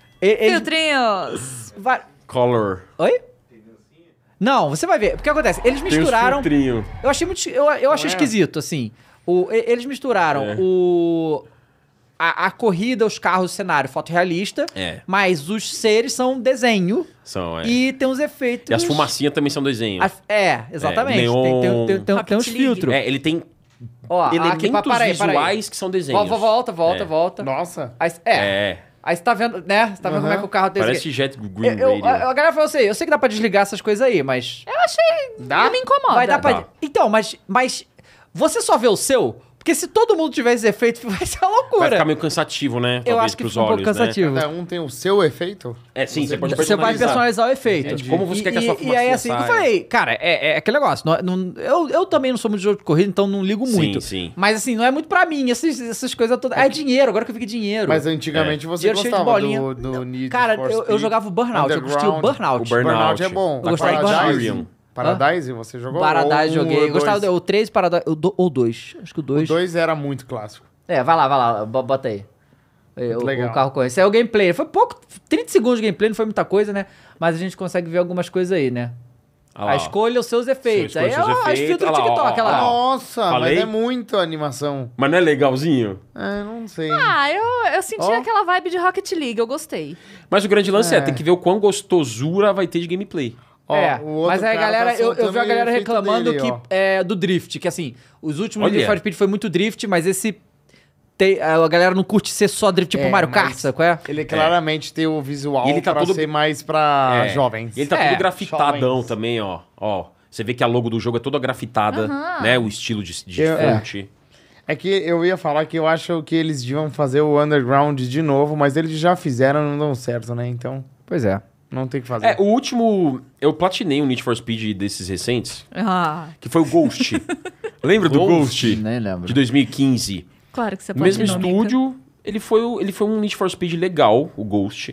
Filtrinhos! Color. Oi? Não, você vai ver. Porque acontece, eles misturaram... Tem os filtrinhos. Eu achei muito... Eu achei esquisito, assim. Eles misturaram a corrida, os carros, o cenário fotorrealista, mas os seres são desenho São, e tem uns efeitos... E as fumacinhas também são desenho. Exatamente. neon. Tem uns filtros. Ele tem Ó, elementos peraí. visuais que são desenhos. Volta. Nossa. Aí você tá vendo, né? Você tá vendo como é que o carro tem... Parece Jet Green A Radio. galera falou assim, eu sei que dá pra desligar essas coisas aí, mas... Não me incomoda. Vai dar pra... Dá. Então, mas você só vê o seu? Porque se todo mundo tiver esse efeito, vai ser uma loucura. Vai ficar meio cansativo, né? Eu Talvez acho que pros fica um pouco olhos, né? cansativo. Cada um tem o seu efeito? É, sim, você pode Você vai personalizar. personalizar o efeito. Entendi. Como você quer que a sua E fumacinha aí, assim, saia. eu falei, cara, é aquele negócio. Eu também não sou muito de jogo de corrida, então não ligo Sim, muito. sim. Mas assim, não é muito pra mim, essas coisas todas. É dinheiro, agora que eu vi que dinheiro. Mas antigamente você Dinheiro cheio de gostava bolinha. do Need Cara, for eu Speed jogava o Burnout, eu curti o Underground. Burnout. O Burnout. Burnout é bom. Eu gostava de Paradise? Burnout. Paradise, você jogou? Paradise Ou um joguei. ou Eu gostava dois? do 3 Paradise, ou 2. Acho que o 2. O 2 era muito clássico. Vai lá, bota aí. Legal. O carro conhece. É o gameplay. Foi pouco, 30 segundos de gameplay, não foi muita coisa, né? Mas a gente consegue ver algumas coisas aí, né? Ah lá, A ó. escolha os seus efeitos. Escolha Aí os seus as efeitos. filtros do Olha lá, TikTok, ó, olha lá. ó. Nossa, Falei? mas é muito animação. Mas não é legalzinho? Não sei. Eu senti Ó. aquela vibe de Rocket League, eu gostei. Mas o grande lance tem que ver o quão gostosura vai ter de gameplay. Ó, o outro mas aí a cara galera, tá eu vi a soltando galera o efeito reclamando dele, que ó. do drift, que assim, os últimos Olha. Need for Speed foi muito drift, mas esse a galera não curte ser só drift tipo Mario Kart, mas sabe qual é? Ele claramente tem o visual E ele tá pra todo- ser mais pra É. jovens. E ele tá É, todo grafitadão jovens. também, ó. Ó, você vê que a logo do jogo é toda grafitada, né? O estilo de É. fonte. É que eu ia falar que eu acho que eles deviam fazer o Underground de novo, mas eles já fizeram e não dão certo, né? Então, Pois é. não tem o que fazer. É, o último... Eu platinei um Need for Speed desses recentes, que foi o Ghost. Lembra do Ghost? Nem lembro. De 2015. Claro que você No pode mesmo estúdio, ele foi um Need for Speed legal, o Ghost.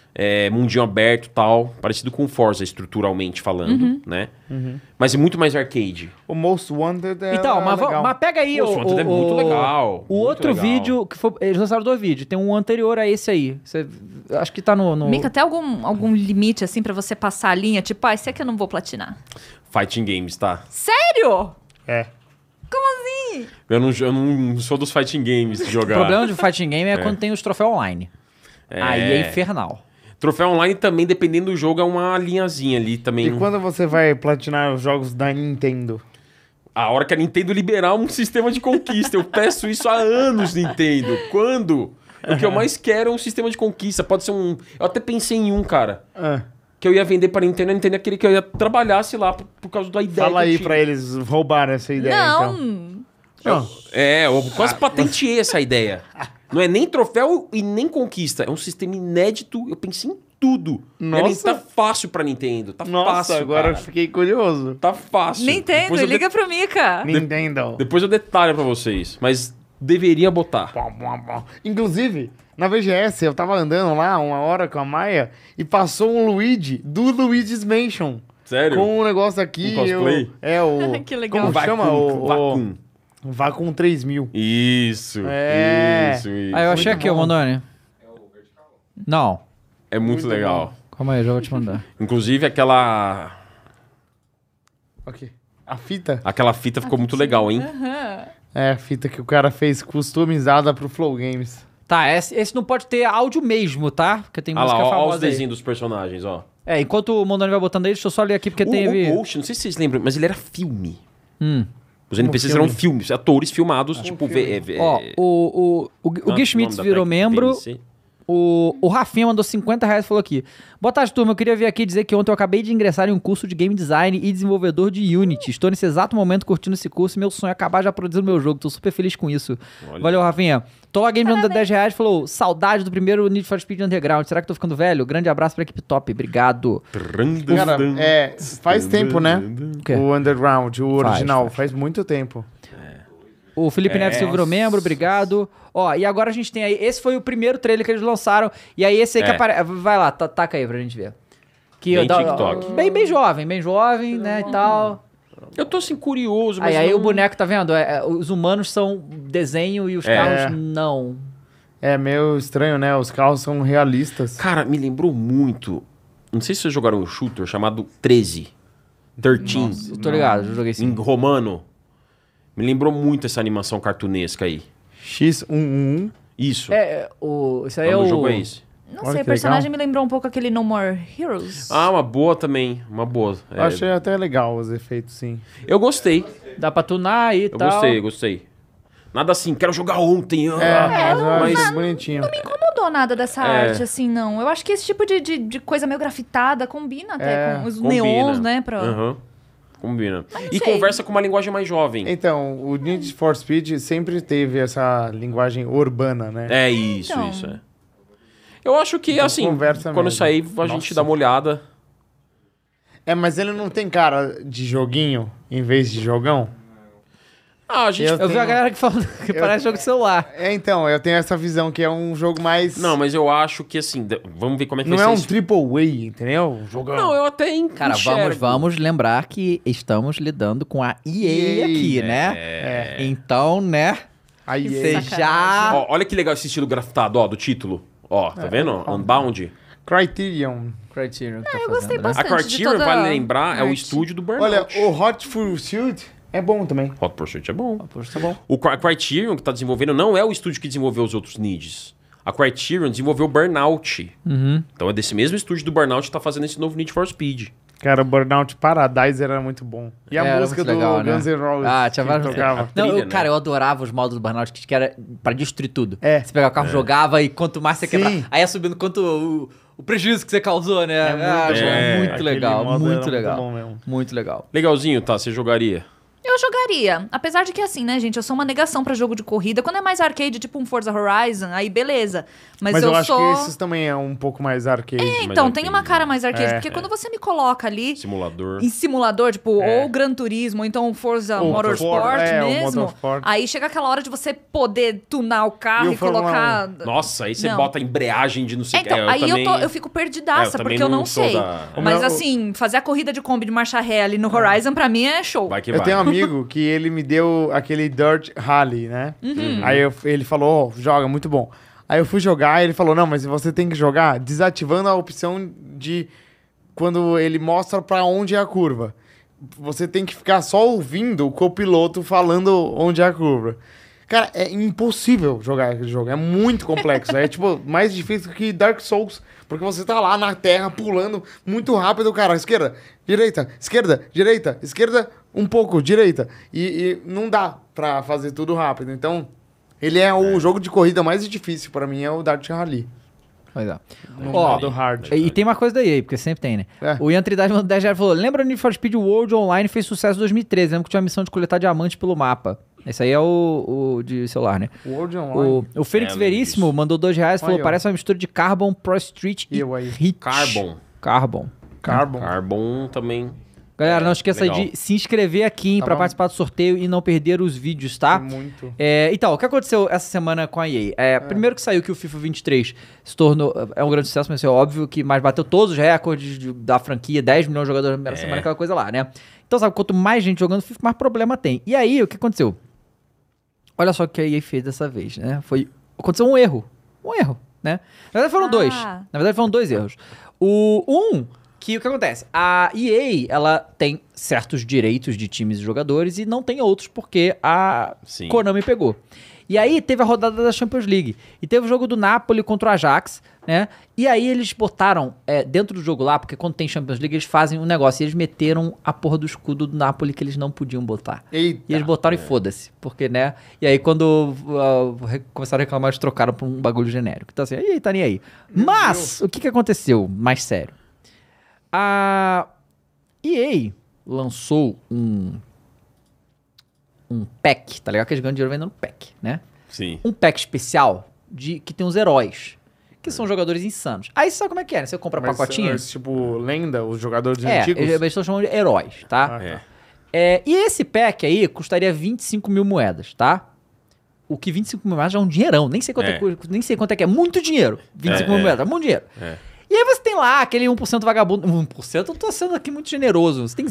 mundinho aberto e tal, parecido com o Forza, estruturalmente falando, né? Mas é muito mais arcade. O Most Wanted é Então, legal. mas pega aí Most Wanted é muito legal. O muito outro legal. vídeo, que foi, eles lançaram 2 vídeos, tem um anterior a esse aí. Acho que tá no... Mika, tem algum limite, assim, pra você passar a linha? Tipo, esse aqui eu não vou platinar. Fighting Games, tá? Sério? É. Como assim? Eu não sou dos Fighting Games de O jogar. problema de fighting game é quando tem os troféus online. Aí é infernal. Troféu online também, dependendo do jogo, é uma linhazinha ali também. E quando você vai platinar os jogos da Nintendo? A hora que a Nintendo liberar um sistema de conquista. Eu peço isso há anos, Nintendo. Quando? O que eu mais quero é um sistema de conquista. Pode ser um... Eu até pensei em um, cara. Que eu ia vender pra Nintendo. A Nintendo ia querer que eu ia trabalhasse lá por causa da ideia. Fala que eu aí tive. pra eles roubar essa ideia, então. Eu quase patenteei essa ideia. Não é nem troféu e nem conquista. É um sistema inédito. Eu pensei em tudo. Nossa. Tá fácil pra Nintendo. Tá Nossa, fácil, agora eu cara. fiquei curioso. Tá fácil. Nintendo, Depois eu liga pro Mika. Nintendo. Depois eu detalho pra vocês. Mas deveria botar. Inclusive, na VGS, eu tava andando lá uma hora com a Maia e passou um Luigi do Luigi's Mansion. Sério? Com um negócio aqui. Um cosplay? Que legal. Como chama? Vacuum. Vacuum 3000. Isso. É. Isso. Aí eu achei Muito aqui, bom. ô Mondoni. Não. É muito legal. Calma aí, já vou te mandar. Inclusive, aquela Ok. A fita? Aquela fita ficou muito legal, hein? É, a fita que o cara fez customizada pro Flow Games. Tá, esse não pode ter áudio mesmo, tá? Porque tem Olha música lá, ó os famosa aí. desenhos dos personagens, ó. Enquanto o Mondoni vai botando aí, deixa eu só ler aqui, porque O teve... Ghost, não sei se vocês lembram, mas ele era filme. Os Como NPCs filme? eram filmes, atores filmados, tipo... Ó, o Gui Schmitz virou membro... O Rafinha mandou R$50 e falou aqui: boa tarde, turma. Eu queria vir aqui dizer que ontem eu acabei de ingressar em um curso de Game Design e desenvolvedor de Unity. Estou nesse exato momento curtindo esse curso e meu sonho é acabar já produzindo meu jogo. Tô super feliz com isso. Olha. Valeu, Rafinha. Tô lá Game mandando R$10 e falou: saudade do primeiro Need for Speed Underground. Será que tô ficando velho? Grande abraço pra equipe top. Obrigado. Cara, faz tempo, né? quê? O Underground, o original. faz. Faz muito tempo. O Felipe Neves virou membro, obrigado. Ó, e agora a gente tem aí... Esse foi o primeiro trailer que eles lançaram. E aí esse aí que aparece... Vai lá, taca aí pra gente ver. Que Bem TikTok. Bem jovem, né, e tal. Eu tô assim curioso, mas Aí não... o boneco, tá vendo? Os humanos são desenho e os carros não. É meio estranho, né? Os carros são realistas. Cara, me lembrou muito... Não sei se vocês jogaram um shooter chamado 13. 13. Eu tô ligado, eu joguei Em sim. romano. Me lembrou muito essa animação cartunesca aí. X11. Isso. Isso aí é O o... jogo é esse. Não Olha sei, o que personagem legal. me lembrou um pouco aquele No More Heroes. Ah, uma boa também. Uma boa. Eu achei até legal os efeitos, sim. Eu gostei. Dá pra tunar aí e Eu tal. gostei. Nada assim, quero jogar ontem. Mas eu acho mas- bonitinho. Não me incomodou nada dessa arte, assim, não. Eu acho que esse tipo de coisa meio grafitada combina até com os Combina. neons, né? Pra... Aham. Combina. E sei. conversa com uma linguagem mais jovem. Então, o Need for Speed sempre teve essa linguagem urbana, né? É isso, Então. isso. É. Eu acho que, Então, assim, conversa quando mesmo. sair, a gente dá uma olhada. É, mas ele não tem cara de joguinho em vez de jogão? Ah, a gente... Eu vi a galera que falou que parece jogo de celular. É, então, eu tenho essa visão que é um jogo mais... Não, mas eu acho que, assim, vamos ver como é que não vai é ser um isso. triple A, entendeu? Jogão. Não, eu até Cara, enxergo. vamos lembrar que estamos lidando com a EA aqui, né? É. Então, né? Aí Você já... Ó, olha que legal esse estilo grafitado, ó, do título. Ó, tá vendo? Unbound. Criterion. Criterion que tá eu gostei fazendo, né? A bastante de Criterion, toda vale lembrar, é o arte. estúdio do Olha, Burnout. o Hot Pursuit é bom também. Hot Pursuit é bom. Poxa, tá bom. O Criterion que tá desenvolvendo não é o estúdio que desenvolveu os outros Needs. A Criterion desenvolveu o Burnout. Então é desse mesmo estúdio do Burnout que tá fazendo esse novo Need for Speed. Cara, o Burnout Paradise era muito bom. E a Era música muito legal, do né? Guns N' Roses tinha que vários... tocava. Não, trilha, cara, né? eu adorava os modos do Burnout, que era pra destruir tudo. É. Você pegava o carro, jogava e quanto mais você Sim. quebrava... Aí ia subindo quanto o prejuízo que você causou, né? muito muito bom. legal, Aquele modo muito era legal. muito bom mesmo. Muito legal. Legalzinho, tá? Você jogaria? Eu jogaria. Apesar de que, assim, né, gente, eu sou uma negação pra jogo de corrida. Quando é mais arcade, tipo um Forza Horizon, aí beleza. Mas eu acho sou... que esses também é um pouco mais arcade. Então, mais tem arcade, uma cara mais arcade. É. Porque quando você me coloca ali Simulador. em simulador, tipo, ou Gran Turismo, ou então Forza Ou Motorsport o mesmo, Motorsport. aí chega aquela hora de você poder tunar o carro E o e Fórmula colocar... Nossa, aí você Não. bota a embreagem de não sei o que. Então, aí também... eu fico perdidaça, também porque eu não sou sei. da- O Mas meu- assim, fazer a corrida de Kombi de marcha ré ali no Horizon, pra mim, é show. Vai que Eu vai. tenho um amigo que ele me deu aquele Dirt Rally, né? Aí ele falou, joga, muito bom. Aí eu fui jogar e ele falou, não, mas você tem que jogar desativando a opção de quando ele mostra pra onde é a curva. Você tem que ficar só ouvindo o copiloto falando onde é a curva. Cara, é impossível jogar aquele jogo. É muito complexo. É, tipo, mais difícil que Dark Souls. Porque você tá lá na terra, pulando muito rápido, cara. Esquerda, direita, esquerda, um pouco, direita. E não dá pra fazer tudo rápido. Então, ele é o jogo de corrida mais difícil pra mim, é o Dirt Rally. Pois é. No Ó, modo hard. E tem uma coisa da EA, porque sempre tem, né? É. O Ian Trindade mandou 10 reais e falou: lembra o Need for Speed World Online fez sucesso em 2013? Lembra que tinha a missão de coletar diamantes pelo mapa. Esse aí é o de celular, né? World Online. O Fênix É, eu lembro Veríssimo disso. mandou 2 reais e falou: Aí, ó. parece uma mistura de Carbon, Pro Street e Eu aí. Hit. Carbon. Carbon. Carbon também. Galera, não esqueça legal. de se inscrever aqui, hein, Tá pra bom. participar do sorteio e não perder os vídeos, tá? Muito. Então, o que aconteceu essa semana com a EA? Primeiro que saiu que o FIFA 23 se tornou... É um grande sucesso, mas é óbvio que mais bateu todos os recordes da franquia, 10 milhões de jogadores na primeira semana, aquela coisa lá, né? Então, sabe, quanto mais gente jogando FIFA, mais problema tem. E aí, o que aconteceu? Olha só o que a EA fez dessa vez, né? Aconteceu um erro, né? Na verdade foram dois. Na verdade foram 2 erros. Que o que acontece? A EA, ela tem certos direitos de times e jogadores e não tem outros porque a Sim. Konami pegou. E aí teve a rodada da Champions League. E teve o jogo do Napoli contra o Ajax, né? E aí eles botaram dentro do jogo lá, porque quando tem Champions League eles fazem um negócio. E eles meteram a porra do escudo do Napoli que eles não podiam botar. Eita. E eles botaram e foda-se. Porque, né? E aí quando começaram a reclamar, eles trocaram pra um bagulho genérico. Então assim, aí tá nem aí. Mas, o que aconteceu mais sério? A EA lançou um pack, tá ligado? Que eles ganham dinheiro vendendo pack, né? Sim. Um pack especial que tem os heróis, que são jogadores insanos. Aí sabe como é que é, né? Você compra Mas, pacotinhos. tipo, lenda, os jogadores É, antigos. eles estão chamando de heróis, tá? E esse pack aí custaria 25 mil moedas, tá? O que 25 mil moedas já é um dinheirão. Nem sei quanto é que é. Muito dinheiro. 25 mil moedas, é muito dinheiro. E aí você tem lá aquele 1% vagabundo. 1%? Eu tô sendo aqui muito generoso. Você tem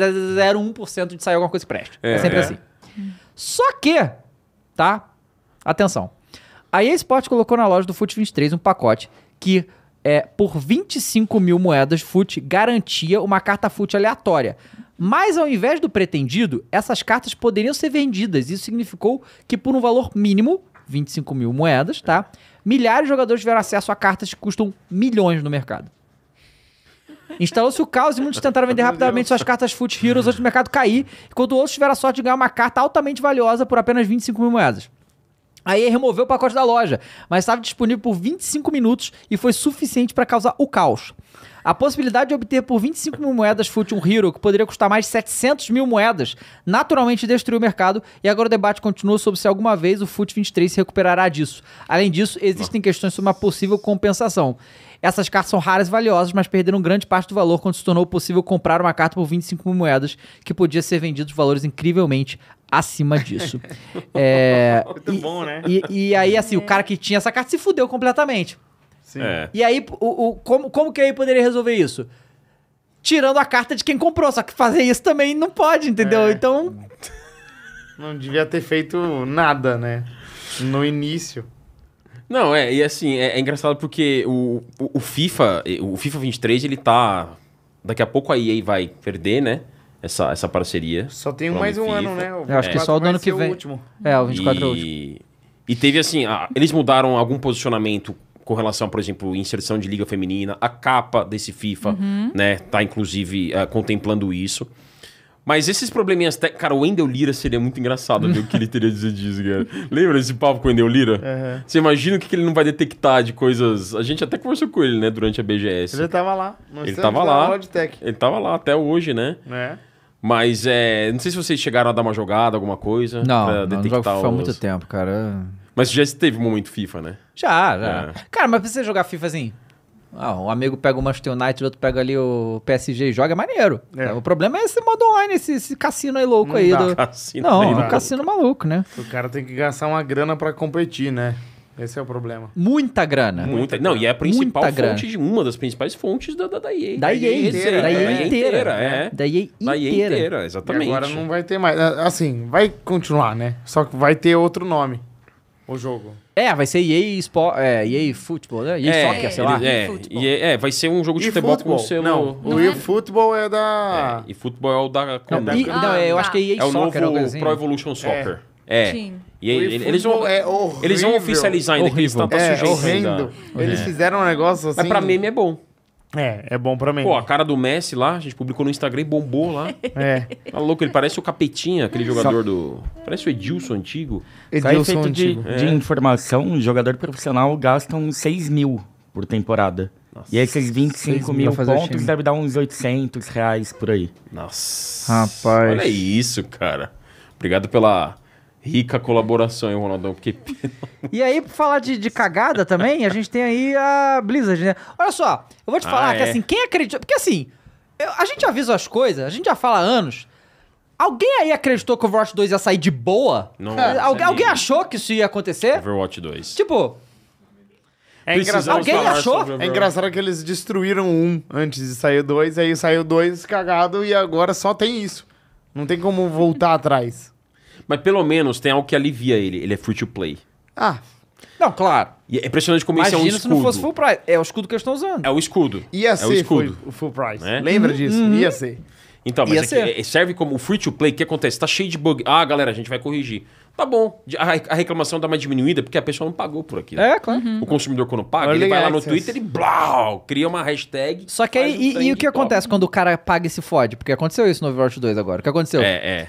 0,001% de sair alguma coisa que preste. É sempre assim. Só que, tá? Atenção. A EA Sports colocou na loja do FUT 23 um pacote que, por 25 mil moedas, FUT garantia uma carta FUT aleatória. Mas ao invés do pretendido, essas cartas poderiam ser vendidas. Isso significou que por um valor mínimo, 25 mil moedas, tá? Milhares de jogadores tiveram acesso a cartas que custam milhões no mercado. Instalou-se o caos e muitos tentaram vender rapidamente suas cartas FUT Heroes antes do mercado cair, enquanto outros tiveram a sorte de ganhar uma carta altamente valiosa por apenas 25 mil moedas. A EA removeu o pacote da loja, mas estava disponível por 25 minutos e foi suficiente para causar o caos. A possibilidade de obter por 25 mil moedas FUT um Hero, que poderia custar mais de 700 mil moedas, naturalmente destruiu o mercado e agora o debate continua sobre se alguma vez o FUT 23 se recuperará disso. Além disso, existem questões sobre uma possível compensação. Essas cartas são raras e valiosas, mas perderam grande parte do valor quando se tornou possível comprar uma carta por 25 mil moedas, que podia ser vendida por valores incrivelmente acima disso. Muito bom, né? E aí, assim, o cara que tinha essa carta se fudeu completamente. Sim. E aí, como que aí poderia resolver isso? Tirando a carta de quem comprou, só que fazer isso também não pode, entendeu? Então... Não devia ter feito nada, né? No início. Não, e assim, é engraçado porque o FIFA 23, ele tá... Daqui a pouco a EA vai perder, né? Essa parceria. Só tem Pro mais um FIFA. ano, né? O Eu acho que só o do vai ano que ser o vem. último. o 24 é o último. E teve assim, eles mudaram algum posicionamento com relação, por exemplo, inserção de liga feminina, a capa desse FIFA, né? Tá inclusive contemplando isso. Mas esses probleminhas... Cara, o Wendell Lira seria muito engraçado ver o que ele teria a dizer disso, cara. Lembra esse papo com o Wendell Lira? Você imagina o que ele não vai detectar de coisas... A gente até conversou com ele, né, durante a BGS. Ele tava lá. Ele tava lá. Logitech. Ele tava lá até hoje, né? É. Mas não sei se vocês chegaram a dar uma jogada, alguma coisa. Não jogo FIFA há muito tempo, cara. Mas já teve um momento FIFA, né? Já. Cara, mas pra você jogar FIFA assim... um amigo pega o Manchester United, o outro pega ali o PSG e joga, é maneiro. O problema é esse modo online, esse cassino aí louco Não aí. dá. Não, cassino maluco, né? O cara tem que gastar uma grana pra competir, né? Esse é o problema. Muita grana. Não, e é a principal Muita grana. fonte, uma das principais fontes da EA. Da EA inteira. Da EA inteira. Da EA inteira, exatamente. E agora não vai ter mais. Assim, vai continuar, né? Só que vai ter outro nome, o jogo. Vai ser EA Football, né? EA Soccer, sei lá. Vai ser um jogo de futebol com o selo... Não, o eFootball é da... eFootball é o da Konami. Eu acho que é EA Soccer. É o novo Pro Evolution Soccer. Sim. E eles vão oficializar ainda, que eles estão sujeitos ainda. Eles fizeram um negócio assim... Mas pra meme é bom. É bom pra meme. Pô, a cara do Messi lá, a gente publicou no Instagram e bombou lá. Tá louco, ele parece o Capetinha, aquele jogador do... Parece o Edilson antigo. Só efeito de informação, um jogador profissional gasta uns 6 mil por temporada. Nossa, e esses 25 mil pontos deve dar uns R$800 por aí. Nossa. Rapaz. Olha isso, cara. Obrigado pela... rica colaboração, hein, Ronaldão? Porque... E aí, pra falar de cagada também, a gente tem aí a Blizzard, né? Olha só, eu vou te falar que assim, quem acredita... Porque assim, a gente avisa as coisas, a gente já fala há anos. Alguém aí acreditou que o Overwatch 2 ia sair de boa? Não. Alguém achou que isso ia acontecer? Overwatch 2. Tipo... Alguém achou? É engraçado que eles destruíram um antes de sair o 2, aí saiu o 2 cagado e agora só tem isso. Não tem como voltar atrás. Mas pelo menos tem algo que alivia ele. Ele é free to play. Não, claro. E é impressionante como isso é um escudo. Se não fosse full price. É o escudo que eles estão usando. É o escudo. Ia ser o full price. Lembra disso? Ia ser. Então, mas que serve como o free to play. O que acontece? Tá cheio de bug. Galera, a gente vai corrigir. Tá bom. A reclamação dá uma diminuída porque a pessoa não pagou por aquilo. Claro. O consumidor, quando paga, ele vai lá no Twitter e blau, cria uma hashtag. Só que aí, e o que acontece quando o cara paga e se fode? Porque aconteceu isso no Overwatch 2 agora. O que aconteceu?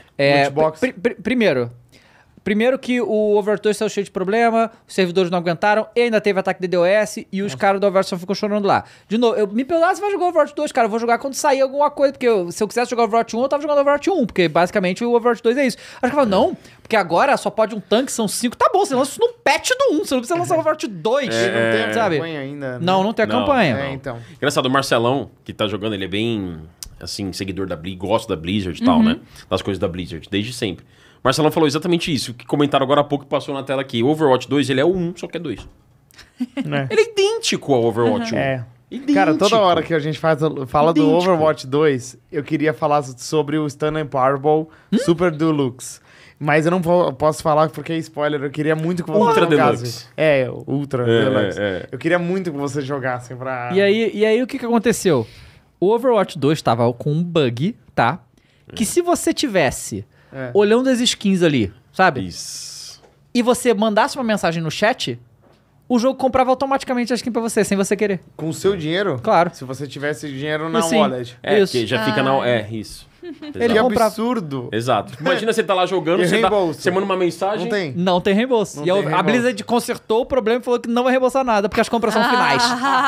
Primeiro que o Overwatch 2 saiu cheio de problema, os servidores não aguentaram, e ainda teve ataque de DDoS, e os caras do Overwatch só ficam chorando lá. De novo, me perguntar se vai jogar Overwatch 2, cara, eu vou jogar quando sair alguma coisa, porque se eu quisesse jogar Overwatch 1, eu tava jogando Overwatch 1, porque basicamente o Overwatch 2 é isso. Aí eu falava, não, porque agora só pode um tanque, são 5, tá bom, você lança isso num patch do 1, você não precisa lançar o Overwatch 2, não tem a sabe? campanha ainda. Né? Não tem a campanha. Então. Engraçado, o Marcelão, que tá jogando, ele é bem, assim, seguidor da Blizzard, gosta da Blizzard e tal, né? Das coisas da Blizzard, desde sempre. Marcelão falou exatamente isso, que comentaram agora há pouco que passou na tela aqui. O Overwatch 2, ele é o 1, só que é 2. Ele é idêntico ao Overwatch 1. Idêntico. Cara, toda hora que a gente fala do Overwatch 2, eu queria falar sobre o Stun and Powerball Super Deluxe. Mas eu não posso falar porque é spoiler. Eu queria muito que você Ultra jogasse. Deluxe. Ultra Deluxe. Eu queria muito que você jogasse pra... E aí o que aconteceu? O Overwatch 2 tava com um bug, tá? Que se você tivesse... olhando as skins ali, sabe? Isso. E você mandasse uma mensagem no chat, o jogo comprava automaticamente a skin pra você, sem você querer. Com o seu dinheiro? Claro. Se você tivesse dinheiro na Sim. wallet. Isso. Que já fica na... isso. Ele Que comprava. absurdo. Exato. Imagina você tá lá jogando, E você reembolso? manda uma mensagem... Não tem. Não tem reembolso. Não E tem a reembolso. Blizzard consertou o problema e falou que não vai reembolsar nada, porque as compras são finais.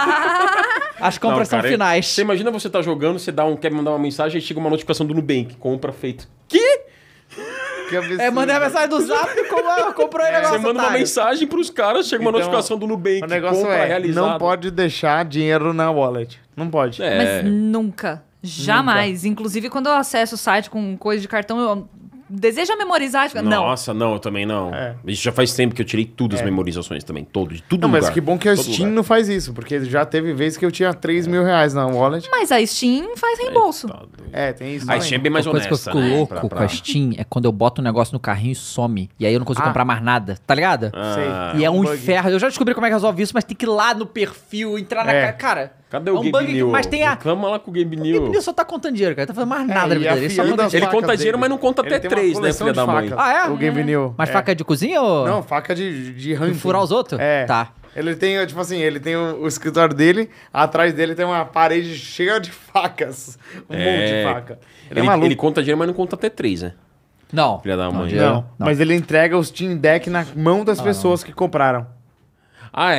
As compras são finais. Você imagina você tá jogando, você quer mandar uma mensagem e chega uma notificação do Nubank, compra feito. Que? Que absurdo. Mandei a mensagem do Zap e comprou o negócio. Você manda uma otário. mensagem pros caras, chega uma Então, notificação do Nubank, O negócio compra realizado. não pode deixar dinheiro na wallet. Não pode. Mas nunca. Jamais. Inclusive, quando eu acesso o site com coisa de cartão, eu desejo memorizar. Não. Nossa, não, eu também não. Isso já faz tempo que eu tirei tudo as memorizações também. De tudo Não, mas lugar. que bom que a Todo Steam lugar. não faz isso, porque já teve vezes que eu tinha 3 mil reais na wallet. Mas a Steam faz reembolso. Tá doido. Tem isso. A Steam é bem mais Uma coisa honesta, que eu fico né? louco com a Steam é quando eu boto um negócio no carrinho e some. E aí eu não consigo comprar mais nada, tá ligado? Sei. E é um bug. inferno. Eu já descobri como é que resolve isso, mas tem que ir lá no perfil, entrar na... Cara, Cadê é o um Game bug, New? mas tem a... Reclama lá com o Game O Game New. New só tá contando dinheiro, cara. Ele tá fazendo mais nada na e vida dele. Ele só afiando conta as dinheiro. Ele conta facas dinheiro, dele. mas não conta Ele até tem uma 3, né, coleção filha de da mãe? facas, o Game New. Mas faca de cozinha ou... Não, faca de hunting. furar os outros? Tá. Ele tem, tipo assim, ele tem o escritório dele, atrás dele tem uma parede cheia de facas. Um monte de faca. Ele é maluco. Ele conta dinheiro, mas não conta até 3, né? Não. Filha da mãe. Não, mas ele entrega os Steam Deck na mão das pessoas que compraram. Ah, é?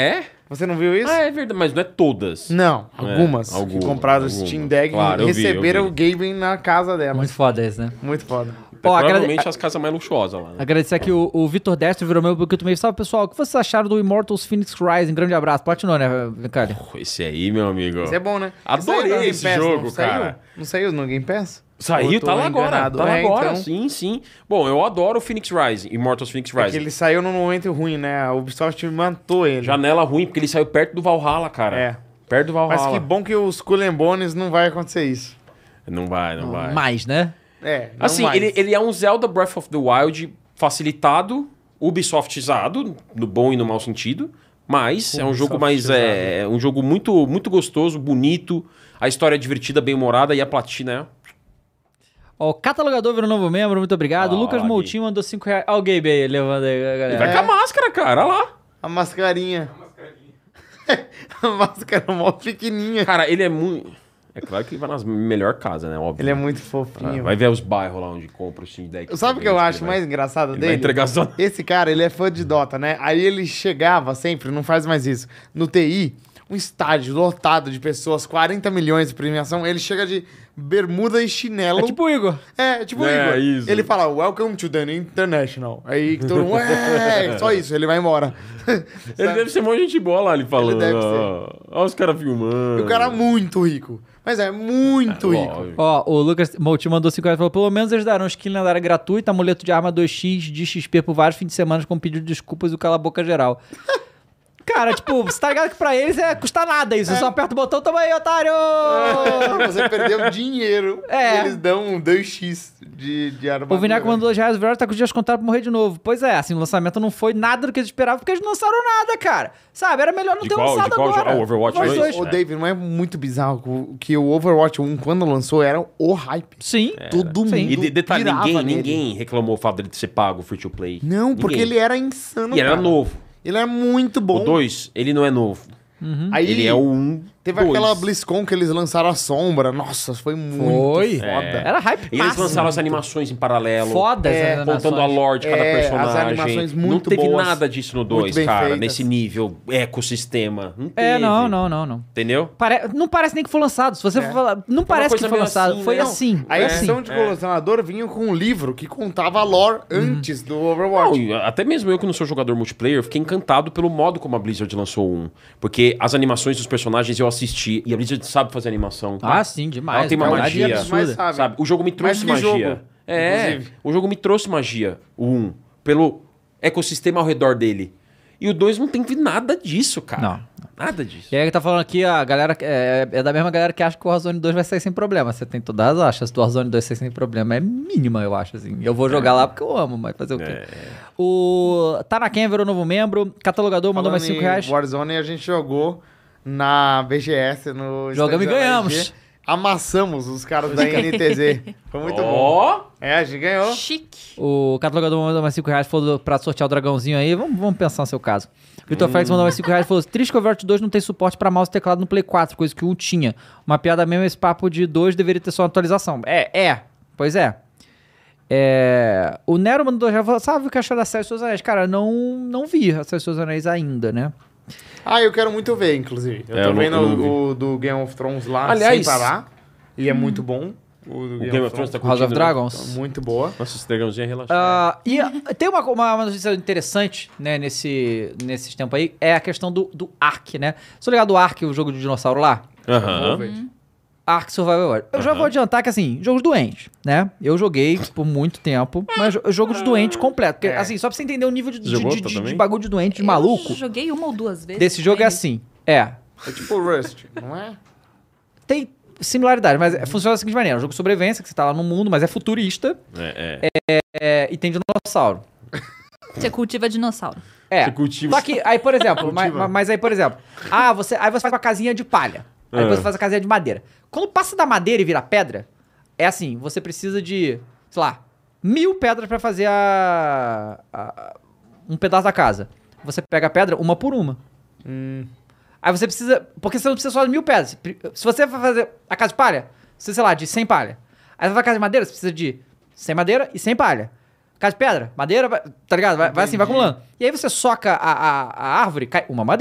Você não viu isso? Ah, é verdade, mas não é todas. Não, algumas. algumas, que compraram o algumas. Steam Deck Claro, e eu vi, receberam eu o Gaben na casa dela. Muito foda esse, né? Muito foda. Ó, Provavelmente as casas mais luxuosas lá, né? Agradecer aqui o Vitor Destro, virou meu porque eu tomei. Salve, pessoal. O que vocês acharam do Immortals Phoenix Rising? Grande abraço. Platinou, né, cara? Esse aí, meu amigo. Isso é bom, né? Adorei Saiu no Game esse Pass, jogo, não cara. Saiu? Não saiu no Game Pass? Saiu, Eu tô tá lá agora. enganado. Tá lá agora, então. sim, sim. Bom, eu adoro o Phoenix Rising, Immortals Phoenix Rising. É que ele saiu num momento ruim, né? A Ubisoft matou ele. Janela ruim, porque ele saiu perto do Valhalla, cara. É. Perto do Valhalla. Mas que bom que os Skull and Bones não vai acontecer isso. Não vai, não vai. Mais, né? É, não Assim, mais. ele é um Zelda Breath of the Wild facilitado, Ubisoftizado, no bom e no mau sentido, mas é um jogo mais... É um jogo muito, muito gostoso, bonito, a história é divertida, bem humorada e a platina é... Ó, o catalogador virou novo membro, muito obrigado. Ó, Lucas Gui. Moutinho mandou 5 reais. Ó o Gabe aí, levando aí, galera. Ele vai com a máscara, cara, olha lá. A mascarinha. A máscara mó pequenininha. Cara, ele é muito... É claro que ele vai nas melhores casas, né? Óbvio. Ele é muito fofinho. Vai ver os bairros lá onde compra o Steam Deck. Sabe o que eu acho mais engraçado Ele vai dele? entregar só... Esse cara, ele é fã de Dota, né? Aí ele chegava sempre, não faz mais isso, no TI, um estádio lotado de pessoas, 40 milhões de premiação, ele chega de bermuda e chinelo. É tipo o Igor. É, tipo o É, Igor. isso. Ele fala, welcome to the International. Aí todo mundo, só isso, ele vai embora. Ele deve ser mó gente boa lá, ele falando. deve ser. Olha os caras filmando. E o cara é muito rico. Mas é muito rico. Óbvio. Ó, o Lucas Moutinho mandou 5 reais e falou: pelo menos eles darão skin lendária gratuita, amuleto de arma 2x de XP por vários fins de semana com pedido de desculpas e o cala-boca geral. Cara, tipo, você tá ligado que pra eles custa nada isso. Você só aperta o botão, toma aí, otário! Você perdeu dinheiro. É. E eles dão um 2x de armadura. O Vineco mandou 2 reais, o Verão tá com os dias contados pra morrer de novo. Pois é, assim, o lançamento não foi nada do que eles esperavam, porque eles não lançaram nada, cara. Sabe, era melhor não De ter qual- lançado de qual agora. jogo? O Overwatch Os 2? Ô, David, não é muito bizarro que o Overwatch 1, quando lançou, era o hype. Sim. Todo mundo E detalhe, pirava nele. ninguém reclamou o fato dele ser pago, free to play. Não, porque ele era insano, E ele era cara. novo. Ele era muito bom. O 2, ele não é novo. Aí Ele é o 1. Teve 2. aquela BlizzCon que eles lançaram a Sombra. Nossa, foi muito Foi. foda. Era hype E eles máximo. lançaram as animações em paralelo. Fodas as animações. Contando a lore de cada É, as personagem. animações não muito teve boas, nada disso no muito 2, bem cara. feitas. Nesse nível, ecossistema. Não teve. É, não. Entendeu? Não parece nem que foi lançado. Se você for falar, não parece que coisa foi meio lançado. assim, Foi né? assim. A Foi edição assim. de colecionador vinha com um livro que contava a lore antes do Overwatch. Não, e até mesmo eu que não sou jogador multiplayer, fiquei encantado pelo modo como a Blizzard lançou um. Porque as animações dos personagens eu assisti, e a Blizzard sabe fazer animação. Ah, sim, demais. Ela tem uma Qualidade magia. absurda. Mas sabe, Sabe? O jogo me trouxe Mais que magia. jogo, inclusive. O jogo me trouxe magia, o 1, pelo ecossistema ao redor dele. E o 2 não tem nada disso, cara. Não. Nada disso. E aí que tá falando aqui, a galera é da mesma galera que acha que o Warzone 2 vai sair sem problema. Você tem todas as achas do Warzone 2 sair sem problema. É mínima, eu acho, assim. Eu vou jogar lá porque eu amo, mas fazer o quê? O Tanaken virou novo membro, catalogador mandou mais 5 reais. Warzone a gente jogou na BGS, no Jogamos e stand da ganhamos. LG. Amassamos os caras da NTZ. Foi muito bom. Ó! É, a gente ganhou. Chique. O catalogador mandou mais 5 reais, falou pra sortear o dragãozinho aí. Vamos pensar no seu caso. Vitor Félix mandou mais 5 reais e falou: triste que o Overwatch 2 não tem suporte pra mouse e teclado no Play 4, coisa que o 1 tinha. Uma piada mesmo, esse papo de 2 deveria ter só uma atualização. Pois é. O Nero mandou já falou: sabe o que achou da série dos Seus Anéis? Cara, não vi a série dos Seus Anéis ainda, né? Ah, eu quero muito ver, inclusive. Eu É, tô eu não- vendo eu não vi. o do Game of Thrones lá, Aliás- sem parar. E é muito bom. O do Game of Thrones tá House of curtindo, Dragons. Muito boa. Nossa, esse dragãozinho é relaxado. E tem uma notícia interessante, né, nesse tempo aí, é a questão do Ark, né? Você tá ligado do Ark, o jogo de dinossauro lá? Aham. Ark Survival Evolved. Eu já vou adiantar que, assim, jogos doentes, né? Eu joguei por muito tempo, mas jogo de doente completo. Porque, assim, só pra você entender o nível de Jogou também? de bagulho de doente, de maluco, Eu joguei uma ou duas vezes. desse jogo é mas- assim. É tipo Rust, não é? Tem similaridade, mas funciona da seguinte maneira. É um jogo de sobrevivência, que você tá lá no mundo, mas é futurista e tem dinossauro. Você cultiva dinossauro. Você cultiva- Só que, aí, por exemplo, mas aí, por exemplo, aí você faz uma casinha de palha. Aí depois você faz a casinha de madeira. Quando passa da madeira e vira pedra, é assim, você precisa de, sei lá, 1000 pedras pra fazer um pedaço da casa. Você pega a pedra uma por uma. Aí você precisa, porque você não precisa só de 1000 pedras. Se você vai fazer a casa de palha, você, sei lá, de 100 palha. Aí você vai fazer a casa de madeira, você precisa de 100 madeira e 100 palha. Casa de pedra, madeira, tá ligado? Vai assim, vai acumulando. E aí você soca a árvore, cai uma madeira.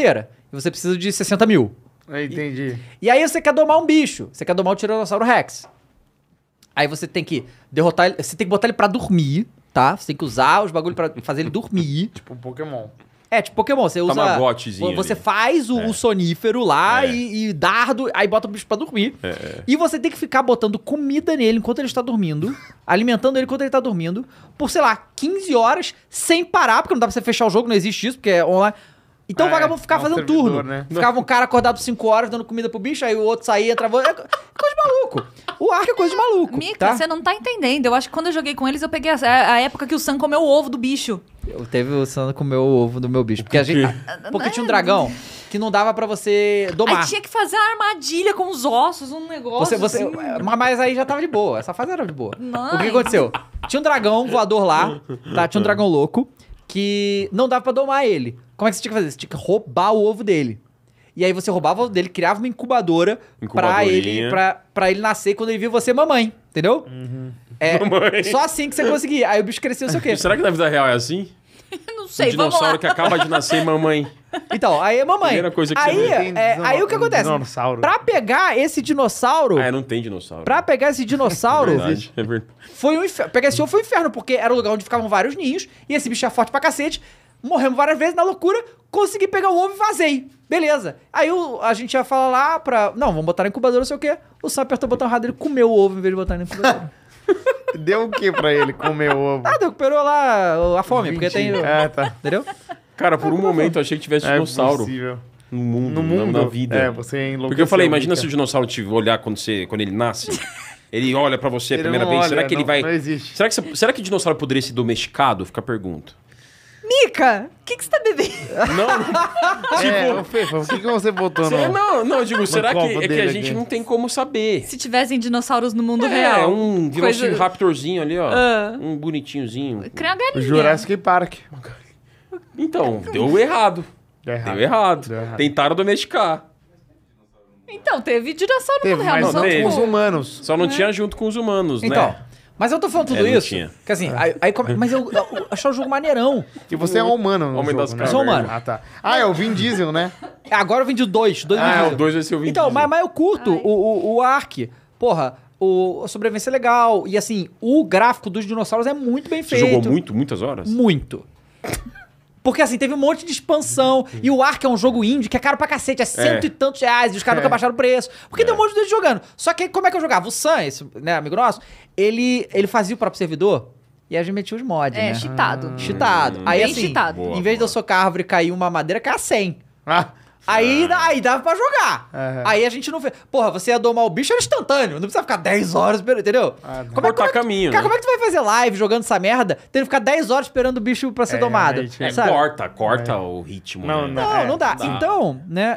e você precisa de 60 mil. Entendi. E aí você quer domar um bicho. Você quer domar o Tiranossauro Rex. Aí você tem que derrotar ele. Você tem que botar ele pra dormir, tá? Você tem que usar os bagulhos pra fazer ele dormir. Tipo um Pokémon. É, tipo Pokémon. Você usa. Tamagotchizinho Você ali. faz o sonífero lá e dardo, aí bota o bicho pra dormir. E você tem que ficar botando comida nele enquanto ele está dormindo, alimentando ele enquanto ele tá dormindo, por, sei lá, 15 horas, sem parar, porque não dá pra você fechar o jogo, não existe isso, porque é online. Então o vagabundo ficava fazendo servidor, turno. né? Ficava um cara acordado 5 horas dando comida pro bicho, aí o outro saía, entrava. É coisa de maluco. O Ark é coisa de maluco. Mica, tá? você não tá entendendo. Eu acho que quando eu joguei com eles, eu peguei a época que o Sam comeu o ovo do bicho. Eu teve o Sandro comeu o ovo do meu bicho. Porque, porque tinha um dragão que não dava pra você domar. Aí tinha que fazer uma armadilha com os ossos, um negócio assim. Mas aí já tava de boa. Essa fase era de boa. Não. O que aconteceu? Tinha um dragão voador lá, tá? Tinha um dragão louco que não dava pra domar ele. Como é que você tinha que fazer? Você tinha que roubar o ovo dele. E aí você roubava o ovo dele, criava uma incubadora pra ele nascer quando ele viu você mamãe. Entendeu? Mamãe. Só assim que você conseguia. Aí o bicho cresceu, não sei o quê. Será que na vida real é assim? Não sei, Um vamos lá. dinossauro que acaba de nascer, mamãe. Então, aí é mamãe. Primeira coisa que aí, você não tem aí o que acontece? dinossauro. Pra pegar esse dinossauro... Não tem dinossauro. Pra pegar esse dinossauro... Verdade, é verdade. Foi um inferno. Pegar esse ovo foi um inferno, porque era o lugar onde ficavam vários ninhos, e esse bicho é forte pra cacete. Morremos várias vezes, na loucura, consegui pegar o ovo e vazei. Beleza. Aí a gente ia falar lá pra... Não, vamos botar na incubadora, não sei o quê. O Sam apertou o botão errado, ele comeu o ovo em vez de botar na incubadora. Deu o que pra ele comer o ovo? Recuperou lá a fome, porque tem... Tá. Entendeu? Cara, por um momento eu achei que tivesse dinossauro possível. no mundo, No mundo? na vida. Você enlouqueceu. Porque eu falei, imagina Mica. se o dinossauro te olhar quando ele nasce. Ele olha pra você a Ele primeira não vez. olha, Será que ele não- vai... não existe. Será que dinossauro poderia ser domesticado? Fica a pergunta. Mica, o que você tá bebendo? Ô, Fefa, o que você botou no... Eu digo, será que copo é que dele a gente aqui. não tem como saber? Se tivessem dinossauros no mundo É, real. um Coisa- Velociraptorzinho ali, ó. Ah. Um bonitinhozinho. Cria uma O galinha. Jurassic Park. Então, deu errado. Deu errado. Deu errado. Deu errado. Tentaram domesticar. Então, teve dinossauro no Teve, mundo real. mas não não teve. com os humanos. Só não tinha junto com os humanos, Então... né? Mas eu tô falando tudo não isso, tinha. que assim, mas eu achei o jogo maneirão. E você é um humano no Homem jogo, das né? Eu sou humano. Ah, tá. Ah, é o Vin Diesel, né? Agora eu vim de dois Vin Ah, Diesel. o 2 vai ser o 20. Então, mas eu curto Ai. o Ark. Porra, a sobrevivência é legal. E assim, o gráfico dos dinossauros é muito bem Você feito. jogou muitas horas? Muito. Porque assim, teve um monte de expansão. E o Ark é um jogo indie que é caro pra cacete. É cento e tantos reais. E os caras nunca baixaram o preço. Porque tem um monte de gente jogando. Só que como é que eu jogava? O Sam, esse né, amigo nosso, ele fazia o próprio servidor. E a gente metia os mods, né? Cheatado. Cheatado. Aí Bem assim, cheatado. em vez de eu socar a árvore e cair uma madeira, caia 100. Ah, Aí dava pra jogar. Aham. Aí a gente não fez. Porra, você ia domar o bicho, era instantâneo. Não precisa ficar 10 horas esperando, entendeu? Cortar caminho, Cara, né? como é que tu vai fazer live jogando essa merda, tendo que ficar 10 horas esperando o bicho pra ser domado? realmente, sabe? Corta o ritmo. Não, né? não. Não dá. Então, né,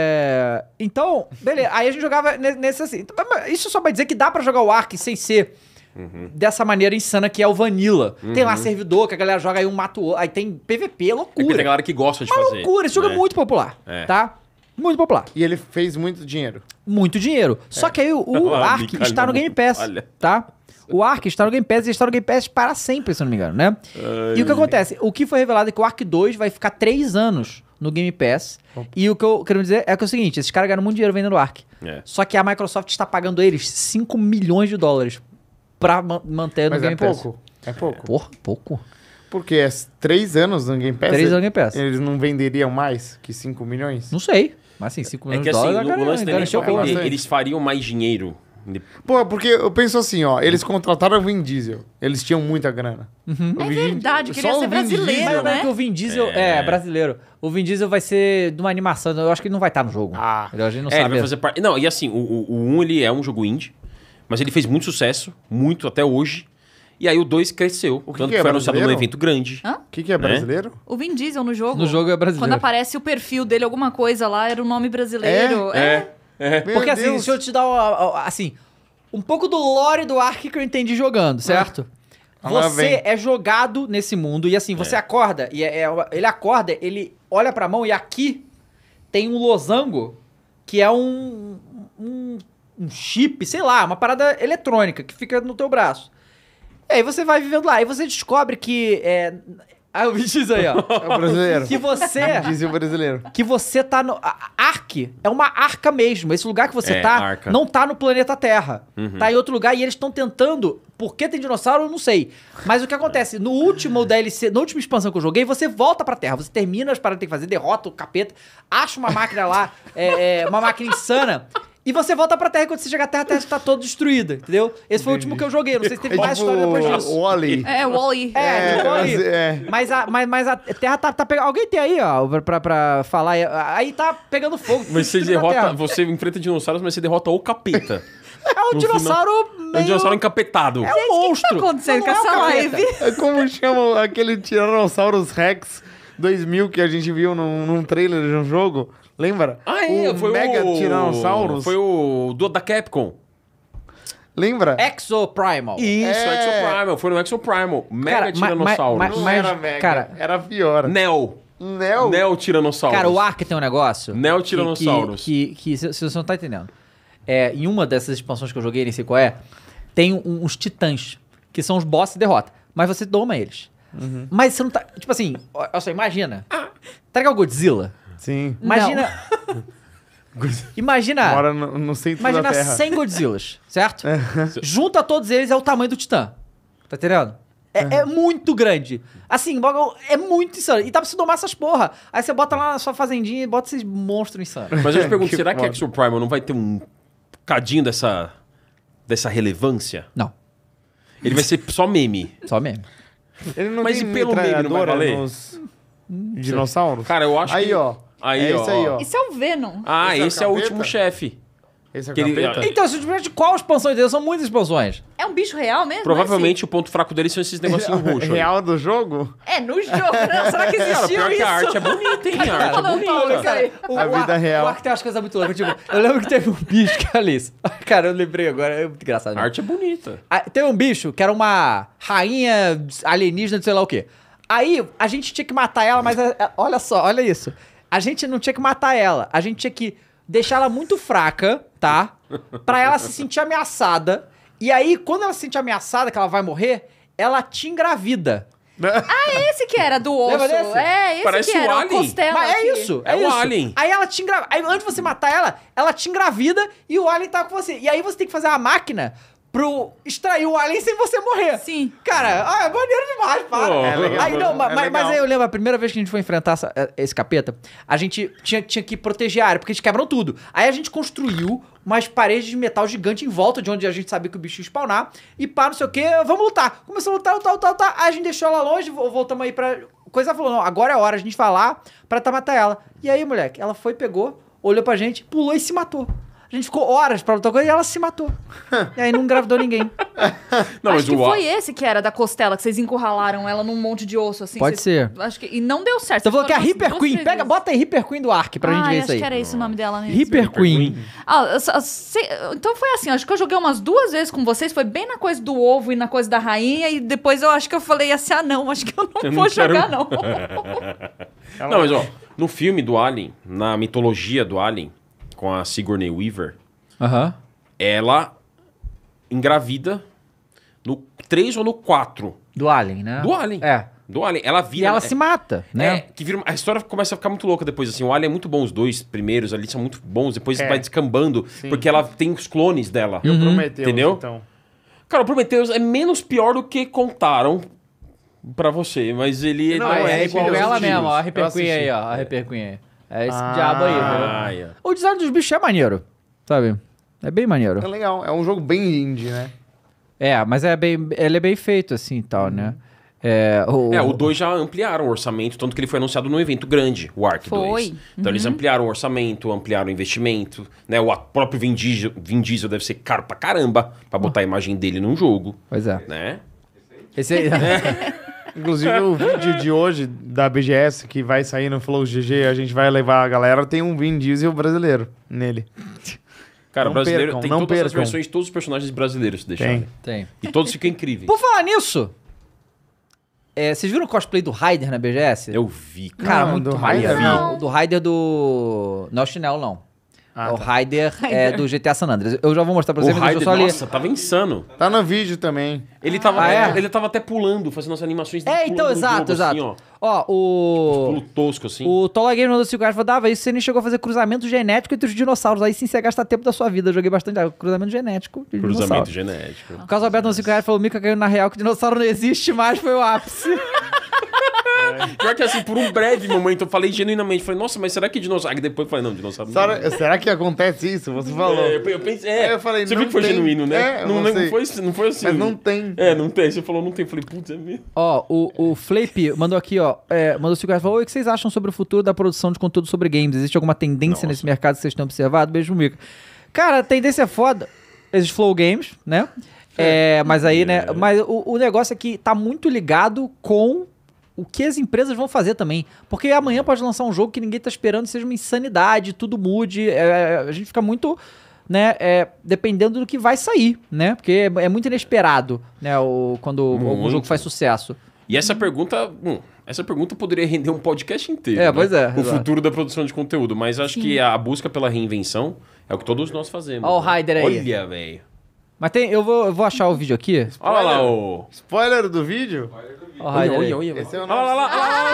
Então, beleza. Aí a gente jogava nesse assim. Isso só pra dizer que dá pra jogar o Ark sem ser dessa maneira insana que é o Vanilla. Tem lá servidor que a galera joga aí um mata o outro. Aí tem PVP, É que loucura. tem galera que gosta de Uma fazer. loucura. Esse jogo é muito popular, É. tá? Muito popular. E ele fez muito dinheiro. Muito dinheiro. Só que aí o Olha, Ark Mica, está no olha. Game Pass, Olha. tá? O Ark está no Game Pass e está no Game Pass para sempre, se eu não me engano, né? E o que acontece? O que foi revelado é que o Ark 2 vai ficar 3 anos no Game Pass. E o que eu quero dizer é que é o seguinte, esses caras ganham muito dinheiro vendendo Ark. É. Só que a Microsoft está pagando eles 5 milhões de dólares pra manter no Mas Game é Pass. pouco. É pouco. Porra, pouco. Porque é 3 anos no Game Pass. 3 anos no Game Pass. Eles não venderiam mais que 5 milhões? Não sei. Mas assim, 5 É milhões que de assim, dólares... o lance também garantiu é a porra. que bastante. eles fariam mais dinheiro. Pô, porque eu penso assim, ó. Eles contrataram o Vin Diesel. Eles tinham muita grana. É verdade, queria Só ser o Vin brasileiro, Diesel, Mas lembrando né? que o Vin Diesel é brasileiro. O Vin Diesel vai ser de uma animação. Eu acho que ele não vai estar no jogo. Ah. A gente não Ele sabe. vai fazer parte. Não, e assim, o 1 ele é um jogo indie, mas ele fez muito sucesso, muito até hoje. E aí o 2 cresceu. O que Tanto que que é, foi anunciado num brasileiro? evento grande. Hã? O que é brasileiro? O Vin Diesel no jogo. No jogo é brasileiro. Quando aparece o perfil dele, alguma coisa lá, era o nome brasileiro. Meu Porque assim, Deus. deixa eu te dar assim, um pouco do lore do Ark que eu entendi jogando, certo? Lá Você vem. é jogado nesse mundo e assim, você acorda e ele acorda, ele olha pra mão e aqui tem um losango que é um chip, sei lá, uma parada eletrônica que fica no teu braço. E aí você vai vivendo lá e você descobre que Aí o Vin Diesel aí, ó. É o brasileiro. Que você... Diz o brasileiro. Que você tá no... Ark é uma arca mesmo. Esse lugar que você tá arca. não tá no planeta Terra. Tá em outro lugar e eles estão tentando... Por que tem dinossauro, eu não sei. Mas o que acontece? No último DLC, na última expansão que eu joguei, você volta pra Terra. Você termina as paradas que tem que fazer, derrota o capeta, acha uma máquina lá, uma máquina insana... E você volta pra Terra e quando você chega à Terra, a Terra tá toda destruída, entendeu? Esse foi o último que eu joguei. Não sei se teve mais história depois disso. O Wall-E. É, o Wall-E. Tipo ali. é. Mas a Terra tá pegando... Alguém tem aí, ó, pra falar. Aí tá pegando fogo. Mas você destruindo a derrota. Terra. Você enfrenta dinossauros, mas você derrota o capeta. É um No dinossauro É um dinossauro encapetado. É um monstro. O que tá acontecendo com Não é um essa capeta. live? É como chamam aquele Tyrannosaurus Rex 2000 que a gente viu num trailer de um jogo? Lembra? Ah, foi Mega o... Tyrannosaurus. Foi o da Capcom. Lembra? Exoprimal. Isso, Exoprimal. Foi no Exoprimal. Mega Tiranossauro. Não era Mega, cara, era pior. Neo. Neo Tiranossauro. Cara, o Ark tem um negócio... Neo Tiranossauros. Que se você não tá entendendo. Em uma dessas expansões que eu joguei, nem sei qual tem uns titãs, que são os bosses de derrota. Mas você doma eles. Mas você não tá... Tipo assim, olha só, imagina. Tá ligado o Godzilla? Sim. Imagina... Imagina... Mora no centro da Imagina Terra. 100 Godzillas, certo? Junta todos eles, é o tamanho do Titã. Tá entendendo? É muito grande. Assim, é muito insano. E dá pra você domar essas porra. Aí você bota lá na sua fazendinha e bota esses monstros insanos. Mas eu te pergunto, Que será que foda. Exoprimal não vai ter um cadinho dessa relevância? Não, Ele vai ser só meme. só mesmo. Ele não Mas tem e pelo meme não vai metralhadora valer? nos dinossauros? Cara, eu acho aí, que... Ó. Aí, É isso aí, ó. Isso é o Venom. Ah, Esse é o esse é o capeta? último chefe. Esse é o Que ele- capeta? Então, simplesmente qual expansão dele? São muitas expansões. É um bicho real mesmo? Provavelmente o ponto fraco dele são esses negocinhos roxos. aí. Real do jogo? É no jogo, não? Será que Cara, existiu pior isso? que a arte é bonita, hein? A arte é Não, Paulo, bonita. cara. A vida real. O Ark tem umas coisas muito loucas. Tipo, eu lembro que teve um bicho que era isso. Cara, eu lembrei agora. É muito engraçado. A né? arte é bonita. Teve um bicho que era uma rainha alienígena de sei lá o quê. Aí a gente tinha que matar ela, mas olha só, olha isso. A gente não tinha que matar ela. A gente tinha que deixar ela muito fraca, tá? Pra ela se sentir ameaçada. E aí, quando ela se sentir ameaçada, que ela vai morrer, ela te engravida. Esse que era do osso. Lembra desse? É, esse Parece que era o o Alien. costela. Mas é aqui. isso, É o isso. Alien. Aí ela te engravida. Aí antes de você matar ela te engravida e o Alien tá com você. E aí você tem que fazer uma máquina pro extrair o Alien sem você morrer. Sim. Cara, é maneiro demais, para. Oh. É legal, Aí não, mas legal. aí eu lembro, a primeira vez que a gente foi enfrentar esse capeta, a gente tinha que proteger a área, porque eles quebram tudo. Aí a gente construiu umas paredes de metal gigante em volta de onde a gente sabia que o bicho ia spawnar. E pá, não sei o que, vamos lutar. Começou a lutar. Aí a gente deixou ela longe, voltamos aí pra... Coisa falou, não, agora é a hora, a gente vai lá pra matar ela. E aí, moleque, ela foi, pegou, olhou pra gente, pulou e se matou. A gente ficou horas pra lutar com ela e ela se matou. E aí não engravidou ninguém. Não, Acho que o foi esse que era da costela, que vocês encurralaram ela num monte de osso, assim. Pode ser. Acho que... E não deu certo. Você falou que é a Vocês foram Reaper umas Queen. duas, três vezes. Bota aí Reaper Queen do Ark pra gente ver acho isso aí. que era esse o nome dela mesmo. Reaper Queen. Então foi assim, acho que eu joguei umas 2 vezes com vocês, foi bem na coisa do ovo e na coisa da rainha, e depois eu acho que eu falei assim, não, acho que eu não vou jogar, não. Não, mas ó, no filme do Alien, na mitologia do Alien, com a Sigourney Weaver, Aham. ela engravida no 3 ou no 4 Do Alien, né? do Alien. É. Do Alien. Ela E vira... ela se mata, né? que vira, a história começa a ficar muito louca depois, assim. O Alien é muito bom, os 2 primeiros ali são muito bons, depois vai descambando, porque ela tem os clones dela. E o Prometheus, Entendeu? então. Cara, o Prometheus é menos pior do que contaram pra você, mas ele Não, não é é igual igual ela aos mesmo, ó, a Eu Reaper Queen assisti. aí, ó. A Reaper Queen aí. É esse diabo aí, Ah, velho. yeah. O design dos bichos é maneiro, sabe? É bem maneiro. É legal, é um jogo bem indie, né? Mas ele é bem feito assim e tal, né? O 2 já ampliaram o orçamento, tanto que ele foi anunciado num evento grande, o Ark 2. Foi. Então eles ampliaram o orçamento, ampliaram o investimento, né? O próprio Vin Diesel deve ser caro pra caramba pra botar a imagem dele num jogo, Pois é. né? Esse aí... Inclusive o vídeo de hoje da BGS, que vai sair no Flow GG, a gente vai levar a galera, tem um Vin Diesel brasileiro nele. Cara, Não brasileiro percam, tem não todas as percam. versões, todos os personagens brasileiros deixaram. Tem. E todos ficam incríveis. Por falar nisso, vocês viram o cosplay do Raider na BGS? Eu vi, cara. Cara, Não, muito do maneiro. Raider não. Do Raider do... Não é o chinelo, não. o Ryder do GTA San Andreas. Eu já vou mostrar pra O você, mas deixa eu Ryder, só ler. nossa, tava insano. Tá no vídeo também. Ele tava, Ah, é? ele tava até pulando, fazendo as animações dele Então, pulando no exato, jogo, exato. assim, ó. Ó, Pulo tosco, assim. O Tola Game mandou 5 reais e falou, Dava, isso você nem chegou a fazer cruzamento genético entre os dinossauros. Aí sim você gasta tempo da sua vida. Eu joguei bastante cruzamento genético de Cruzamento dinossauro. genético. O Carlos Alberto mandou 5 reais e falou, Mika caiu na real que dinossauro não existe mais, foi o ápice. Pior que assim, por um breve momento, eu falei genuinamente, falei, nossa, mas será que dinossauro... Aí depois eu falei, não, dinossauro não. Será que acontece isso? Você falou. Eu pensei, Aí eu falei, você não viu que foi tem. genuíno, né? É, não, você- não foi assim. Mas não tem. Não tem. Você falou, não tem. Eu falei, putz, é mesmo. Ó, o Flape mandou aqui, ó, mandou 5 reais e falou, oi, o que vocês acham sobre o futuro da produção de conteúdo sobre games? Existe alguma tendência nesse mercado que vocês têm observado? Beijo, Mika. Cara, a tendência é foda. Existe Flow Games, né? Mas aí, né? Mas o negócio é que tá muito ligado com o que as empresas vão fazer também. Porque amanhã pode lançar um jogo que ninguém tá esperando, seja uma insanidade, tudo mude. A gente fica muito, né, dependendo do que vai sair, né? Porque é muito inesperado, né? Quando algum jogo faz sucesso. E essa pergunta poderia render um podcast inteiro. Pois é. O exato. futuro da produção de conteúdo. Mas acho que a busca pela reinvenção é o que todos nós fazemos. Ó o Ryder aí. Olha, velho. Mas eu vou achar o vídeo aqui. Olha lá o... Spoiler do vídeo? Ó o Ryder aí. Olha. Esse é o Olha lá.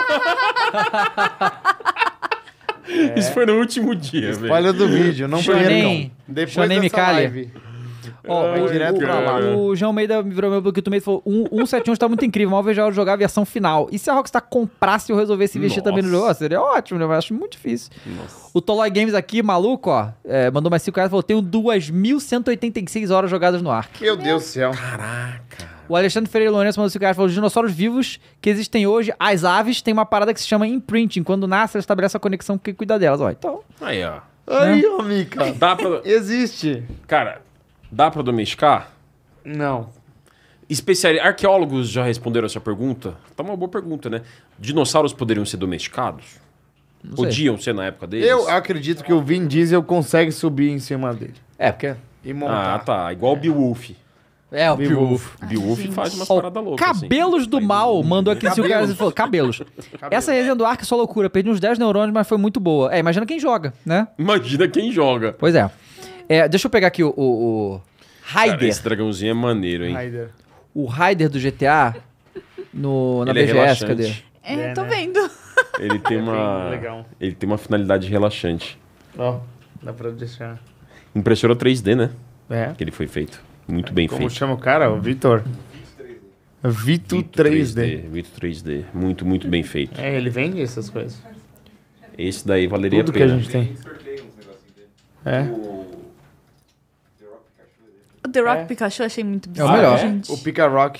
Isso foi no último dia, velho. Spoiler do vídeo, não Shonen. percam. Depois Shonen dessa Mikali. live. Ó, Vai direto pra lá. o João Almeida virou meu bloqueio e falou: 171 está muito incrível, mal vejo a hora de jogar a versão final. E se a Rockstar comprasse ou resolvesse investir também no jogo? Seria ótimo, né? Mas acho muito difícil. O Tolói Games aqui, maluco, ó, mandou mais 5 reais e falou: tenho 2.186 horas jogadas no Ark. Meu Deus do céu. O Alexandre Ferreira Lourenço mandou 5 reais e falou: os dinossauros vivos que existem hoje, as aves, tem uma parada que se chama imprinting. Quando nasce, ela estabelece a conexão com quem cuida delas. Ó, então. Aí, ó. Aí, ô, Mika. Dá pra... Existe. Cara, dá pra domesticar? Não. Arqueólogos já responderam essa pergunta? Tá uma boa pergunta, né? Dinossauros poderiam ser domesticados? Não sei. Podiam ser na época deles? Eu acredito que o Vin Diesel consegue subir em cima dele. Porque. E montar. Ah, tá. Igual o Beowulf. O Beowulf. Beowulf faz umas Ó, paradas loucas. Cabelos assim. do Mal mandou aqui 5 reais e falou: cabelos. Essa resenha do Ark é só loucura. Perdi uns 10 neurônios, mas foi muito boa. Imagina quem joga, né? Imagina quem joga. Pois é. Deixa eu pegar aqui o Cara, Ryder. esse dragãozinho é maneiro, hein? Ryder. O Ryder do GTA na Ele é BGS, relaxante. cadê? Tô né? vendo. Ele tem uma... legal. Ele tem uma finalidade relaxante. Ó, dá pra deixar. Impressora 3D, né? É. Que ele foi feito. Muito bem Como feito. chama o cara? O Vitor. Vito 3D. Vito 3D. Muito, muito bem feito. Ele vende essas coisas. Esse daí valeria Tudo a que a pena. gente tem. É. O The Rock Pikachu eu achei muito É o bizarro, melhor. gente. O Pica Rock.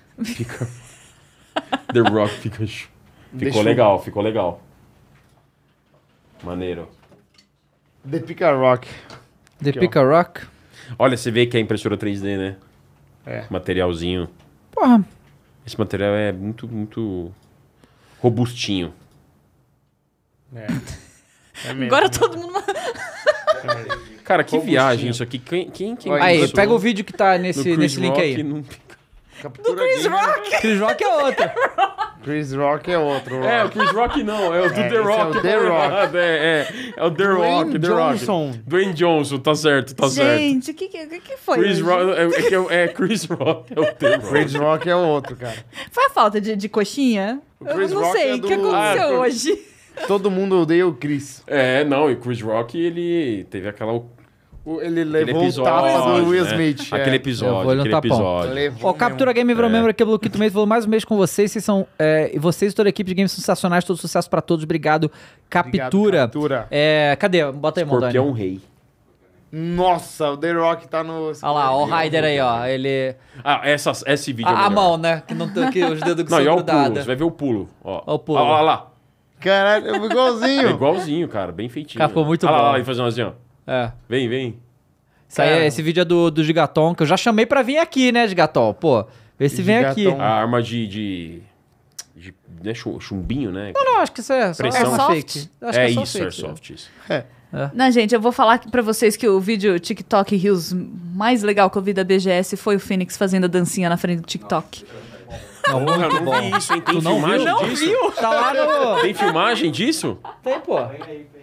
The Rock Pikachu. Deixa Ficou legal. Maneiro. The Pica Rock. The Aqui, ó. Pica Rock. Olha, você vê que é impressora 3D, né? É. Materialzinho. Porra. Esse material é muito, muito robustinho. É. É mesmo. Agora todo mundo... Cara, que Robustinho. viagem isso aqui. Quem Olha, Aí, pensou pega o vídeo que tá no nesse Chris link Rock aí. não- Captura Chris Rock. Chris Rock é outro. Chris Rock é outro. É, o Chris Rock não, é o do É, The esse é Rock. o The Rock. É o The Rock, Dwayne The Rock. Johnson. Dwayne Johnson, tá certo, tá certo. Gente, o que foi? Chris hoje? Rock, é Chris Rock, é o The Rock. Chris Rock é outro, cara. Foi a falta de coxinha? Eu Chris não Rock sei. é O do- que aconteceu Ah, hoje? Todo mundo odeia o Chris. Não, e o Chris Rock, ele teve aquela... Ele Aquele levou o tapa do Will né? Smith. Aquele Eu episódio, vou olhar no aquele tapão. episódio. Levou Ó, Captura Game virou membro aqui pelo Quinto Mês, falou mais um mês com vocês. Vocês são. E vocês e toda a equipe de games sensacionais, todo sucesso pra todos. Obrigado, Captura. Captura. Cadê? Bota aí, Mondani. Escorpião Rei. Nossa, o The Rock tá no... Olha lá, ó, o Ryder aí, ó. Ele. Esse vídeo é A melhor. mão, né? Que, não, que os dedos que Não, são e olha o pulo, grudados. você vai ver o pulo. Ó, Ó o pulo. Olha lá. Caralho, é igualzinho. É igualzinho, cara, bem feitinho. Cara, ficou muito Olha bom. lá, ele fazendo assim, ó. É. Vem. Isso aí, esse vídeo é do Gigaton, que eu já chamei pra vir aqui, né, Gigaton? Pô, vê se vem aqui. Gigaton. A arma de né, chumbinho, né? Não, acho que isso é só Pressão. uma Soft? fake. Acho que É só isso, fake. Airsoft, isso. Não, gente, eu vou falar pra vocês que o vídeo TikTok Rios mais legal que eu vi da BGS foi o Phoenix fazendo a dancinha na frente do TikTok. Não, Porra, muito não bom. vi isso, hein? Tem Tu não filmagem viu? disso? Tá lá no... Tem filmagem disso? Tem, pô.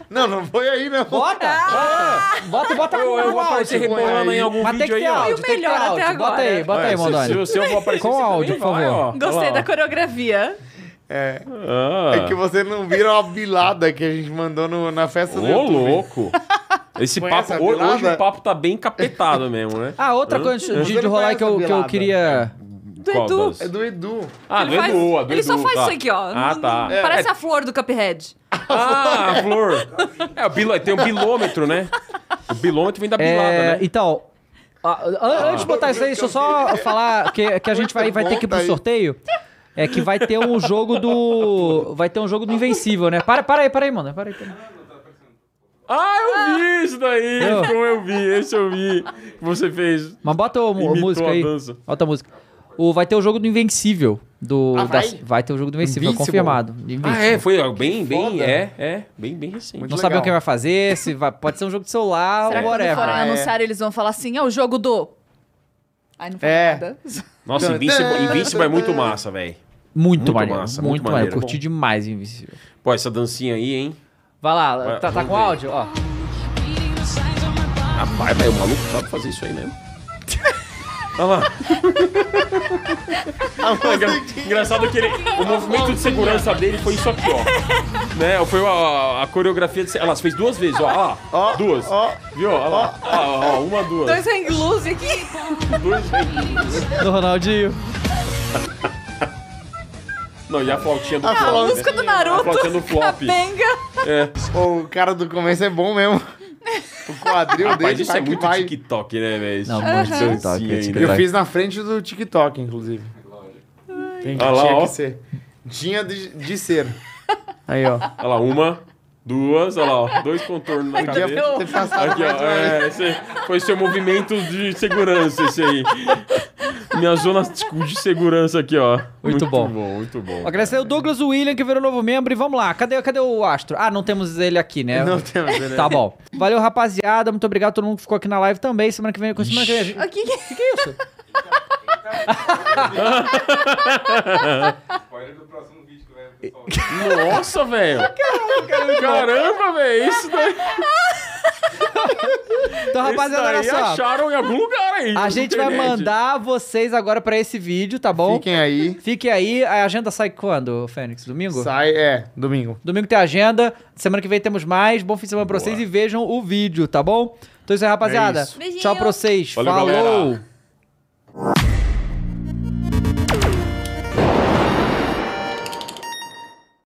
Não foi aí, não. Bota! Bota Eu vou aparecer rebolando em algum Mas tem vídeo que ter aí, ó. áudio, Foi o tem que ter melhor áudio. até Bota agora. bota aí, Mondoni. Se eu vou aparecer, Com você áudio, também por vai, favor. ó. Gostei Olha lá, da ó. coreografia. É Ah. que você não viram a bilada que a gente mandou na festa do Ô, YouTube. louco. Esse Conhece papo, a bilada? hoje o papo tá bem capetado mesmo, né? Ah, outra coisa antes de não rolar que eu conhece a bilada? queria... Do Qual Edu. das? É do Edu. Ah, Ele do faz- Edu, a do Ele só Edu, faz tá. isso aqui, ó. Ah, tá. Parece a flor do Cuphead. Ah, a flor. Tem o bilômetro, né? O bilômetro vem da bilada, né? Então, antes de botar isso aí, deixa eu só falar que a gente vai ter que ir pro Volta aí. sorteio. É que vai ter um jogo do... Vai ter um jogo do Invencível, né? Para aí, mano. Para aí. Ah, eu vi isso daí! Eu. Como eu vi, esse eu vi. Que você fez. Mas bota a Imitou música a aí. dança. Bota a música. Vai ter o jogo do Invencível. vai? Ter o jogo do Invencível, Invincible. confirmado. Ah, é? Foi bem Foda. bem recente. Muito Não legal. sabemos quem vai fazer, pode ser um jogo de celular Será ou que quando whatever. forem Ah, é. anunciar, eles vão falar assim, é o jogo do... Aí não fala É. nada. Nossa, Invincible é muito massa, velho. Muito Muito maneiro, massa, muito muito maneiro. maneiro. Curti demais Invencível. Pô, essa dancinha aí, hein? Vai lá, Vai, tá vamos com ver. áudio? Ó. Rapaz, velho, o maluco sabe fazer isso aí mesmo. Olha lá. Engraçado que o movimento de segurança dele foi isso aqui, ó. Né? Foi a coreografia de... Ela fez 2 vezes, ó. Ó, duas. ó. Viu? Olha lá. Ó, 1, 2. 2 hang loose aqui. 2 vezes. Do Ronaldinho. Não, e a flautinha do A flop. música do A Naruto. flautinha do flop. Capenga. O cara do começo é bom mesmo. O quadril Rapaz, dele isso é muito TikTok, né, velho? Não, muito TikTok, é TikTok. Eu fiz na frente do TikTok, inclusive. Tem que, Olha lá, tinha ó. que ser. Tinha de ser. Aí, ó. Olha lá, 1, 2, olha lá, ó. 2 contornos na Podia cabeça. ter passado Aqui, mais ó. uma vez. Esse foi seu movimento de segurança, esse aí. Minha zona de segurança aqui, ó. Muito bom. Muito bom. Agradecer o Douglas William, que virou novo membro. E vamos lá. Cadê o Astro? Ah, não temos ele aqui, né? Não temos, né? Tá bom. Valeu, rapaziada. Muito obrigado a todo mundo que ficou aqui na live também. Semana que vem, semana que vem. O que que... O que é isso? Spoiler do próximo vídeo que vai o pessoal. Nossa, velho. Caramba, velho. Isso daí, Então, rapaziada, olha isso daí só. acharam em algum lugar aí. A na gente vai internet. mandar vocês agora pra esse vídeo, tá bom? Fiquem aí. Fiquem aí. A agenda sai quando, Fênix? Domingo? Sai, domingo. Domingo tem agenda. Semana que vem temos mais. Bom fim de semana pra vocês e vejam o vídeo, tá bom? Então é isso aí, rapaziada. É isso. Beijinho. Tchau pra vocês. Valeu, Falou! galera.